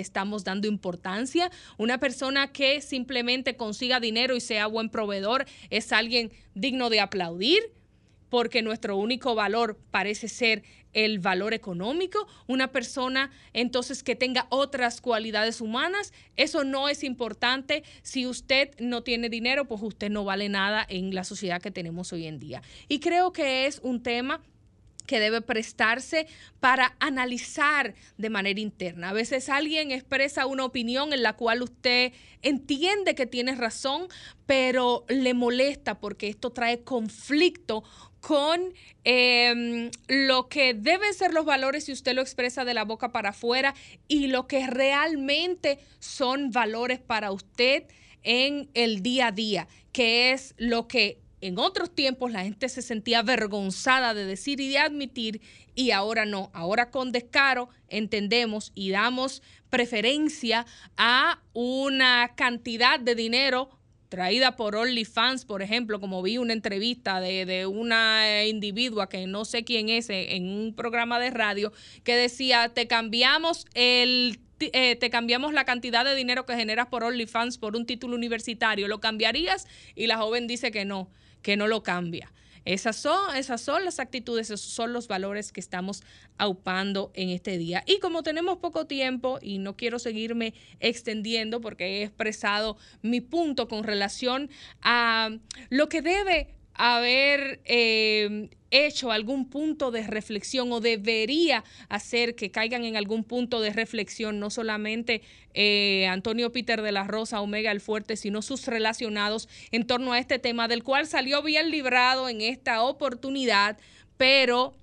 estamos dando importancia. Una persona que simplemente consiga dinero y sea buen proveedor es alguien digno de aplaudir, porque nuestro único valor parece ser el valor económico. Una persona entonces que tenga otras cualidades humanas, eso no es importante. Si usted no tiene dinero, pues usted no vale nada en la sociedad que tenemos hoy en día. Y creo que es un tema que debe prestarse para analizar de manera interna. A veces alguien expresa una opinión en la cual usted entiende que tiene razón, pero le molesta porque esto trae conflicto con lo que deben ser los valores si usted lo expresa de la boca para afuera y lo que realmente son valores para usted en el día a día, que es lo que en otros tiempos la gente se sentía avergonzada de decir y de admitir, y ahora no. Ahora con descaro entendemos y damos preferencia a una cantidad de dinero traída por OnlyFans, por ejemplo, como vi una entrevista de una individua que no sé quién es en un programa de radio, que decía, te cambiamos la cantidad de dinero que generas por OnlyFans por un título universitario, ¿lo cambiarías? Y la joven dice que no lo cambia. Esas son las actitudes, esos son los valores que estamos aupando en este día. Y como tenemos poco tiempo y no quiero seguirme extendiendo porque he expresado mi punto con relación a lo que debe haber hecho algún punto de reflexión o debería hacer que caigan en algún punto de reflexión, no solamente Antonio Peter de la Rosa, Omega el Fuerte, sino sus relacionados en torno a este tema, del cual salió bien librado en esta oportunidad, pero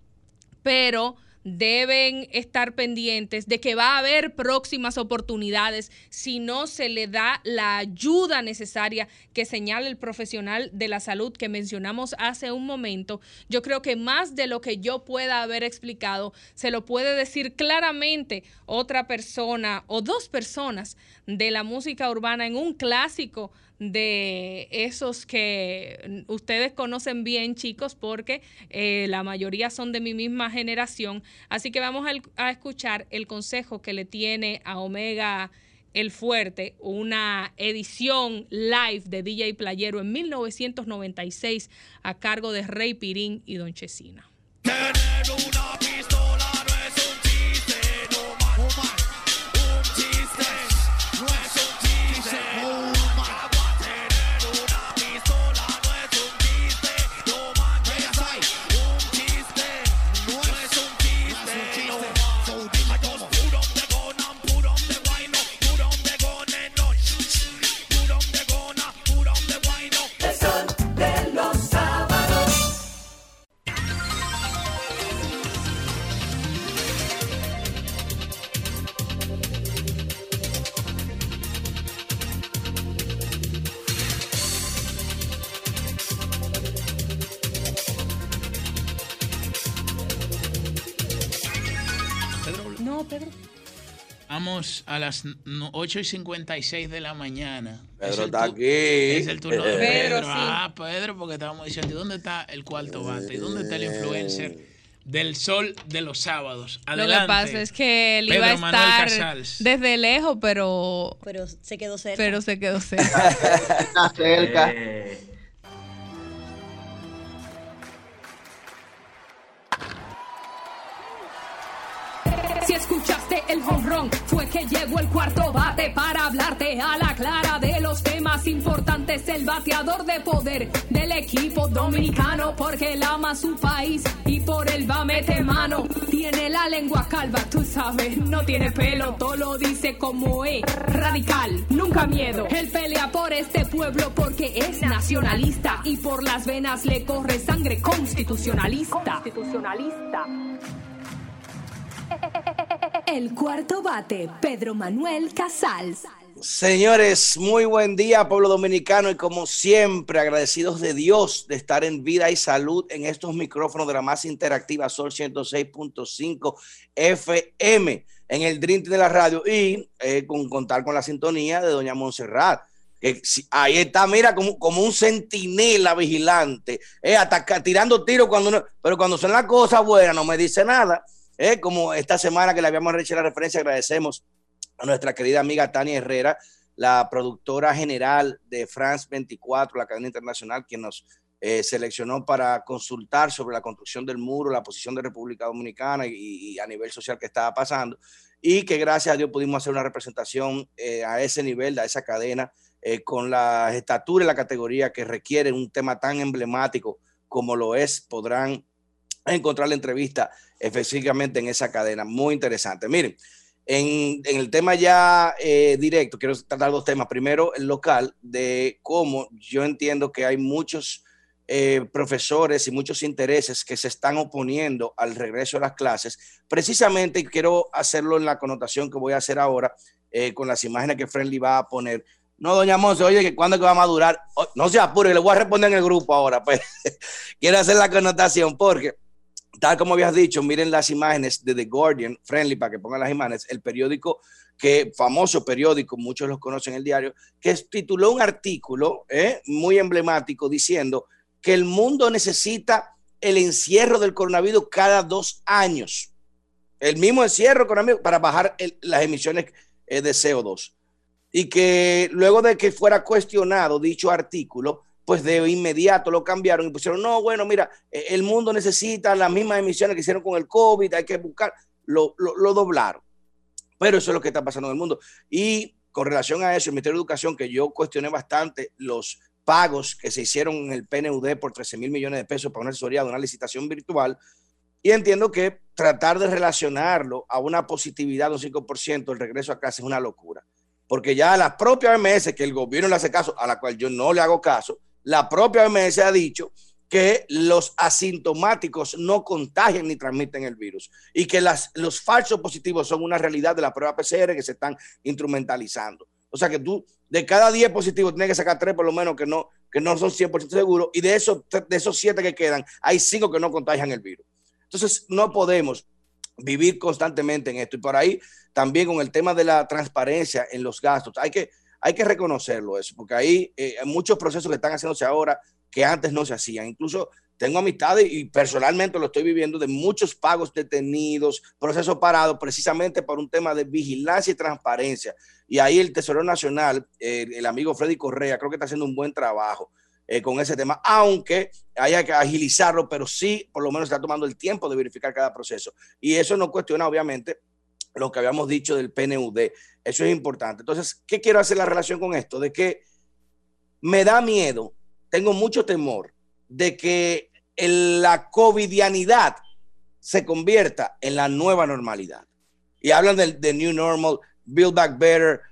deben estar pendientes de que va a haber próximas oportunidades si no se le da la ayuda necesaria que señala el profesional de la salud que mencionamos hace un momento. Yo creo que más de lo que yo pueda haber explicado, se lo puede decir claramente otra persona o dos personas de la música urbana en un clásico de esos que ustedes conocen bien, chicos, porque la mayoría son de mi misma generación. Así que vamos a escuchar el consejo que le tiene a Omega el Fuerte, una edición live de DJ Playero en 1996 a cargo de Rey Pirín y Don Chesina. Tener una pistola no es un chiste, no más. Un chiste no es un chiste, no más. Tener una pistola no es un chiste, no más. Un chiste no es un chiste, no más. Put on the gun and put on the wine, put on the gun and no. Put on the gun and put on the wine. El sol de los sábados. No, Pedro. Vamos a las 8:56 de la mañana. Pedro está aquí. Es el turno de Pedro. Sí. Pedro, porque estábamos diciendo, ¿y dónde está el cuarto bate? ¿Y dónde está el influencer del sol de los sábados? Adelante. Lo que pasa es que él Pedro iba a Manuel estar Casals. desde lejos, pero se quedó cerca. Está cerca. Si escuchaste el home run, fue que llegó el cuarto bate para hablarte a la clara de los temas importantes. El bateador de poder del equipo dominicano, porque él ama su país y por él va a meter mano. Tiene la lengua calva, tú sabes, no tiene pelo, todo lo dice como es. Radical, nunca miedo. Él pelea por este pueblo porque es nacionalista y por las venas le corre sangre constitucionalista. El cuarto bate, Pedro Manuel Casals. Señores, muy buen día, pueblo dominicano, y como siempre, agradecidos de Dios de estar en vida y salud en estos micrófonos de la más interactiva Sol 106.5 FM en el Dream Team de la radio y con contar con la sintonía de doña Montserrat. Ahí está, mira, como un centinela vigilante, hasta tirando tiros pero cuando son las cosas buenas no me dice nada. Como esta semana que le habíamos hecho la referencia, agradecemos a nuestra querida amiga Tania Herrera, la productora general de France 24, la cadena internacional, quien nos seleccionó para consultar sobre la construcción del muro, la posición de República Dominicana y a nivel social que estaba pasando, y que gracias a Dios pudimos hacer una representación a ese nivel, a esa cadena, con la estatura y la categoría que requiere un tema tan emblemático como lo es. Podrán encontrar la entrevista específicamente en esa cadena. Muy interesante. Miren, en el tema ya directo, quiero tratar dos temas. Primero, el local, de cómo yo entiendo que hay muchos profesores y muchos intereses que se están oponiendo al regreso a las clases, precisamente, y quiero hacerlo en la connotación que voy a hacer ahora con las imágenes que Friendly va a poner. No, doña Monse, oye, que ¿cuándo es que va a madurar? Oh, no se apure, le voy a responder en el grupo ahora, pues. Quiero hacer la connotación porque, tal como habías dicho, miren las imágenes de The Guardian, Friendly, para que pongan las imágenes, el periódico, famoso periódico, muchos los conocen, el diario, que tituló un artículo muy emblemático diciendo que el mundo necesita el encierro del coronavirus cada 2 años. El mismo encierro coronavirus para bajar las emisiones de CO2. Y que luego de que fuera cuestionado dicho artículo, pues de inmediato lo cambiaron y pusieron, no, bueno, mira, el mundo necesita las mismas emisiones que hicieron con el COVID, hay que buscar, lo doblaron. Pero eso es lo que está pasando en el mundo. Y con relación a eso, el Ministerio de Educación, que yo cuestioné bastante los pagos que se hicieron en el PNUD por 13,000 millones de pesos para una asesoría de una licitación virtual, y entiendo que tratar de relacionarlo a una positividad de un 5%, el regreso a clase, es una locura. Porque ya la propia OMS, que el gobierno le hace caso, a la cual yo no le hago caso, la propia OMS ha dicho que los asintomáticos no contagian ni transmiten el virus y que los falsos positivos son una realidad de la prueba PCR que se están instrumentalizando. O sea que tú, de cada 10 positivos, tienes que sacar 3 por lo menos que no son 100% seguros, y de esos 7 que quedan, hay 5 que no contagian el virus. Entonces no podemos vivir constantemente en esto. Y por ahí también con el tema de la transparencia en los gastos, hay que reconocerlo eso, porque hay muchos procesos que están haciéndose ahora que antes no se hacían. Incluso tengo amistades y personalmente lo estoy viviendo de muchos pagos detenidos, procesos parados, precisamente por un tema de vigilancia y transparencia. Y ahí el Tesorero Nacional, el amigo Freddy Correa, creo que está haciendo un buen trabajo con ese tema, aunque haya que agilizarlo, pero sí, por lo menos está tomando el tiempo de verificar cada proceso. Y eso no cuestiona, obviamente, lo que habíamos dicho del PNUD. Eso es importante. Entonces, ¿qué quiero hacer la relación con esto? De que me da miedo, tengo mucho temor de que la covidianidad se convierta en la nueva normalidad. Y hablan de New Normal, Build Back Better,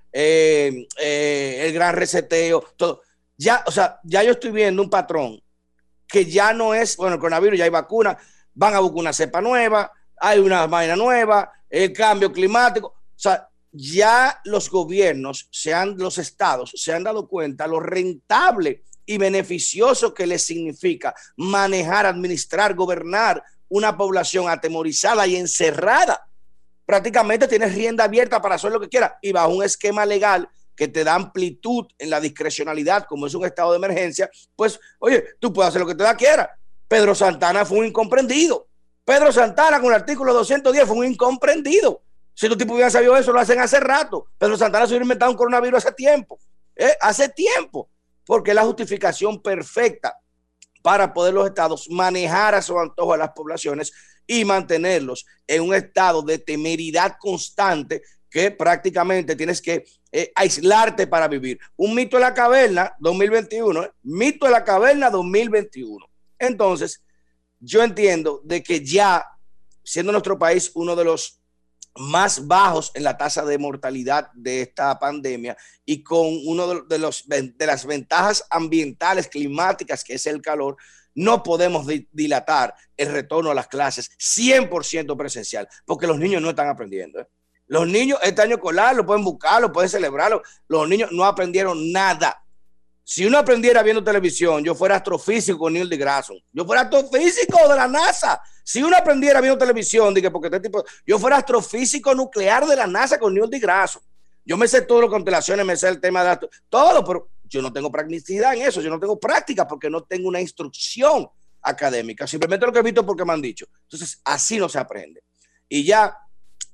el gran reseteo, todo. Ya, o sea, ya yo estoy viendo un patrón que ya no es, bueno, el coronavirus, ya hay vacuna, van a buscar una cepa nueva, hay una vaina nueva, el cambio climático. O sea, ya los gobiernos, los estados, se han dado cuenta lo rentable y beneficioso que les significa manejar, administrar, gobernar una población atemorizada y encerrada. Prácticamente tienes rienda abierta para hacer lo que quieras y bajo un esquema legal que te da amplitud en la discrecionalidad, como es un estado de emergencia, pues, oye, tú puedes hacer lo que te da quiera. Pedro Santana fue un incomprendido. Pedro Santana con el artículo 210 fue un incomprendido. Si los tipos hubieran sabido eso, lo hacen hace rato. Pedro Santana se hubiera inventado un coronavirus hace tiempo, porque es la justificación perfecta para poder los estados manejar a su antojo a las poblaciones y mantenerlos en un estado de temeridad constante que prácticamente tienes que aislarte para vivir. Un mito de la caverna 2021, mito de la caverna 2021. Entonces, yo entiendo de que ya, siendo nuestro país uno de los más bajos en la tasa de mortalidad de esta pandemia y con uno de las ventajas ambientales, climáticas, que es el calor, no podemos dilatar el retorno a las clases 100% presencial, porque los niños no están aprendiendo. Los niños este año escolar lo pueden buscar, lo pueden celebrarlo. Los niños no aprendieron nada. Si uno aprendiera viendo televisión, yo fuera astrofísico con Neil deGrasse. Yo fuera astrofísico de la NASA. Si uno aprendiera viendo televisión, yo fuera astrofísico nuclear de la NASA con Neil deGrasse. Yo me sé todas las constelaciones, me sé el tema de todo, pero yo no tengo practicidad en eso. Yo no tengo práctica porque no tengo una instrucción académica. Simplemente lo que he visto porque me han dicho. Entonces, así no se aprende. Y ya,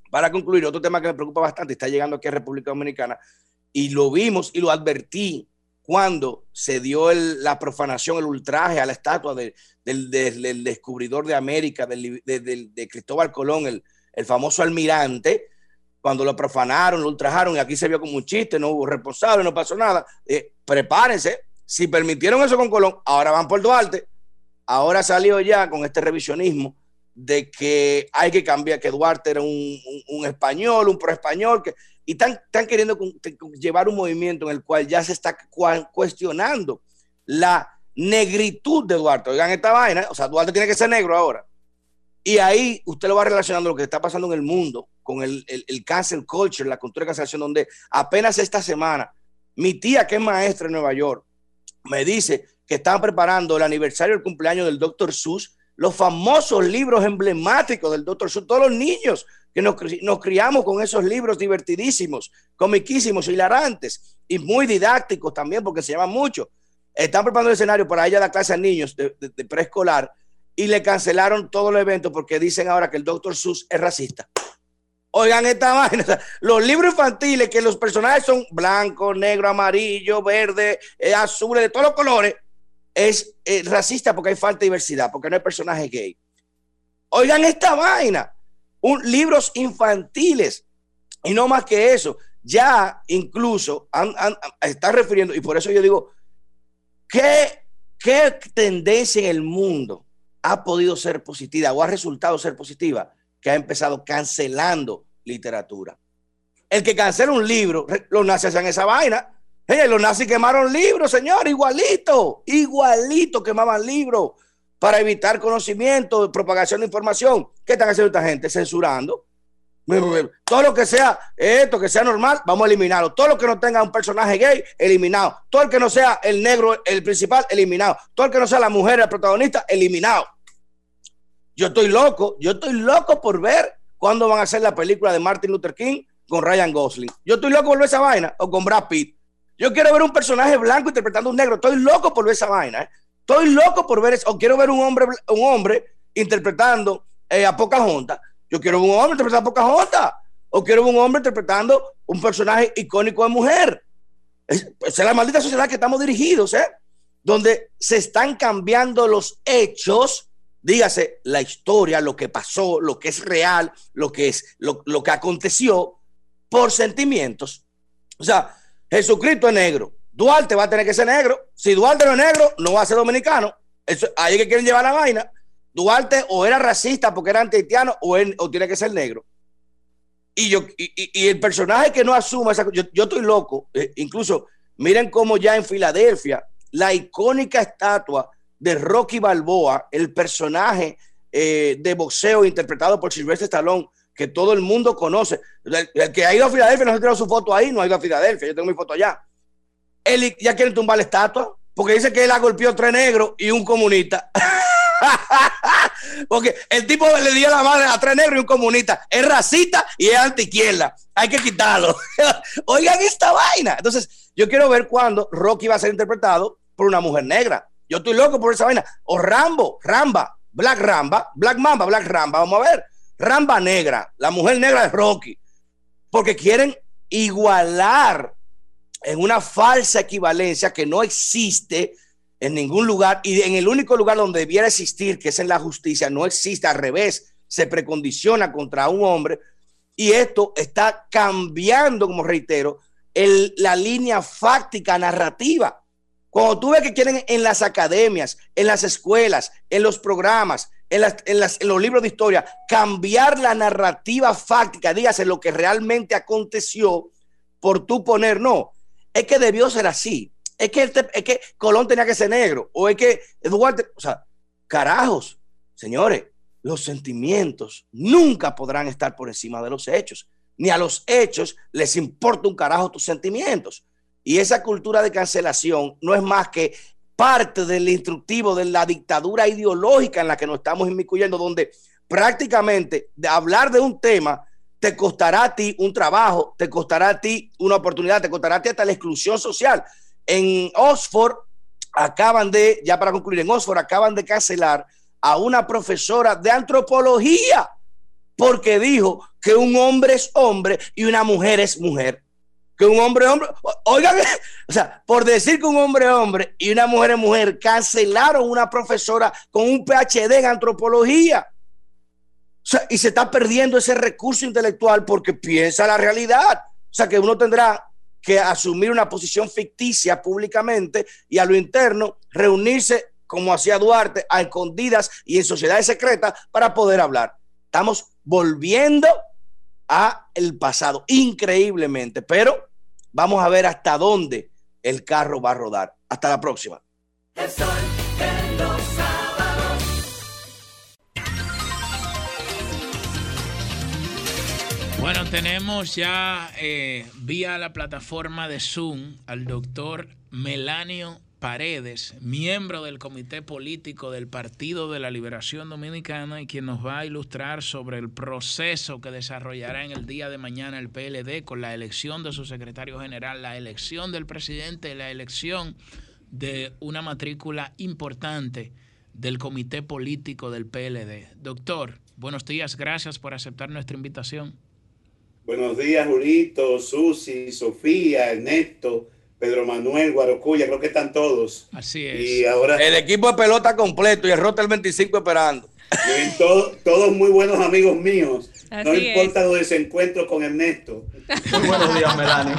para concluir, otro tema que me preocupa bastante, está llegando aquí a República Dominicana, y lo vimos y lo advertí cuando se dio la profanación, el ultraje a la estatua del descubridor de América, de Cristóbal Colón, el famoso almirante. Cuando lo profanaron, lo ultrajaron, y aquí se vio como un chiste, no hubo responsable, no pasó nada. Prepárense, si permitieron eso con Colón, ahora van por Duarte. Ahora salió ya con este revisionismo de que hay que cambiar, que Duarte era un español, un pro-español, y están queriendo llevar un movimiento en el cual ya se está cuestionando la negritud de Duarte. Oigan esta vaina, o sea, Duarte tiene que ser negro ahora. Y ahí usted lo va relacionando lo que está pasando en el mundo con el cancel culture, la cultura de cancelación, donde apenas esta semana mi tía, que es maestra en Nueva York, me dice que están preparando el aniversario del cumpleaños del Dr. Seuss, los famosos libros emblemáticos del Dr. Seuss, todos los niños que nos criamos con esos libros divertidísimos, comiquísimos, hilarantes y muy didácticos también, porque se llaman mucho. Están preparando el escenario para ella dar clase a niños de preescolar, y le cancelaron todo el evento porque dicen ahora que el Dr. Seuss es racista. Oigan esta vaina, o sea, los libros infantiles que los personajes son blanco, negro, amarillo, verde, azul, de todos los colores, es racista porque hay falta de diversidad, porque no hay personajes gay. Oigan esta vaina, libros infantiles, y no más que eso, ya incluso están refiriendo, y por eso yo digo, ¿qué tendencia en el mundo ha podido ser positiva o ha resultado ser positiva, que ha empezado cancelando literatura? El que cancela un libro, los nazis hacían esa vaina. Los nazis quemaron libros, señor, igualito quemaban libros para evitar conocimiento, propagación de información. ¿Qué están haciendo esta gente? Censurando. Todo lo que sea esto, que sea normal, vamos a eliminarlo. Todo lo que no tenga un personaje gay, eliminado. Todo el que no sea el negro, el principal, eliminado. Todo el que no sea la mujer, el protagonista, eliminado. Yo estoy loco por ver cuándo van a hacer la película de Martin Luther King con Ryan Gosling. Yo estoy loco por ver esa vaina, o con Brad Pitt. Yo quiero ver un personaje blanco interpretando a un negro. Estoy loco por ver esa vaina. Estoy loco por ver eso. O quiero ver un hombre interpretando a Pocahontas. Yo quiero ver un hombre interpretando a Pocahontas. O quiero ver un hombre interpretando un personaje icónico de mujer. Esa es la maldita sociedad que estamos dirigidos, donde se están cambiando los hechos. Dígase la historia, lo que pasó, lo que es real, lo que aconteció, por sentimientos. O sea, Jesucristo es negro, Duarte va a tener que ser negro. Si Duarte no es negro, no va a ser dominicano. Eso, ahí es que quieren llevar la vaina. Duarte o era racista porque era anti-haitiano o tiene que ser negro. Y el personaje que no asuma esa, yo estoy loco. Incluso miren cómo ya en Filadelfia la icónica estatua de Rocky Balboa, el personaje de boxeo interpretado por Sylvester Stallone, que todo el mundo conoce. El que ha ido a Filadelfia, no se tiró su foto ahí, no ha ido a Filadelfia, yo tengo mi foto allá. Él ya quiere tumbar la estatua porque dice que él ha golpeado 3 negros y un comunista. Porque el tipo le dio la madre a 3 negros y un comunista. Es racista y es anti-izquierda. Hay que quitarlo. Oigan esta vaina. Entonces, yo quiero ver cuándo Rocky va a ser interpretado por una mujer negra. Yo estoy loco por esa vaina. O Black Mamba, Black Ramba. Vamos a ver. Ramba negra, la mujer negra de Rocky. Porque quieren igualar en una falsa equivalencia que no existe en ningún lugar, y en el único lugar donde debiera existir, que es en la justicia, no existe. Al revés, se precondiciona contra un hombre, y esto está cambiando, como reitero, la línea fáctica narrativa. Cuando tú ves que quieren en las academias, en las escuelas, en los programas, en los libros de historia, cambiar la narrativa fáctica, dígase lo que realmente aconteció, por tú poner, no, es que debió ser así. Es que Colón tenía que ser negro, o es que Duarte, o sea, carajos, señores, los sentimientos nunca podrán estar por encima de los hechos, ni a los hechos les importa un carajo tus sentimientos. Y esa cultura de cancelación no es más que parte del instructivo de la dictadura ideológica en la que nos estamos inmiscuyendo, donde prácticamente de hablar de un tema te costará a ti un trabajo, te costará a ti una oportunidad, te costará a ti hasta la exclusión social. En Oxford acaban de cancelar a una profesora de antropología porque dijo que un hombre es hombre y una mujer es mujer. Que un hombre es hombre. Oigan, o sea, por decir que un hombre es hombre y una mujer es mujer, cancelaron una profesora con un PhD en antropología. O sea, y se está perdiendo ese recurso intelectual porque piensa la realidad. O sea, que uno tendrá que asumir una posición ficticia públicamente y a lo interno reunirse como hacía Duarte, a escondidas y en sociedades secretas para poder hablar. Estamos volviendo a el pasado, increíblemente, pero vamos a ver hasta dónde el carro va a rodar. Hasta la próxima. El sol de los sábados. Bueno, tenemos ya vía la plataforma de Zoom al doctor Melanio Paredes, miembro del Comité Político del Partido de la Liberación Dominicana y quien nos va a ilustrar sobre el proceso que desarrollará en el día de mañana el PLD con la elección de su secretario general, la elección del presidente, la elección de una matrícula importante del Comité Político del PLD. Doctor, buenos días, gracias por aceptar nuestra invitación. Buenos días, Julito, Susi, Sofía, Ernesto, Pedro Manuel, Guarocuya, creo que están todos. Así es. Y ahora el equipo de pelota completo y el Rotel 25 esperando. Todos muy buenos amigos míos. Así no importa los desencuentros con Ernesto. Muy buenos días, Melanio.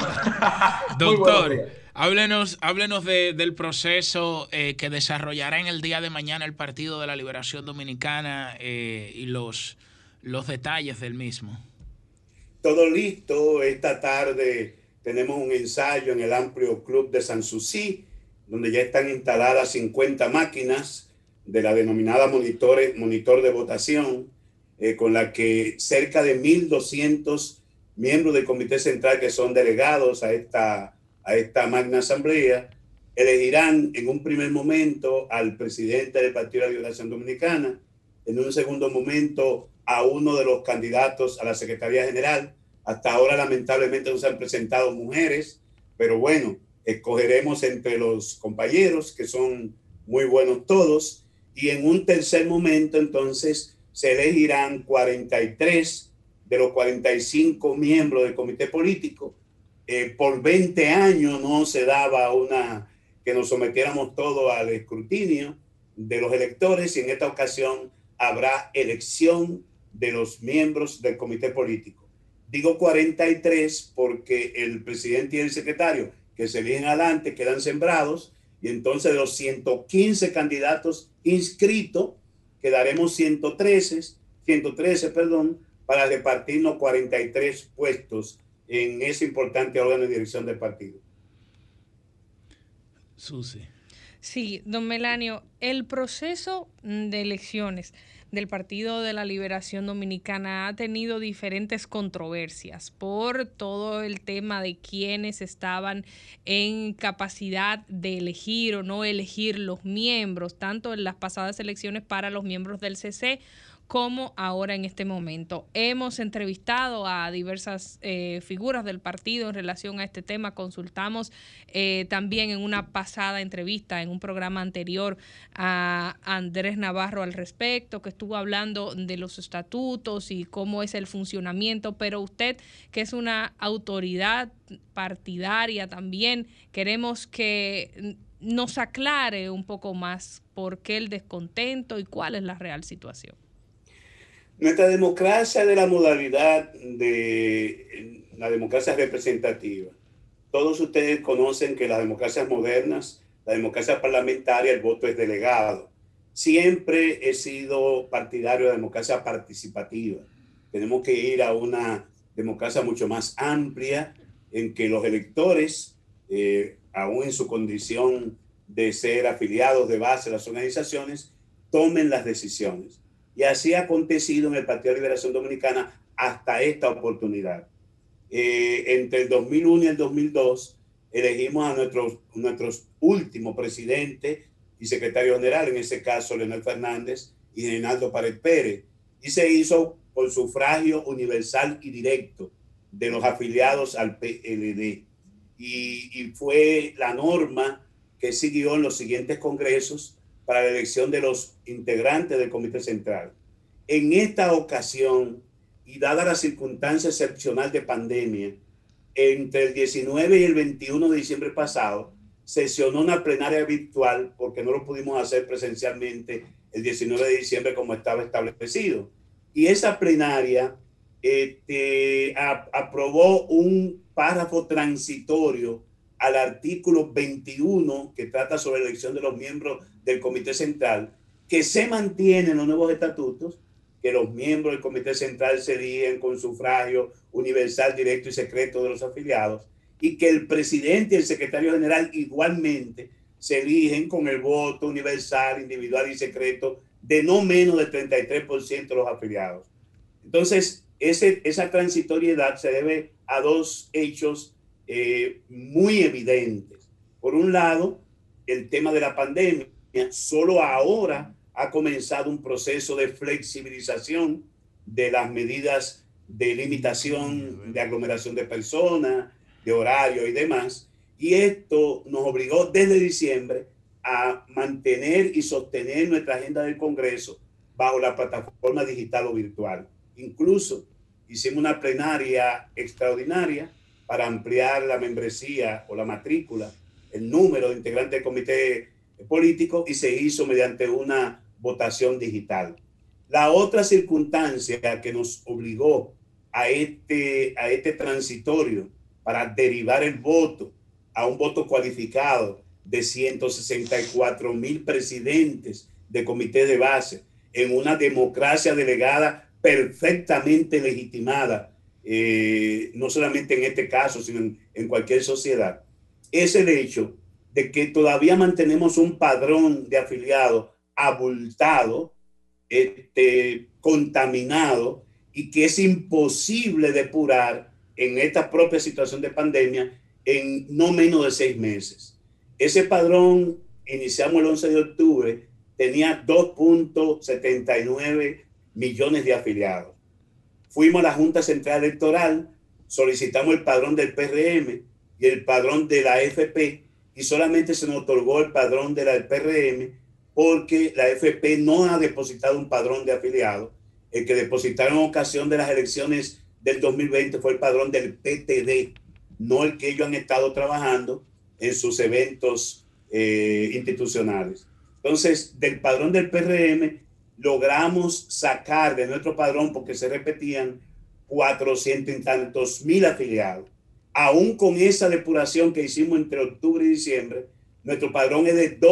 Doctor, háblenos del proceso que desarrollará en el día de mañana el Partido de la Liberación Dominicana y los detalles del mismo. Todo listo. Esta tarde tenemos un ensayo en el amplio club de Sanssouci, donde ya están instaladas 50 máquinas de la denominada monitor de votación, con la que cerca de 1.200 miembros del Comité Central que son delegados a esta magna asamblea elegirán en un primer momento al presidente del Partido de la Liberación Dominicana, en un segundo momento a uno de los candidatos a la Secretaría General. Hasta ahora lamentablemente no se han presentado mujeres, pero bueno, escogeremos entre los compañeros que son muy buenos todos, y en un tercer momento entonces se elegirán 43 de los 45 miembros del comité político. Por 20 años no se daba que nos sometiéramos todos al escrutinio de los electores, y en esta ocasión habrá elección de los miembros del comité político. Digo 43 porque el presidente y el secretario que se eligen adelante quedan sembrados, y entonces de los 115 candidatos inscritos quedaremos 113 para repartirnos 43 puestos en ese importante órgano de dirección del partido. Susi. Sí, don Melanio, el proceso de elecciones del Partido de la Liberación Dominicana ha tenido diferentes controversias por todo el tema de quienes estaban en capacidad de elegir o no elegir los miembros, tanto en las pasadas elecciones para los miembros del CC como ahora en este momento. Hemos entrevistado a diversas figuras del partido en relación a este tema. Consultamos también en una pasada entrevista, en un programa anterior, a Andrés Navarro al respecto, que estuvo hablando de los estatutos y cómo es el funcionamiento, pero usted, que es una autoridad partidaria también, queremos que nos aclare un poco más por qué el descontento y cuál es la real situación. Nuestra democracia de la modalidad de la democracia representativa. Todos ustedes conocen que las democracias modernas, la democracia parlamentaria, el voto es delegado. Siempre he sido partidario de la democracia participativa. Tenemos que ir a una democracia mucho más amplia en que los electores, aún en su condición de ser afiliados de base a las organizaciones, tomen las decisiones. Y así ha acontecido en el Partido de Liberación Dominicana hasta esta oportunidad. Entre el 2001 y el 2002 elegimos a nuestros últimos presidente y secretario general, en ese caso Leonel Fernández y Reinaldo Pared Pérez, y se hizo por sufragio universal y directo de los afiliados al PLD. Y fue la norma que siguió en los siguientes congresos para la elección de los integrantes del Comité Central. En esta ocasión y dada la circunstancia excepcional de pandemia, entre el 19 y el 21 de diciembre pasado, sesionó una plenaria virtual porque no lo pudimos hacer presencialmente el 19 de diciembre como estaba establecido. Y esa plenaria aprobó un párrafo transitorio al artículo 21 que trata sobre la elección de los miembros del Comité Central, que se mantiene en los nuevos estatutos, que los miembros del Comité Central se eligen con sufragio universal, directo y secreto de los afiliados, y que el presidente y el secretario general igualmente se eligen con el voto universal, individual y secreto de no menos del 33% de los afiliados. Entonces, esa transitoriedad se debe a dos hechos muy evidentes. Por un lado, el tema de la pandemia. Solo ahora ha comenzado un proceso de flexibilización de las medidas de limitación de aglomeración de personas, de horario y demás. Y esto nos obligó desde diciembre a mantener y sostener nuestra agenda del Congreso bajo la plataforma digital o virtual. Incluso hicimos una plenaria extraordinaria para ampliar la membresía o la matrícula, el número de integrantes del comité político, y se hizo mediante una votación digital. La otra circunstancia que nos obligó a este transitorio para derivar el voto a un voto cualificado de 164,000 presidentes de comité de base en una democracia delegada perfectamente legitimada, no solamente en este caso, sino en cualquier sociedad, es el hecho de que todavía mantenemos un padrón de afiliados abultado, contaminado, y que es imposible depurar en esta propia situación de pandemia en no menos de 6 meses. Ese padrón, iniciamos el 11 de octubre, tenía 2.79 millones de afiliados. Fuimos a la Junta Central Electoral, solicitamos el padrón del PRM y el padrón de la AFP, y solamente se nos otorgó el padrón de la del PRM porque la AFP no ha depositado un padrón de afiliados. El que depositaron en ocasión de las elecciones del 2020 fue el padrón del PTD, no el que ellos han estado trabajando en sus eventos institucionales. Entonces, del padrón del PRM logramos sacar de nuestro padrón, porque se repetían 400 y tantos mil afiliados. Aún con esa depuración que hicimos entre octubre y diciembre, nuestro padrón es de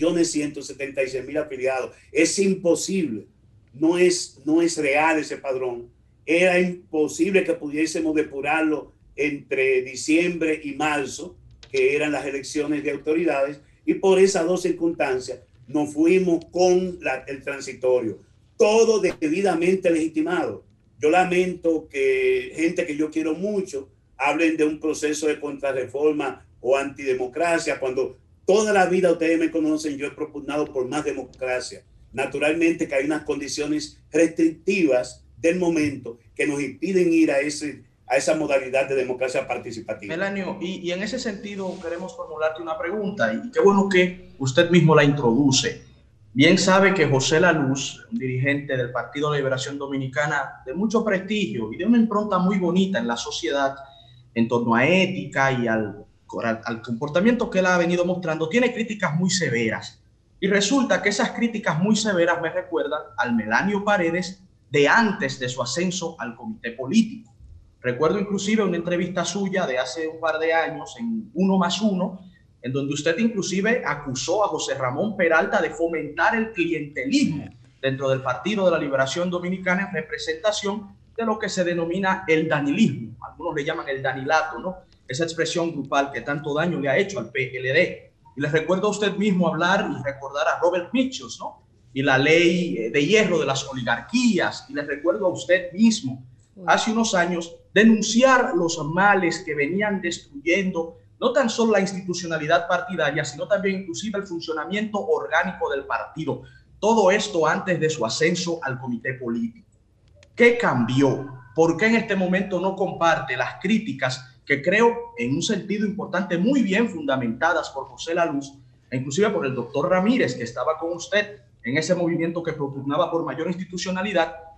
2.176.000 afiliados. Es imposible, no es real ese padrón. Era imposible que pudiésemos depurarlo entre diciembre y marzo, que eran las elecciones de autoridades, y por esas dos circunstancias nos fuimos con el transitorio. Todo debidamente legitimado. Yo lamento que gente que yo quiero mucho hablen de un proceso de contrarreforma o antidemocracia, cuando toda la vida, ustedes me conocen, yo he propugnado por más democracia. Naturalmente que hay unas condiciones restrictivas del momento que nos impiden ir a esa modalidad de democracia participativa. Melanio, y en ese sentido queremos formularte una pregunta, y qué bueno que usted mismo la introduce. Bien sabe que José La Luz, un dirigente del Partido de Liberación Dominicana de mucho prestigio y de una impronta muy bonita en la sociedad en torno a ética y al comportamiento que él ha venido mostrando, tiene críticas muy severas. Y resulta que esas críticas muy severas me recuerdan al Melanio Paredes de antes de su ascenso al comité político. Recuerdo inclusive una entrevista suya de hace un par de años en 1+1, en donde usted inclusive acusó a José Ramón Peralta de fomentar el clientelismo dentro del Partido de la Liberación Dominicana en representación de lo que se denomina el danilismo. Algunos le llaman el danilato, ¿no? Esa expresión grupal que tanto daño le ha hecho al PLD. Y les recuerdo a usted mismo hablar y recordar a Robert Mitchell, ¿no? Y la ley de hierro de las oligarquías. Y les recuerdo a usted mismo, hace unos años, denunciar los males que venían destruyendo no tan solo la institucionalidad partidaria, sino también inclusive el funcionamiento orgánico del partido. Todo esto antes de su ascenso al comité político. ¿Qué cambió? ¿Por qué en este momento no comparte las críticas que creo en un sentido importante muy bien fundamentadas por José La Luz, e inclusive por el doctor Ramírez, que estaba con usted en ese movimiento que propugnaba por mayor institucionalidad,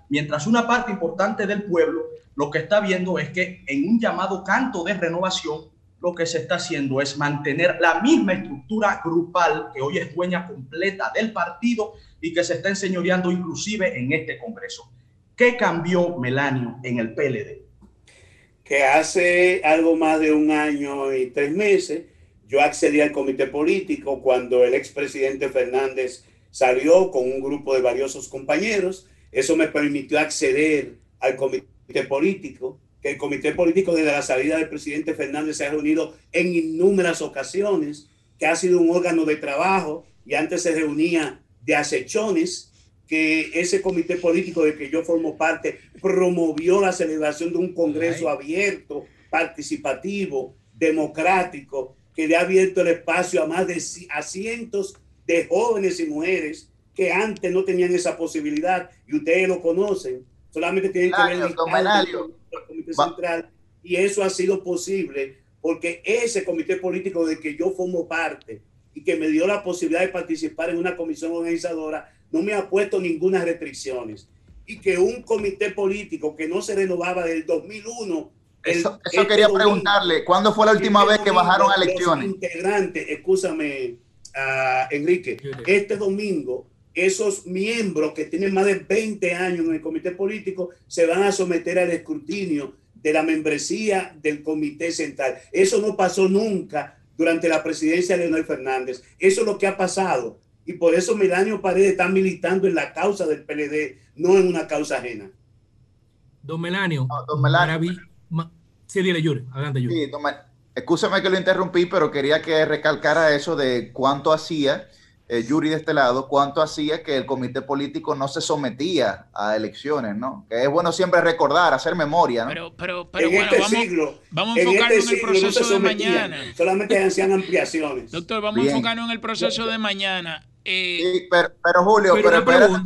mientras una parte importante del pueblo lo que está viendo es que en un llamado canto de renovación, lo que se está haciendo es mantener la misma estructura grupal que hoy es dueña completa del partido y que se está enseñoreando inclusive en este Congreso. ¿Qué cambió, Melanio, en el PLD? Que hace algo más de 1 año y 3 meses yo accedí al comité político cuando el expresidente Fernández salió con un grupo de valiosos compañeros. Eso me permitió acceder al comité político, que el comité político desde la salida del presidente Fernández se ha reunido en innumerables ocasiones, que ha sido un órgano de trabajo y antes se reunía de acechones, que ese comité político del que yo formo parte promovió la celebración de un congreso abierto, participativo, democrático, que le ha abierto el espacio a más de a cientos de jóvenes y mujeres que antes no tenían esa posibilidad, y ustedes lo conocen, solamente tienen que ver el comité central, y eso ha sido posible porque ese comité político del que yo formo parte y que me dio la posibilidad de participar en una comisión organizadora no me ha puesto ninguna restricciones, y que un comité político que no se renovaba desde el 2001. Eso quería preguntarle, ¿cuándo fue la última vez que bajaron a elecciones? Integrantes, escúchame, Enrique, este domingo esos miembros que tienen más de 20 años en el comité político se van a someter al escrutinio de la membresía del comité central. Eso no pasó nunca durante la presidencia de Leonel Fernández. Eso es lo que ha pasado. Y por eso Melanio Paredes está militando en la causa del PLD, no en una causa ajena. Don Melanio. Sí, dile, Yuri. Adelante, Yuri. Sí, escúchame que lo interrumpí, pero quería que recalcara eso de cuánto hacía, Yuri de este lado, cuánto hacía que el comité político no se sometía a elecciones, ¿no? Que es bueno siempre recordar, hacer memoria, ¿no? Pero en bueno, este siglo, vamos a enfocarnos en el proceso de mañana. Solamente hacían ampliaciones. Doctor, vamos a enfocarnos en el proceso de mañana. Sí, pero Julio, una pregunta.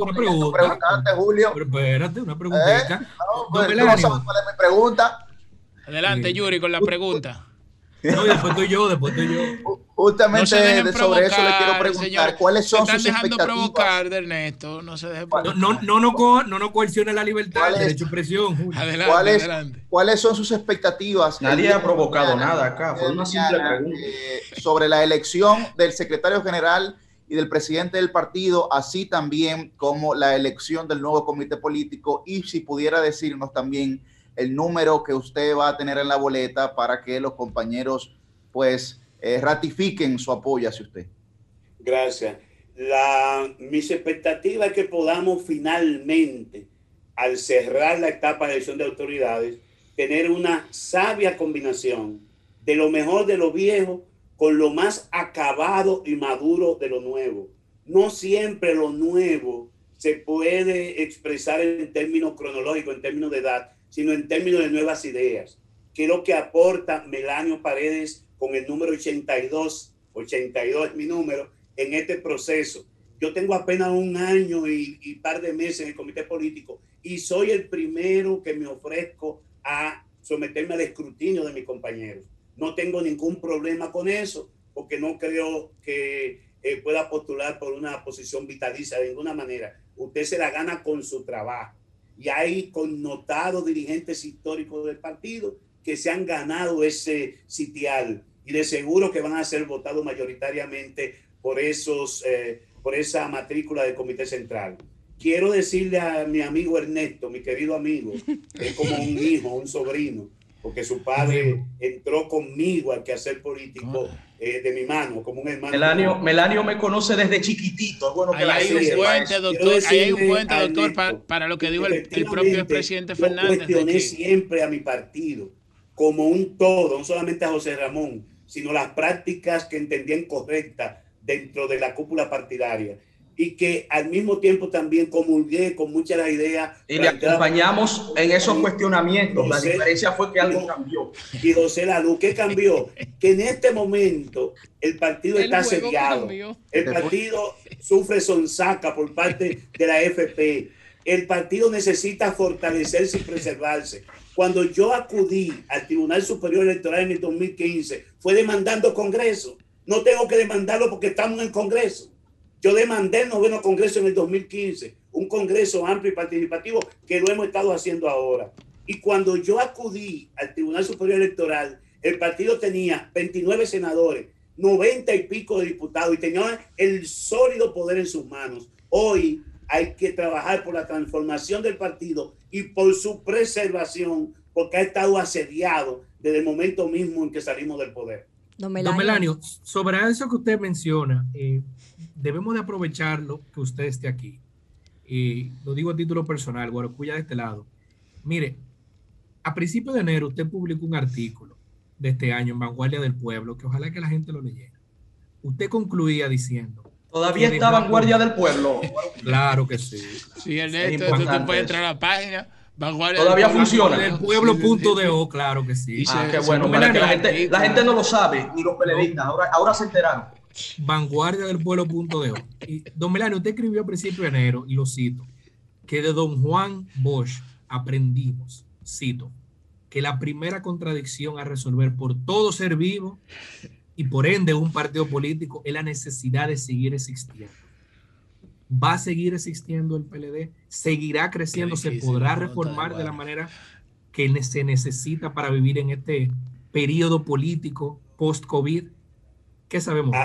Julio. Pero espérate, una preguntita. No, pues, tú no sabes cuál es mi pregunta. Adelante, Yuri, con la pregunta. No, después tú y yo. Justamente no sobre eso le quiero preguntar, señor, ¿cuáles son sus expectativas? Dejando provocar de Ernesto, no se deje provocar. No coercione la libertad, el derecho de expresión, Julio. Adelante. ¿Cuáles son sus expectativas? Nadie ha provocado nada acá, fue una simple pregunta. Sobre la elección del secretario general y del presidente del partido, así también como la elección del nuevo comité político, y si pudiera decirnos también el número que usted va a tener en la boleta para que los compañeros pues ratifiquen su apoyo hacia usted. Gracias. Mis expectativas es que podamos finalmente, al cerrar la etapa de elección de autoridades, tener una sabia combinación de lo mejor de lo viejo con lo más acabado y maduro de lo nuevo. No siempre lo nuevo se puede expresar en términos cronológicos, en términos de edad, sino en términos de nuevas ideas, que es lo que aporta Melanio Paredes con el número 82 es mi número, en este proceso. Yo tengo apenas 1 año y par de meses en el comité político y soy el primero que me ofrezco a someterme al escrutinio de mis compañeros. No tengo ningún problema con eso, porque no creo que pueda postular por una posición vitalicia de ninguna manera. Usted se la gana con su trabajo. Y hay connotados dirigentes históricos del partido que se han ganado ese sitial y de seguro que van a ser votados mayoritariamente por esa matrícula del Comité Central. Quiero decirle a mi amigo Ernesto, mi querido amigo, que es como un hijo, un sobrino, porque su padre entró conmigo al quehacer político de mi mano, como un hermano. Melanio me conoce desde chiquitito. Es bueno que hay un puente, doctor, para lo que dijo el propio presidente Fernández. Yo cuestioné siempre a mi partido como un todo, no solamente a José Ramón, sino las prácticas que entendían correctas dentro de la cúpula partidaria. Y que al mismo tiempo también comulgué con muchas de las ideas. Y le acompañamos en esos cuestionamientos. La diferencia fue que algo cambió. Y José Lalu, ¿qué cambió? Que en este momento el partido está asediado. El partido sufre sonsaca por parte de la FP. El partido necesita fortalecerse y preservarse. Cuando yo acudí al Tribunal Superior Electoral en el 2015, fue demandando Congreso. No tengo que demandarlo porque estamos en el Congreso. Yo demandé el 9º Congreso en el 2015. un congreso amplio y participativo, que lo hemos estado haciendo ahora. Y cuando yo acudí al Tribunal Superior Electoral, el partido tenía 29 senadores, 90 y pico de diputados y tenía el sólido poder en sus manos. Hoy hay que trabajar por la transformación del partido y por su preservación, porque ha estado asediado desde el momento mismo en que salimos del poder. Don Melanio, sobre eso que usted menciona, debemos de aprovecharlo que usted esté aquí. Lo digo a título personal, Guaracuya de este lado. Mire, a principios de enero usted publicó un artículo de este año en Vanguardia del Pueblo, que ojalá que la gente lo leyera. Usted concluía diciendo... Todavía está Vanguardia del Pueblo. Claro que sí. Sí, Ernesto, tú puedes entrar a la página. Vanguardia todavía funciona. Del pueblo.do, claro que sí. Qué bueno, para que la gente no lo sabe, ni los periodistas, ahora se enteraron. Vanguardia del pueblo.do. Y don Melanio, usted escribió a principios de enero, y lo cito, que de don Juan Bosch aprendimos, cito, que la primera contradicción a resolver por todo ser vivo y por ende un partido político es la necesidad de seguir existiendo. ¿Va a seguir existiendo el PLD? ¿Seguirá creciendo? ¿Se podrá reformar de la manera que se necesita para vivir en este periodo político post-COVID? ¿Qué sabemos?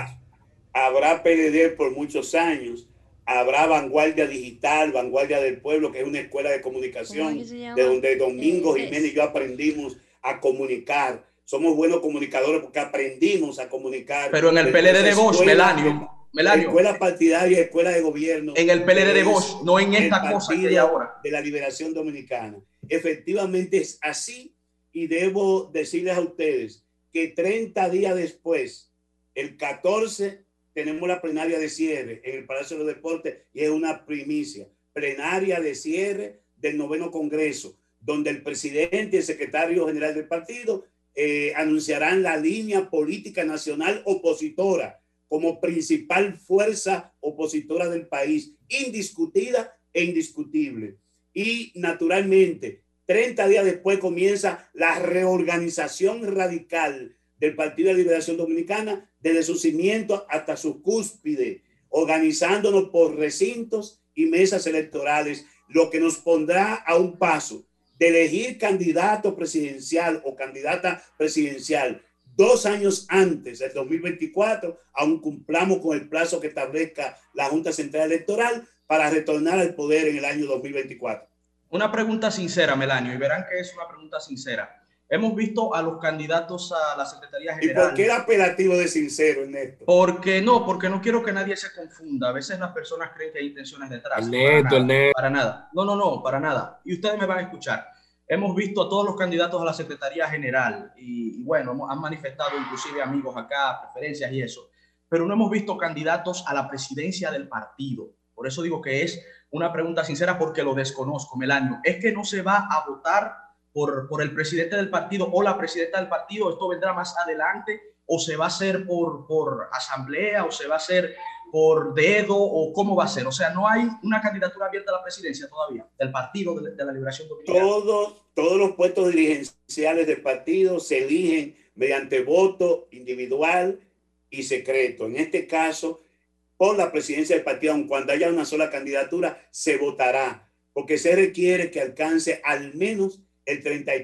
Habrá PLD por muchos años. Habrá Vanguardia Digital, Vanguardia del Pueblo, que es una escuela de comunicación de donde Domingo Jiménez y yo aprendimos a comunicar. Somos buenos comunicadores porque aprendimos a comunicar. Pero en el PLD de Bosch, Melanio. Escuela partidaria, escuela de gobierno. En el PLD de Bosch, no en esta cosa que hay ahora. De la Liberación Dominicana. Efectivamente es así, y debo decirles a ustedes que 30 días después, el 14, tenemos la plenaria de cierre en el Palacio de los Deportes, y es una primicia. Plenaria de cierre del 9º Congreso, donde el presidente y el secretario general del partido anunciarán la línea política nacional opositora como principal fuerza opositora del país, indiscutida e indiscutible. Y naturalmente, 30 días después comienza la reorganización radical del Partido de Liberación Dominicana, desde su cimiento hasta su cúspide, organizándonos por recintos y mesas electorales, lo que nos pondrá a un paso de elegir candidato presidencial o candidata presidencial 2 años antes del 2024, aún cumplamos con el plazo que establezca la Junta Central Electoral para retornar al poder en el año 2024. Una pregunta sincera, Melanio, y verán que es una pregunta sincera. Hemos visto a los candidatos a la Secretaría General. ¿Y por qué el apelativo de sincero, Ernesto? Porque no quiero que nadie se confunda. A veces las personas creen que hay intenciones detrás. Para nada. No, para nada. Y ustedes me van a escuchar. Hemos visto a todos los candidatos a la Secretaría General y bueno, han manifestado inclusive amigos acá, preferencias y eso, pero no hemos visto candidatos a la presidencia del partido. Por eso digo que es una pregunta sincera, porque lo desconozco, Melanio. ¿Es que no se va a votar por el presidente del partido o la presidenta del partido? ¿Esto vendrá más adelante? ¿O se va a hacer por asamblea? ¿O se va a hacer por dedo? ¿O cómo va a ser? O sea, no hay una candidatura abierta a la presidencia todavía del Partido de la Liberación Dominicana. Todos los puestos dirigenciales del partido se eligen mediante voto individual y secreto. En este caso, por la presidencia del partido, aun cuando haya una sola candidatura, se votará, porque se requiere que alcance al menos el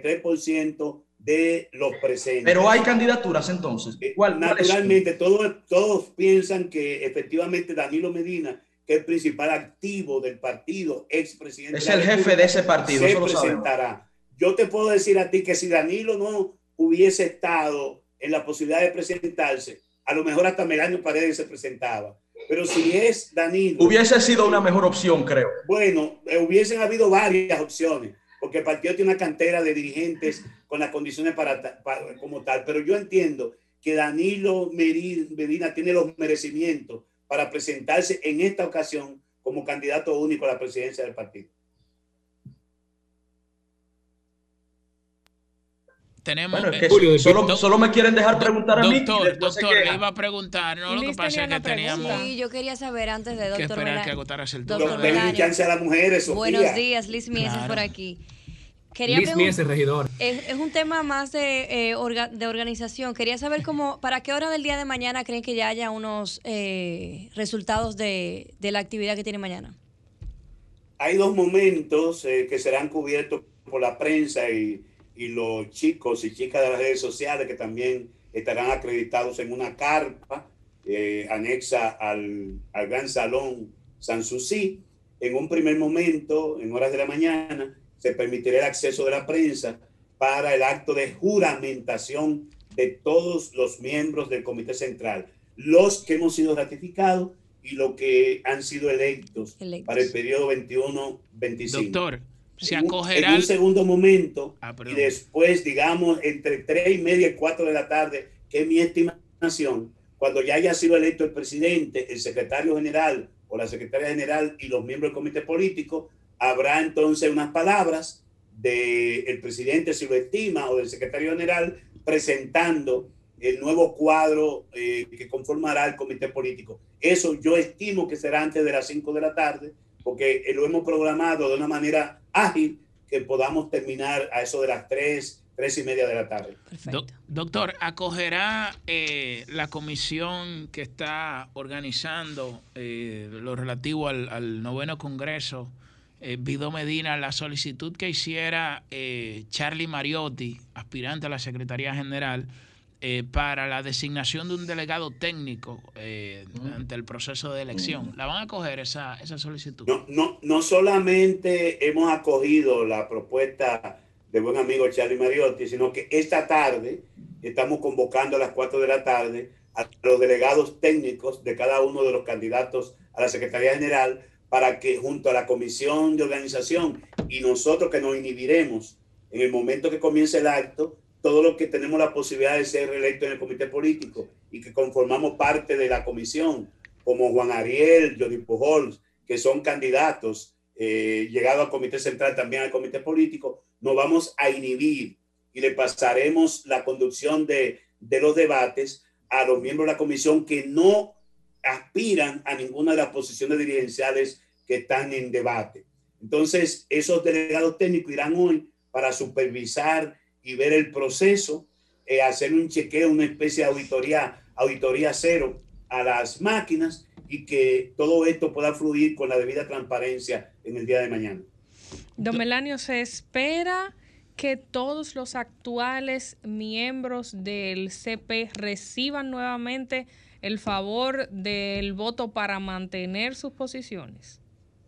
33% de los presentes. Pero hay candidaturas entonces. Naturalmente, todos piensan que efectivamente Danilo Medina, que es el principal activo del partido, expresidente, es el jefe de ese partido, se presentará. Yo te puedo decir a ti que si Danilo no hubiese estado en la posibilidad de presentarse, a lo mejor hasta Melanio Paredes se presentaba. Pero si es Danilo... Hubiese sido una mejor opción, creo. Bueno, hubiesen habido varias opciones, porque el partido tiene una cantera de dirigentes con las condiciones para como tal. Pero yo entiendo que Danilo Medina tiene los merecimientos para presentarse en esta ocasión como candidato único a la presidencia del partido. Tenemos, bueno, es que solo me quieren dejar preguntar a mí. Doctor, le iba a preguntar, no, lo que pasa es que teníamos... Sí, yo quería saber antes de doctor. Que esperar que agotaras el turno. Chance a las mujeres, Sofía. Buenos días, Liz Mieses por aquí. Liz Mieses, regidor. Es un tema más de organización. Quería saber para qué hora del día de mañana creen que ya haya unos resultados de la actividad que tiene mañana. hay dos momentos que serán cubiertos por la prensa y los chicos y chicas de las redes sociales que también estarán acreditados en una carpa anexa al Gran Salón Sanssouci. En un primer momento, en horas de la mañana, se permitirá el acceso de la prensa para el acto de juramentación de todos los miembros del Comité Central, los que hemos sido ratificados y los que han sido electos. Para el periodo 21-25. Doctor, se acogerá... En un segundo momento, y después, digamos, entre 3:30 y 4 de la tarde, que es mi estimación, cuando ya haya sido electo el presidente, el secretario general o la secretaria general y los miembros del comité político, habrá entonces unas palabras del presidente, si lo estima, o del secretario general, presentando el nuevo cuadro que conformará el comité político. Eso yo estimo que será antes de las 5 de la tarde, porque lo hemos programado de una manera ágil, que podamos terminar a eso de las 3:30 de la tarde. Doctor, ¿acogerá la comisión que está organizando lo relativo al 9º Congreso, Vido Medina, la solicitud que hiciera Charlie Mariotti, aspirante a la Secretaría General, para la designación de un delegado técnico ante el proceso de elección? ¿La van a acoger esa solicitud? No solamente hemos acogido la propuesta del buen amigo Charlie Mariotti, sino que esta tarde estamos convocando a las 4 de la tarde a los delegados técnicos de cada uno de los candidatos a la Secretaría General, para que junto a la comisión de organización y nosotros, que nos inhibiremos en el momento que comience el acto, todos los que tenemos la posibilidad de ser reelectos en el comité político y que conformamos parte de la comisión, como Juan Ariel, Johnny Pujols, que son candidatos llegados al comité central, también al comité político, nos vamos a inhibir y le pasaremos la conducción de los debates a los miembros de la comisión que no aspiran a ninguna de las posiciones dirigenciales que están en debate. Entonces, esos delegados técnicos irán hoy para supervisar y ver el proceso, hacer un chequeo, una especie de auditoría cero a las máquinas, y que todo esto pueda fluir con la debida transparencia en el día de mañana. Don Melanio, ¿se espera que todos los actuales miembros del CP reciban nuevamente el favor del voto para mantener sus posiciones?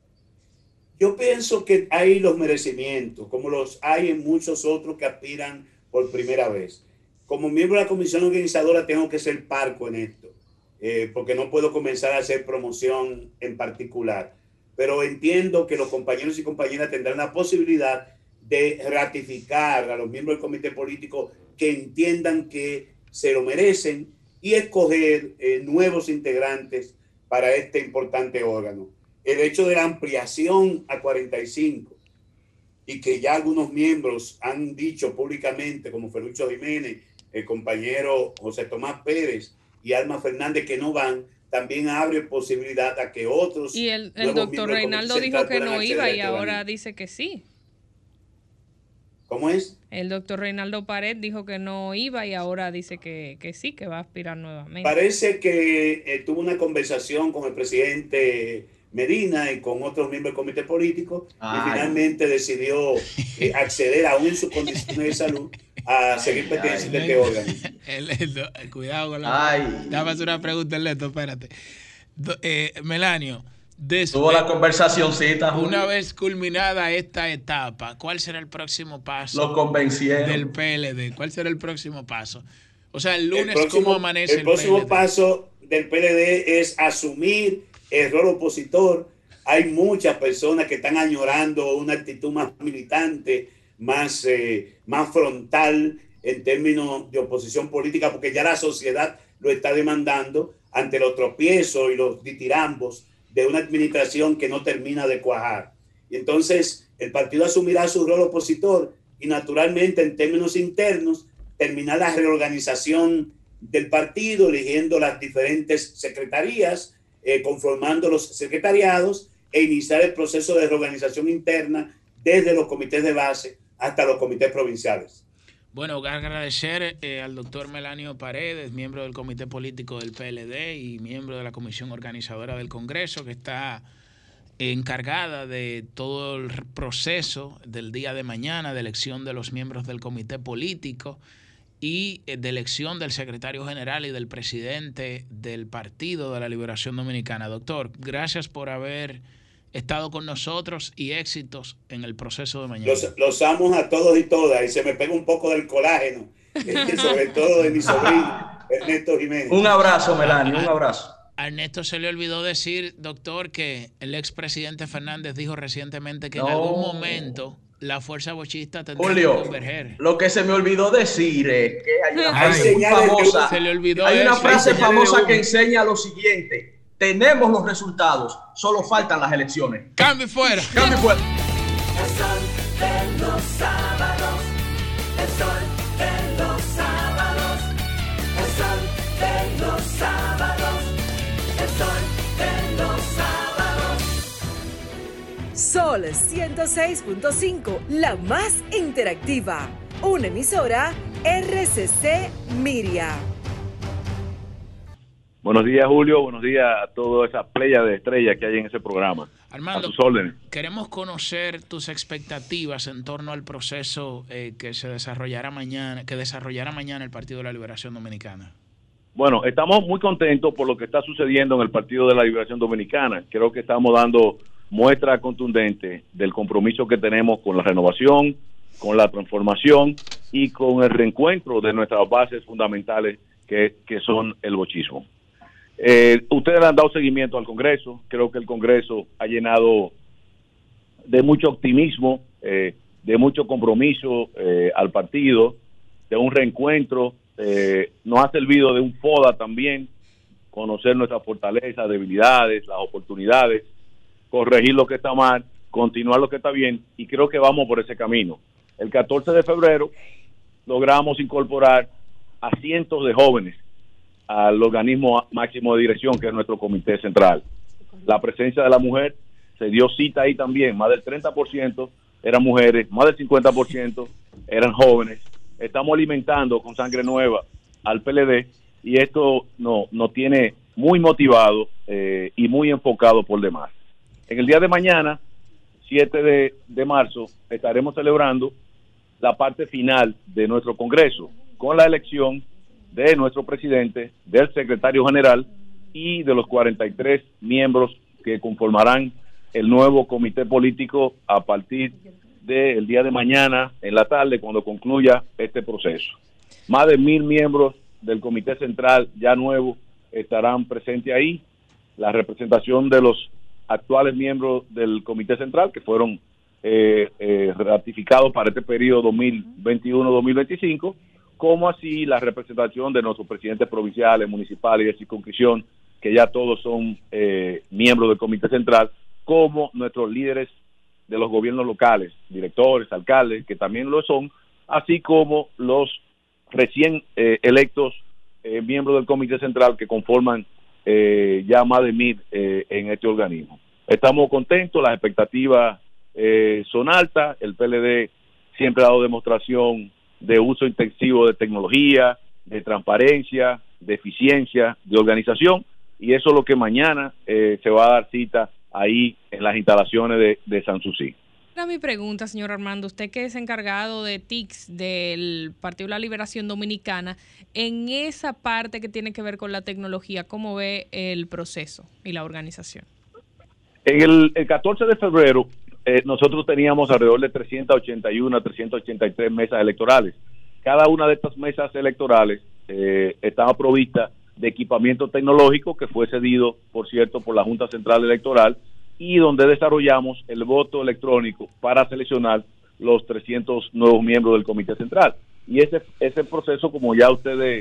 Yo pienso que hay los merecimientos, como los hay en muchos otros que aspiran por primera vez. Como miembro de la comisión organizadora tengo que ser parco en esto, porque no puedo comenzar a hacer promoción en particular. Pero entiendo que los compañeros y compañeras tendrán la posibilidad de ratificar a los miembros del comité político que entiendan que se lo merecen y escoger nuevos integrantes para este importante órgano. El hecho de la ampliación a 45 y que ya algunos miembros han dicho públicamente, como Felucho Jiménez, el compañero José Tomás Pérez y Alma Fernández, que no van, también abre posibilidad a que otros... Y el doctor Reinaldo dijo que no iba y ahora dice que sí. ¿Cómo es? El doctor Reinaldo Pared dijo que no iba y ahora dice que sí, que va a aspirar nuevamente. Parece que tuvo una conversación con el presidente Medina y con otros miembros del comité político y finalmente decidió acceder, aún en sus condiciones de salud, a seguir perteneciendo a este órgano. Cuidado con la... Déjame hacer una pregunta, Leto, espérate. Melanio, tuvo la conversacioncita, Julio. Una vez culminada esta etapa, ¿cuál será el próximo paso? Lo convencieron. Del PLD. ¿Cuál será el próximo paso? O sea, el lunes, ¿cómo amanece el PLD? El próximo paso del PLD es asumir el rol opositor. Hay muchas personas que están añorando una actitud más militante, más frontal en términos de oposición política, porque ya la sociedad lo está demandando ante los tropiezos y los ditirambos de una administración que no termina de cuajar. Y entonces el partido asumirá su rol opositor y naturalmente en términos internos terminar la reorganización del partido, eligiendo las diferentes secretarías, conformando los secretariados e iniciar el proceso de reorganización interna desde los comités de base hasta los comités provinciales. Bueno, agradecer al doctor Melanio Paredes, miembro del comité político del PLD y miembro de la comisión organizadora del Congreso, que está encargada de todo el proceso del día de mañana de elección de los miembros del comité político y de elección del secretario general y del presidente del Partido de la Liberación Dominicana. Doctor, gracias por haber estado con nosotros y éxitos en el proceso de mañana. Los amo a todos y todas, y se me pega un poco del colágeno, sobre todo de mi sobrino Ernesto Jiménez. Un abrazo, Melanie, un abrazo. A Ernesto se le olvidó decir, doctor, que el expresidente Fernández dijo recientemente que en algún momento la fuerza bochista tendría que converger. Lo que se me olvidó decir es que hay una frase famosa que enseña lo siguiente: tenemos los resultados, solo faltan las elecciones. Cambio fuera. Cambio fuera. El sol de los sábados, el sol de los sábados, el sol de los sábados, el sol de los sábados. Sol 106.5, la más interactiva. Una emisora RCC Miria. Buenos días, Julio. Buenos días a toda esa playa de estrellas que hay en ese programa. Armando, a sus órdenes. Queremos conocer tus expectativas en torno al proceso que desarrollará mañana el Partido de la Liberación Dominicana. Bueno, estamos muy contentos por lo que está sucediendo en el Partido de la Liberación Dominicana. Creo que estamos dando muestra contundente del compromiso que tenemos con la renovación, con la transformación y con el reencuentro de nuestras bases fundamentales que son el bochismo. Ustedes le han dado seguimiento al Congreso. Creo que el Congreso ha llenado de mucho optimismo, de mucho compromiso al partido, de un reencuentro. Nos ha servido de un FODA también, conocer nuestras fortalezas, debilidades, las oportunidades, corregir lo que está mal, continuar lo que está bien, y creo que vamos por ese camino. El 14 de febrero logramos incorporar a cientos de jóvenes al organismo máximo de dirección, que es nuestro comité central. La presencia de la mujer se dio cita ahí también. Más del 30% eran mujeres, más del 50% eran jóvenes. Estamos alimentando con sangre nueva al PLD, y esto nos tiene muy motivado y muy enfocado por demás. En el día de mañana, 7 de marzo, estaremos celebrando la parte final de nuestro Congreso, con la elección de nuestro presidente, del secretario general y de los 43 miembros que conformarán el nuevo comité político a partir del día de mañana en la tarde, cuando concluya este proceso. Más de 1,000 miembros del comité central ya nuevo estarán presentes ahí. La representación de los actuales miembros del comité central, que fueron ratificados para este periodo 2021-2025, como así la representación de nuestros presidentes provinciales, municipales y de circunscripción, que ya todos son miembros del comité central, como nuestros líderes de los gobiernos locales, directores, alcaldes, que también lo son, así como los recién electos miembros del comité central, que conforman ya más de 1,000 en este organismo. Estamos contentos, las expectativas son altas. El PLD siempre ha dado demostración de uso intensivo de tecnología, de transparencia, de eficiencia, de organización, y eso es lo que mañana se va a dar cita ahí en las instalaciones de Sanssouci. Era mi pregunta, señor Armando, usted que es encargado de TICS del Partido de la Liberación Dominicana, en esa parte que tiene que ver con la tecnología, ¿cómo ve el proceso y la organización? En el 14 de febrero nosotros teníamos alrededor de 381 a 383 mesas electorales. Cada una de estas mesas electorales estaba provista de equipamiento tecnológico que fue cedido, por cierto, por la Junta Central Electoral, y donde desarrollamos el voto electrónico para seleccionar los 300 nuevos miembros del Comité Central. Y ese proceso, como ya ustedes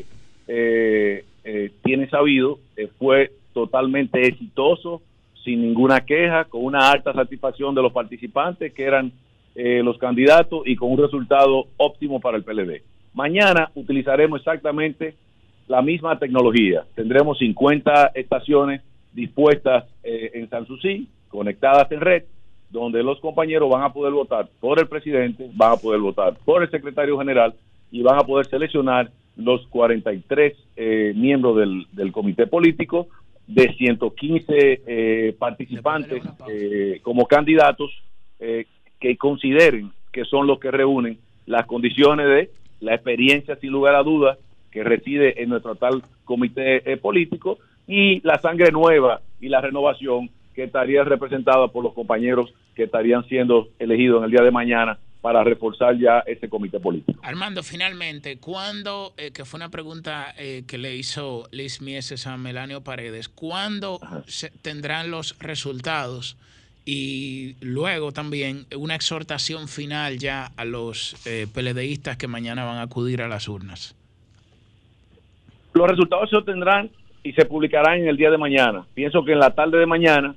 tienen sabido, fue totalmente exitoso, sin ninguna queja, con una alta satisfacción de los participantes, que eran los candidatos, y con un resultado óptimo para el PLD. Mañana utilizaremos exactamente la misma tecnología. Tendremos 50 estaciones dispuestas en Sanssouci, conectadas en red, donde los compañeros van a poder votar por el presidente, van a poder votar por el secretario general, y van a poder seleccionar los 43 miembros del comité político, de 115 participantes como candidatos que consideren que son los que reúnen las condiciones de la experiencia, sin lugar a dudas, que reside en nuestro tal comité político, y la sangre nueva y la renovación que estaría representada por los compañeros que estarían siendo elegidos en el día de mañana para reforzar ya ese comité político. Armando, finalmente, ¿cuándo, que fue una pregunta que le hizo Liz Mieses a Melanio Paredes, ¿cuándo tendrán los resultados? Y luego también una exhortación final ya a los PLDistas que mañana van a acudir a las urnas. Los resultados se obtendrán y se publicarán en el día de mañana. Pienso que en la tarde de mañana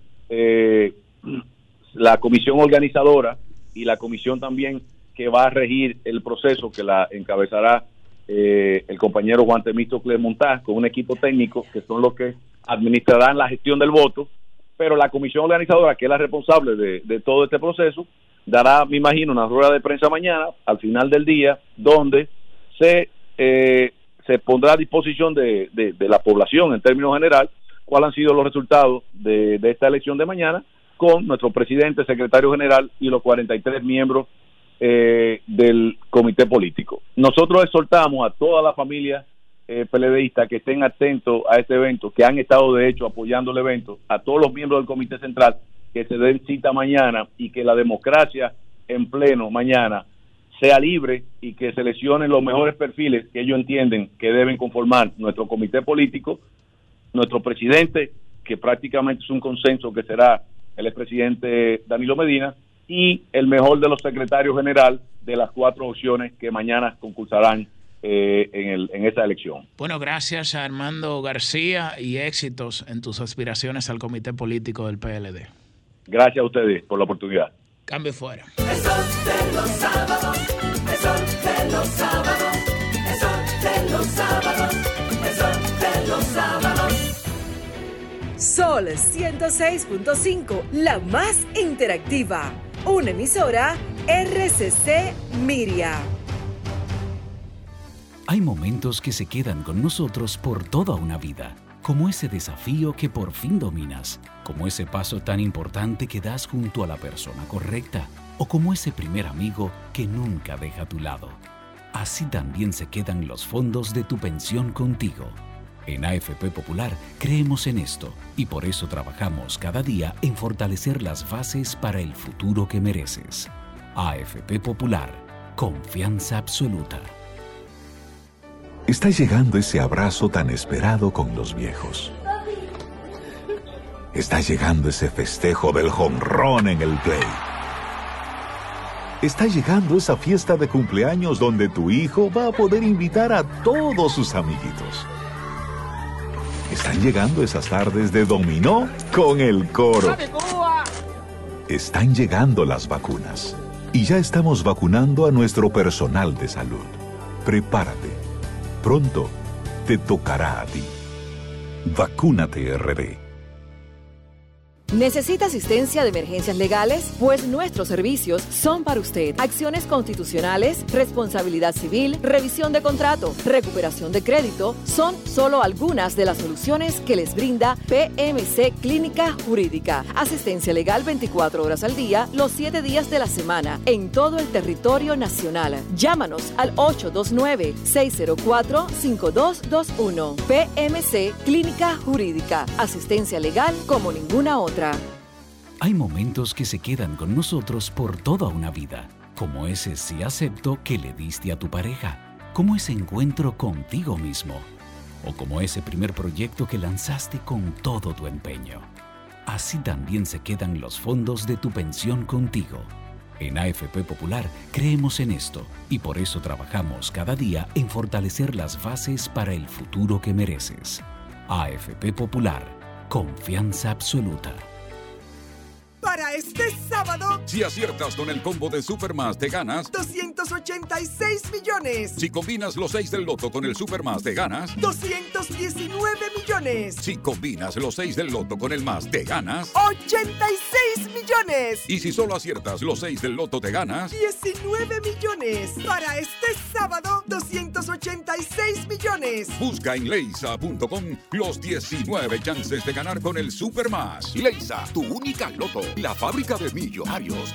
la comisión organizadora y la comisión también que va a regir el proceso, que la encabezará el compañero Juan Temístocles Montaz, con un equipo técnico que son los que administrarán la gestión del voto, pero la comisión organizadora, que es la responsable de todo este proceso, dará, me imagino, una rueda de prensa mañana, al final del día, donde se pondrá a disposición de la población en términos general cuáles han sido los resultados de esta elección de mañana, con nuestro presidente, secretario general y los 43 miembros del comité político. Nosotros exhortamos a toda la familia PLDista que estén atentos a este evento, que han estado de hecho apoyando el evento, a todos los miembros del comité central que se den cita mañana y que la democracia en pleno mañana sea libre y que seleccionen los mejores perfiles que ellos entienden que deben conformar nuestro comité político, nuestro presidente, que prácticamente es un consenso que será el expresidente Danilo Medina, y el mejor de los secretarios general de las 4 opciones que mañana concursarán en esa elección. Bueno, gracias a Armando García y éxitos en tus aspiraciones al comité político del PLD. Gracias a ustedes por la oportunidad. Cambio fuera. El sol de los sábados, el sol de los sábados, el sol de los sábados, el sol de los sábados. Sol 106.5, la más interactiva. Una emisora RCC Miria. Hay momentos que se quedan con nosotros por toda una vida, como ese desafío que por fin dominas, como ese paso tan importante que das junto a la persona correcta, o como ese primer amigo que nunca deja a tu lado. Así también se quedan los fondos de tu pensión contigo. En AFP Popular creemos en esto y por eso trabajamos cada día en fortalecer las bases para el futuro que mereces. AFP Popular, confianza absoluta. Está llegando ese abrazo tan esperado con los viejos. Está llegando ese festejo del jonrón en el play. Está llegando esa fiesta de cumpleaños donde tu hijo va a poder invitar a todos sus amiguitos. Están llegando esas tardes de dominó con el coro. Están llegando las vacunas. Y ya estamos vacunando a nuestro personal de salud. Prepárate. Pronto te tocará a ti. Vacúnate RD. ¿Necesita asistencia de emergencias legales? Pues nuestros servicios son para usted. Acciones constitucionales, responsabilidad civil, revisión de contrato, recuperación de crédito, son solo algunas de las soluciones que les brinda PMC Clínica Jurídica. Asistencia legal 24 horas al día, los 7 días de la semana, en todo el territorio nacional. Llámanos al 829-604-5221. PMC Clínica Jurídica. Asistencia legal como ninguna otra. Hay momentos que se quedan con nosotros por toda una vida, como ese sí acepto que le diste a tu pareja, como ese encuentro contigo mismo, o como ese primer proyecto que lanzaste con todo tu empeño. Así también se quedan los fondos de tu pensión contigo. En AFP Popular creemos en esto y por eso trabajamos cada día en fortalecer las bases para el futuro que mereces. AFP Popular, confianza absoluta. Para Para este sábado, Si aciertas con el combo de Supermás, te ganas 286 millones. Si combinas los 6 del loto con el Supermás, te ganas 219 millones. Si combinas los 6 del loto con el más, te ganas 86 millones. Y si solo aciertas los 6 del loto, te ganas 19 millones. Para este sábado, 286 millones. Busca en leisa.com los 19 chances de ganar con el Supermás. Leisa, tu única loto, la fábrica de millonarios.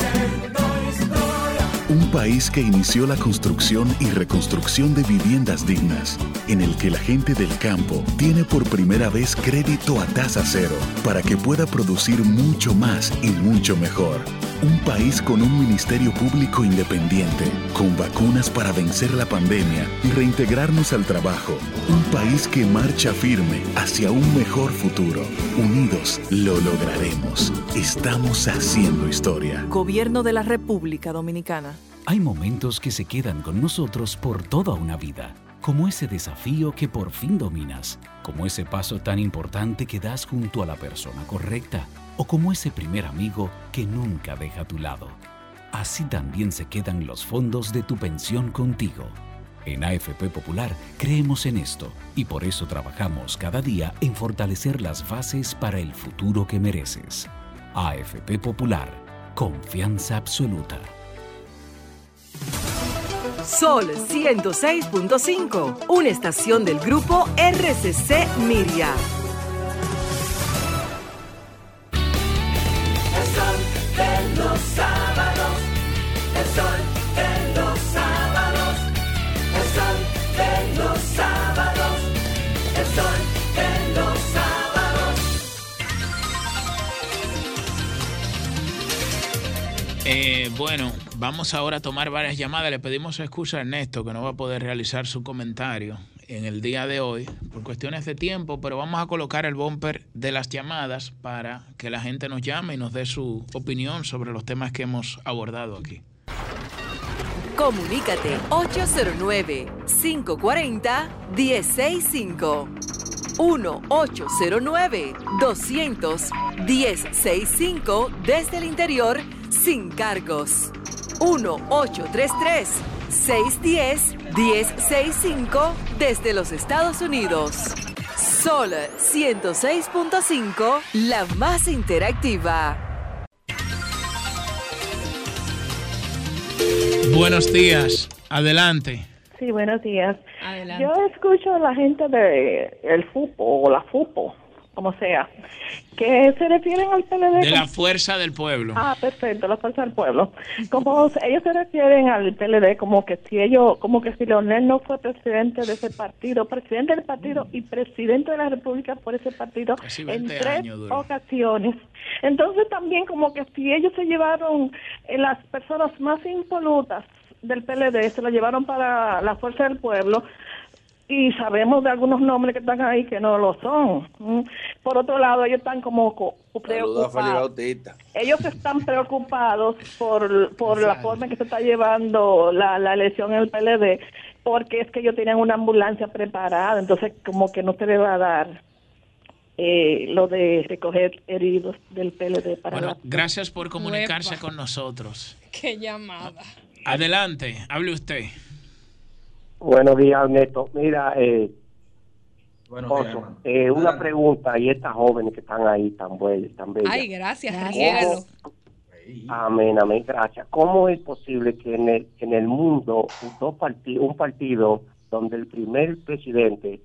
Un país que inició la construcción y reconstrucción de viviendas dignas, en el que la gente del campo tiene por primera vez crédito a tasa cero para que pueda producir mucho más y mucho mejor. Un país con un ministerio público independiente, con vacunas para vencer la pandemia y reintegrarnos al trabajo. Un país que marcha firme hacia un mejor futuro. Unidos lo lograremos. Estamos haciendo historia. Gobierno de la República Dominicana. Hay momentos que se quedan con nosotros por toda una vida, como ese desafío que por fin dominas, como ese paso tan importante que das junto a la persona correcta, o como ese primer amigo que nunca deja a tu lado. Así también se quedan los fondos de tu pensión contigo. En AFP Popular creemos en esto y por eso trabajamos cada día en fortalecer las bases para el futuro que mereces. AFP Popular, confianza absoluta. Sol 106.5, una estación del grupo RCC Miria. El sol de los sábados, el sol de los sábados, el sol de los sábados, el sol de los sábados. Bueno, vamos ahora a tomar varias llamadas. Le pedimos excusa a Ernesto que no va a poder realizar su comentario en el día de hoy por cuestiones de tiempo, pero vamos a colocar el bumper de las llamadas para que la gente nos llame y nos dé su opinión sobre los temas que hemos abordado aquí. Comunícate 809-540-1065. 1-809-200-1065 desde el interior sin cargos. 1-833-610-1065 desde los Estados Unidos. Sol 106.5, la más interactiva. Buenos días, adelante. Sí, buenos días. Adelante. Yo escucho a la gente de el FUPO o la FUPO, como sea, que se refieren al PLD. De la Fuerza del Pueblo. Ah, perfecto, la Fuerza del Pueblo. Como ellos se refieren al PLD como que si Leonel no fue presidente de ese partido, presidente del partido y presidente de la República por ese partido en 3 ocasiones. Entonces también como que si ellos se llevaron las personas más impolutas del PLD, se lo llevaron para la Fuerza del Pueblo, y sabemos de algunos nombres que están ahí que no lo son. Por otro lado, ellos están como preocupados. Ellos están preocupados por la forma en que se está llevando la elección en el PLD, porque es que ellos tenían una ambulancia preparada, entonces como que no se le va a dar lo de recoger heridos del PLD para gracias por comunicarse con nosotros. Qué llamada. Adelante, hable usted. Buenos días, Neto. Mira, Bueno, una pregunta, y estas jóvenes que están ahí tan bellas. Ay, gracias, riégalo. Amén, gracias. ¿Cómo es posible que en el mundo un partido donde el primer presidente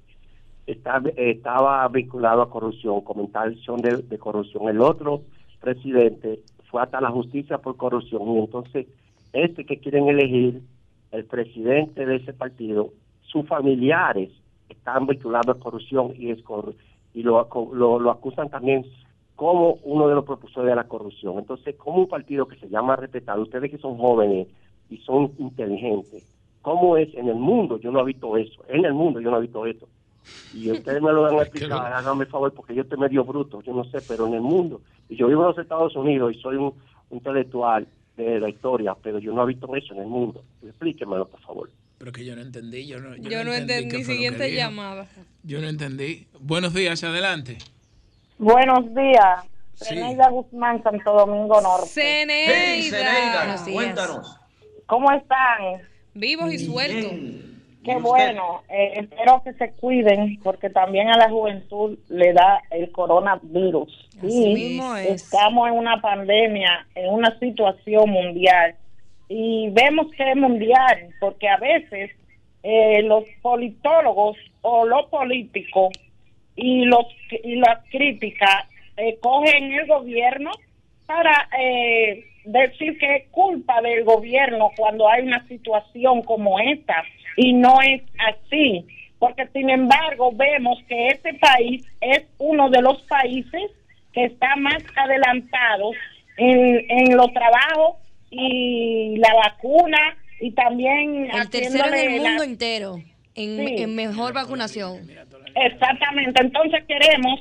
estaba vinculado a corrupción, comentación de corrupción, el otro presidente fue hasta la justicia por corrupción, y entonces que quieren elegir el presidente de ese partido, sus familiares están vinculados a corrupción y lo acusan también como uno de los propulsores de la corrupción? Entonces, como un partido que se llama respetado, ustedes que son jóvenes y son inteligentes, ¿cómo es en el mundo? Yo no he visto eso. En el mundo yo no he visto eso. Y ustedes me lo van a explicar, háganme el favor, porque yo estoy medio bruto, yo no sé, pero en el mundo. Y yo vivo en los Estados Unidos y soy un intelectual de la historia, pero yo no he visto eso en el mundo. Explíquemelo, por favor. Pero que yo no entendí. Yo no entendí. Siguiente llamada. Yo no entendí. Buenos días, adelante. Buenos días. Zeneida Guzmán, Santo Domingo Norte. Zeneida. Hey, Zeneida, cuéntanos. ¿Cómo están? Vivos y sueltos. Qué bueno. Espero que se cuiden porque también a la juventud le da el coronavirus. Así mismo es. Estamos en una pandemia, en una situación mundial. Y vemos que es mundial porque a veces los politólogos o los políticos y las críticas cogen el gobierno para decir que es culpa del gobierno cuando hay una situación como esta, y no es así, porque sin embargo vemos que este país es uno de los países que está más adelantados en los trabajos y la vacuna, y también el tercero en el mundo entero en mejor vacunación. Exactamente. Entonces queremos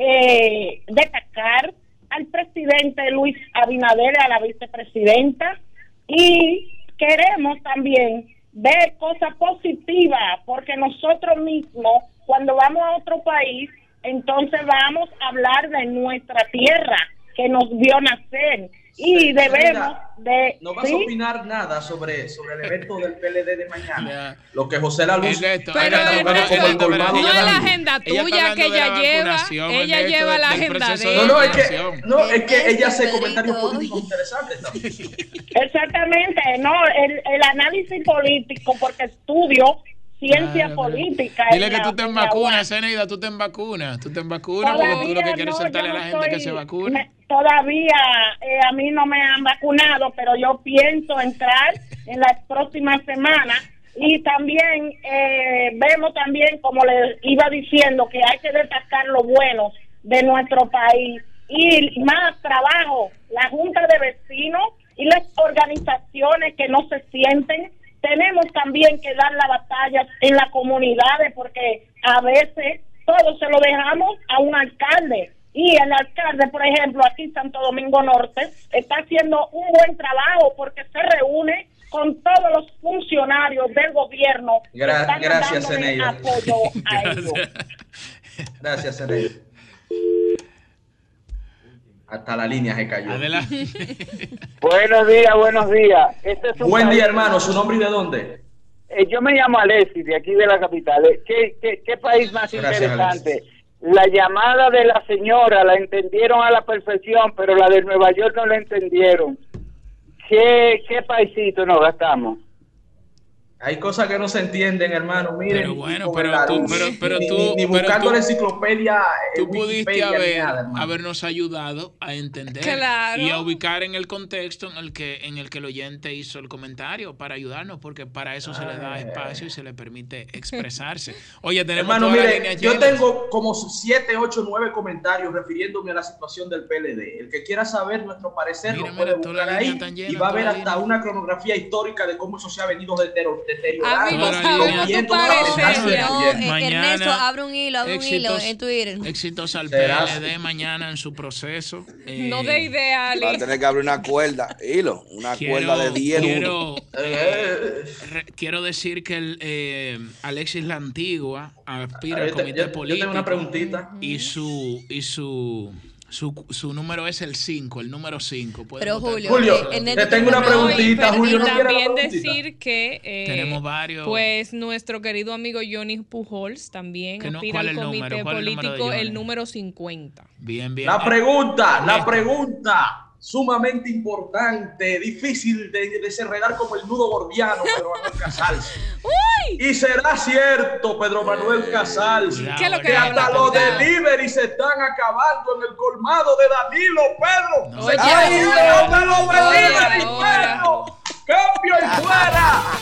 destacar al presidente Luis Abinader, a la vicepresidenta, y queremos también ver cosas positivas, porque nosotros mismos cuando vamos a otro país, entonces vamos a hablar de nuestra tierra que nos vio nacer. Y debemos de... No vas a opinar nada sobre el evento del PLD de mañana. Lo que José La Luz pero como el colmado. No es la agenda tuya que ella lleva. Ella lleva la agenda de ella. Es que ella hace comentarios políticos interesantes también. Exactamente, no, el análisis político, porque estudio ciencia política. Dile que tú te vacunas, Zeneida, tú te vacunas, porque tú lo que quieres es sentarle a la gente que se vacune. Todavía a mí no me han vacunado, pero yo pienso entrar en las próximas semanas. Y también vemos también, como les iba diciendo, que hay que destacar lo bueno de nuestro país y más trabajo, la Junta de Vecinos y las organizaciones que no se sienten. Tenemos también que dar la batalla en las comunidades, porque a veces todo se lo dejamos a un alcalde. Y el alcalde, por ejemplo, aquí en Santo Domingo Norte, está haciendo un buen trabajo porque se reúne con todos los funcionarios del gobierno. Gracias, Zeneida. Apoyo a ellos. Gracias, Zeneida. Hasta la línea se cayó. Buenos días. Buen día, hermano. ¿Su nombre y de dónde? Yo me llamo Alexis, de aquí de la capital. ¿Qué país más interesante? Alexis. La llamada de la señora la entendieron a la perfección, pero la de Nueva York no la entendieron. ¿Qué paisito nos gastamos? Hay cosas que no se entienden, hermano. Miren, pero bueno, pero tú, ni buscando la enciclopedia. Tú pudiste habernos ayudado a entender y a ubicar en el contexto en el que el oyente hizo el comentario para ayudarnos, porque para eso se le da espacio y se le permite expresarse. Oye, tenemos hermano, toda mire, la línea yo llena. tengo como 7, 8, 9 comentarios refiriéndome a la situación del PLD. El que quiera saber nuestro parecer lo puede buscar ahí y va a ver hasta una cronografía histórica de cómo eso se ha venido deteriorando. Amigos, Ernesto, abre un hilo en Twitter. Éxitos al PLD mañana en su proceso. No de idea, va a tener que abrir una cuerda, cuerda de 10. Quiero decir que Alexis La Antigua aspira al comité político. Yo tengo una preguntita. Y su número es el 5, el número 5. Pero Julio, te tengo una preguntita, Julio. Y también decir que tenemos varios. Pues nuestro querido amigo Johnny Pujols también aspira al comité político, el número 50. Bien. La pregunta sumamente importante, difícil de desenredar como el nudo gordiano, Pedro Manuel Casals. Y será cierto, Pedro Manuel Casals, que hasta los delivery se están acabando en el colmado de Danilo, Pedro. ¡Ay, no me lo delivery, Pedro! ¡Cambio y fuera!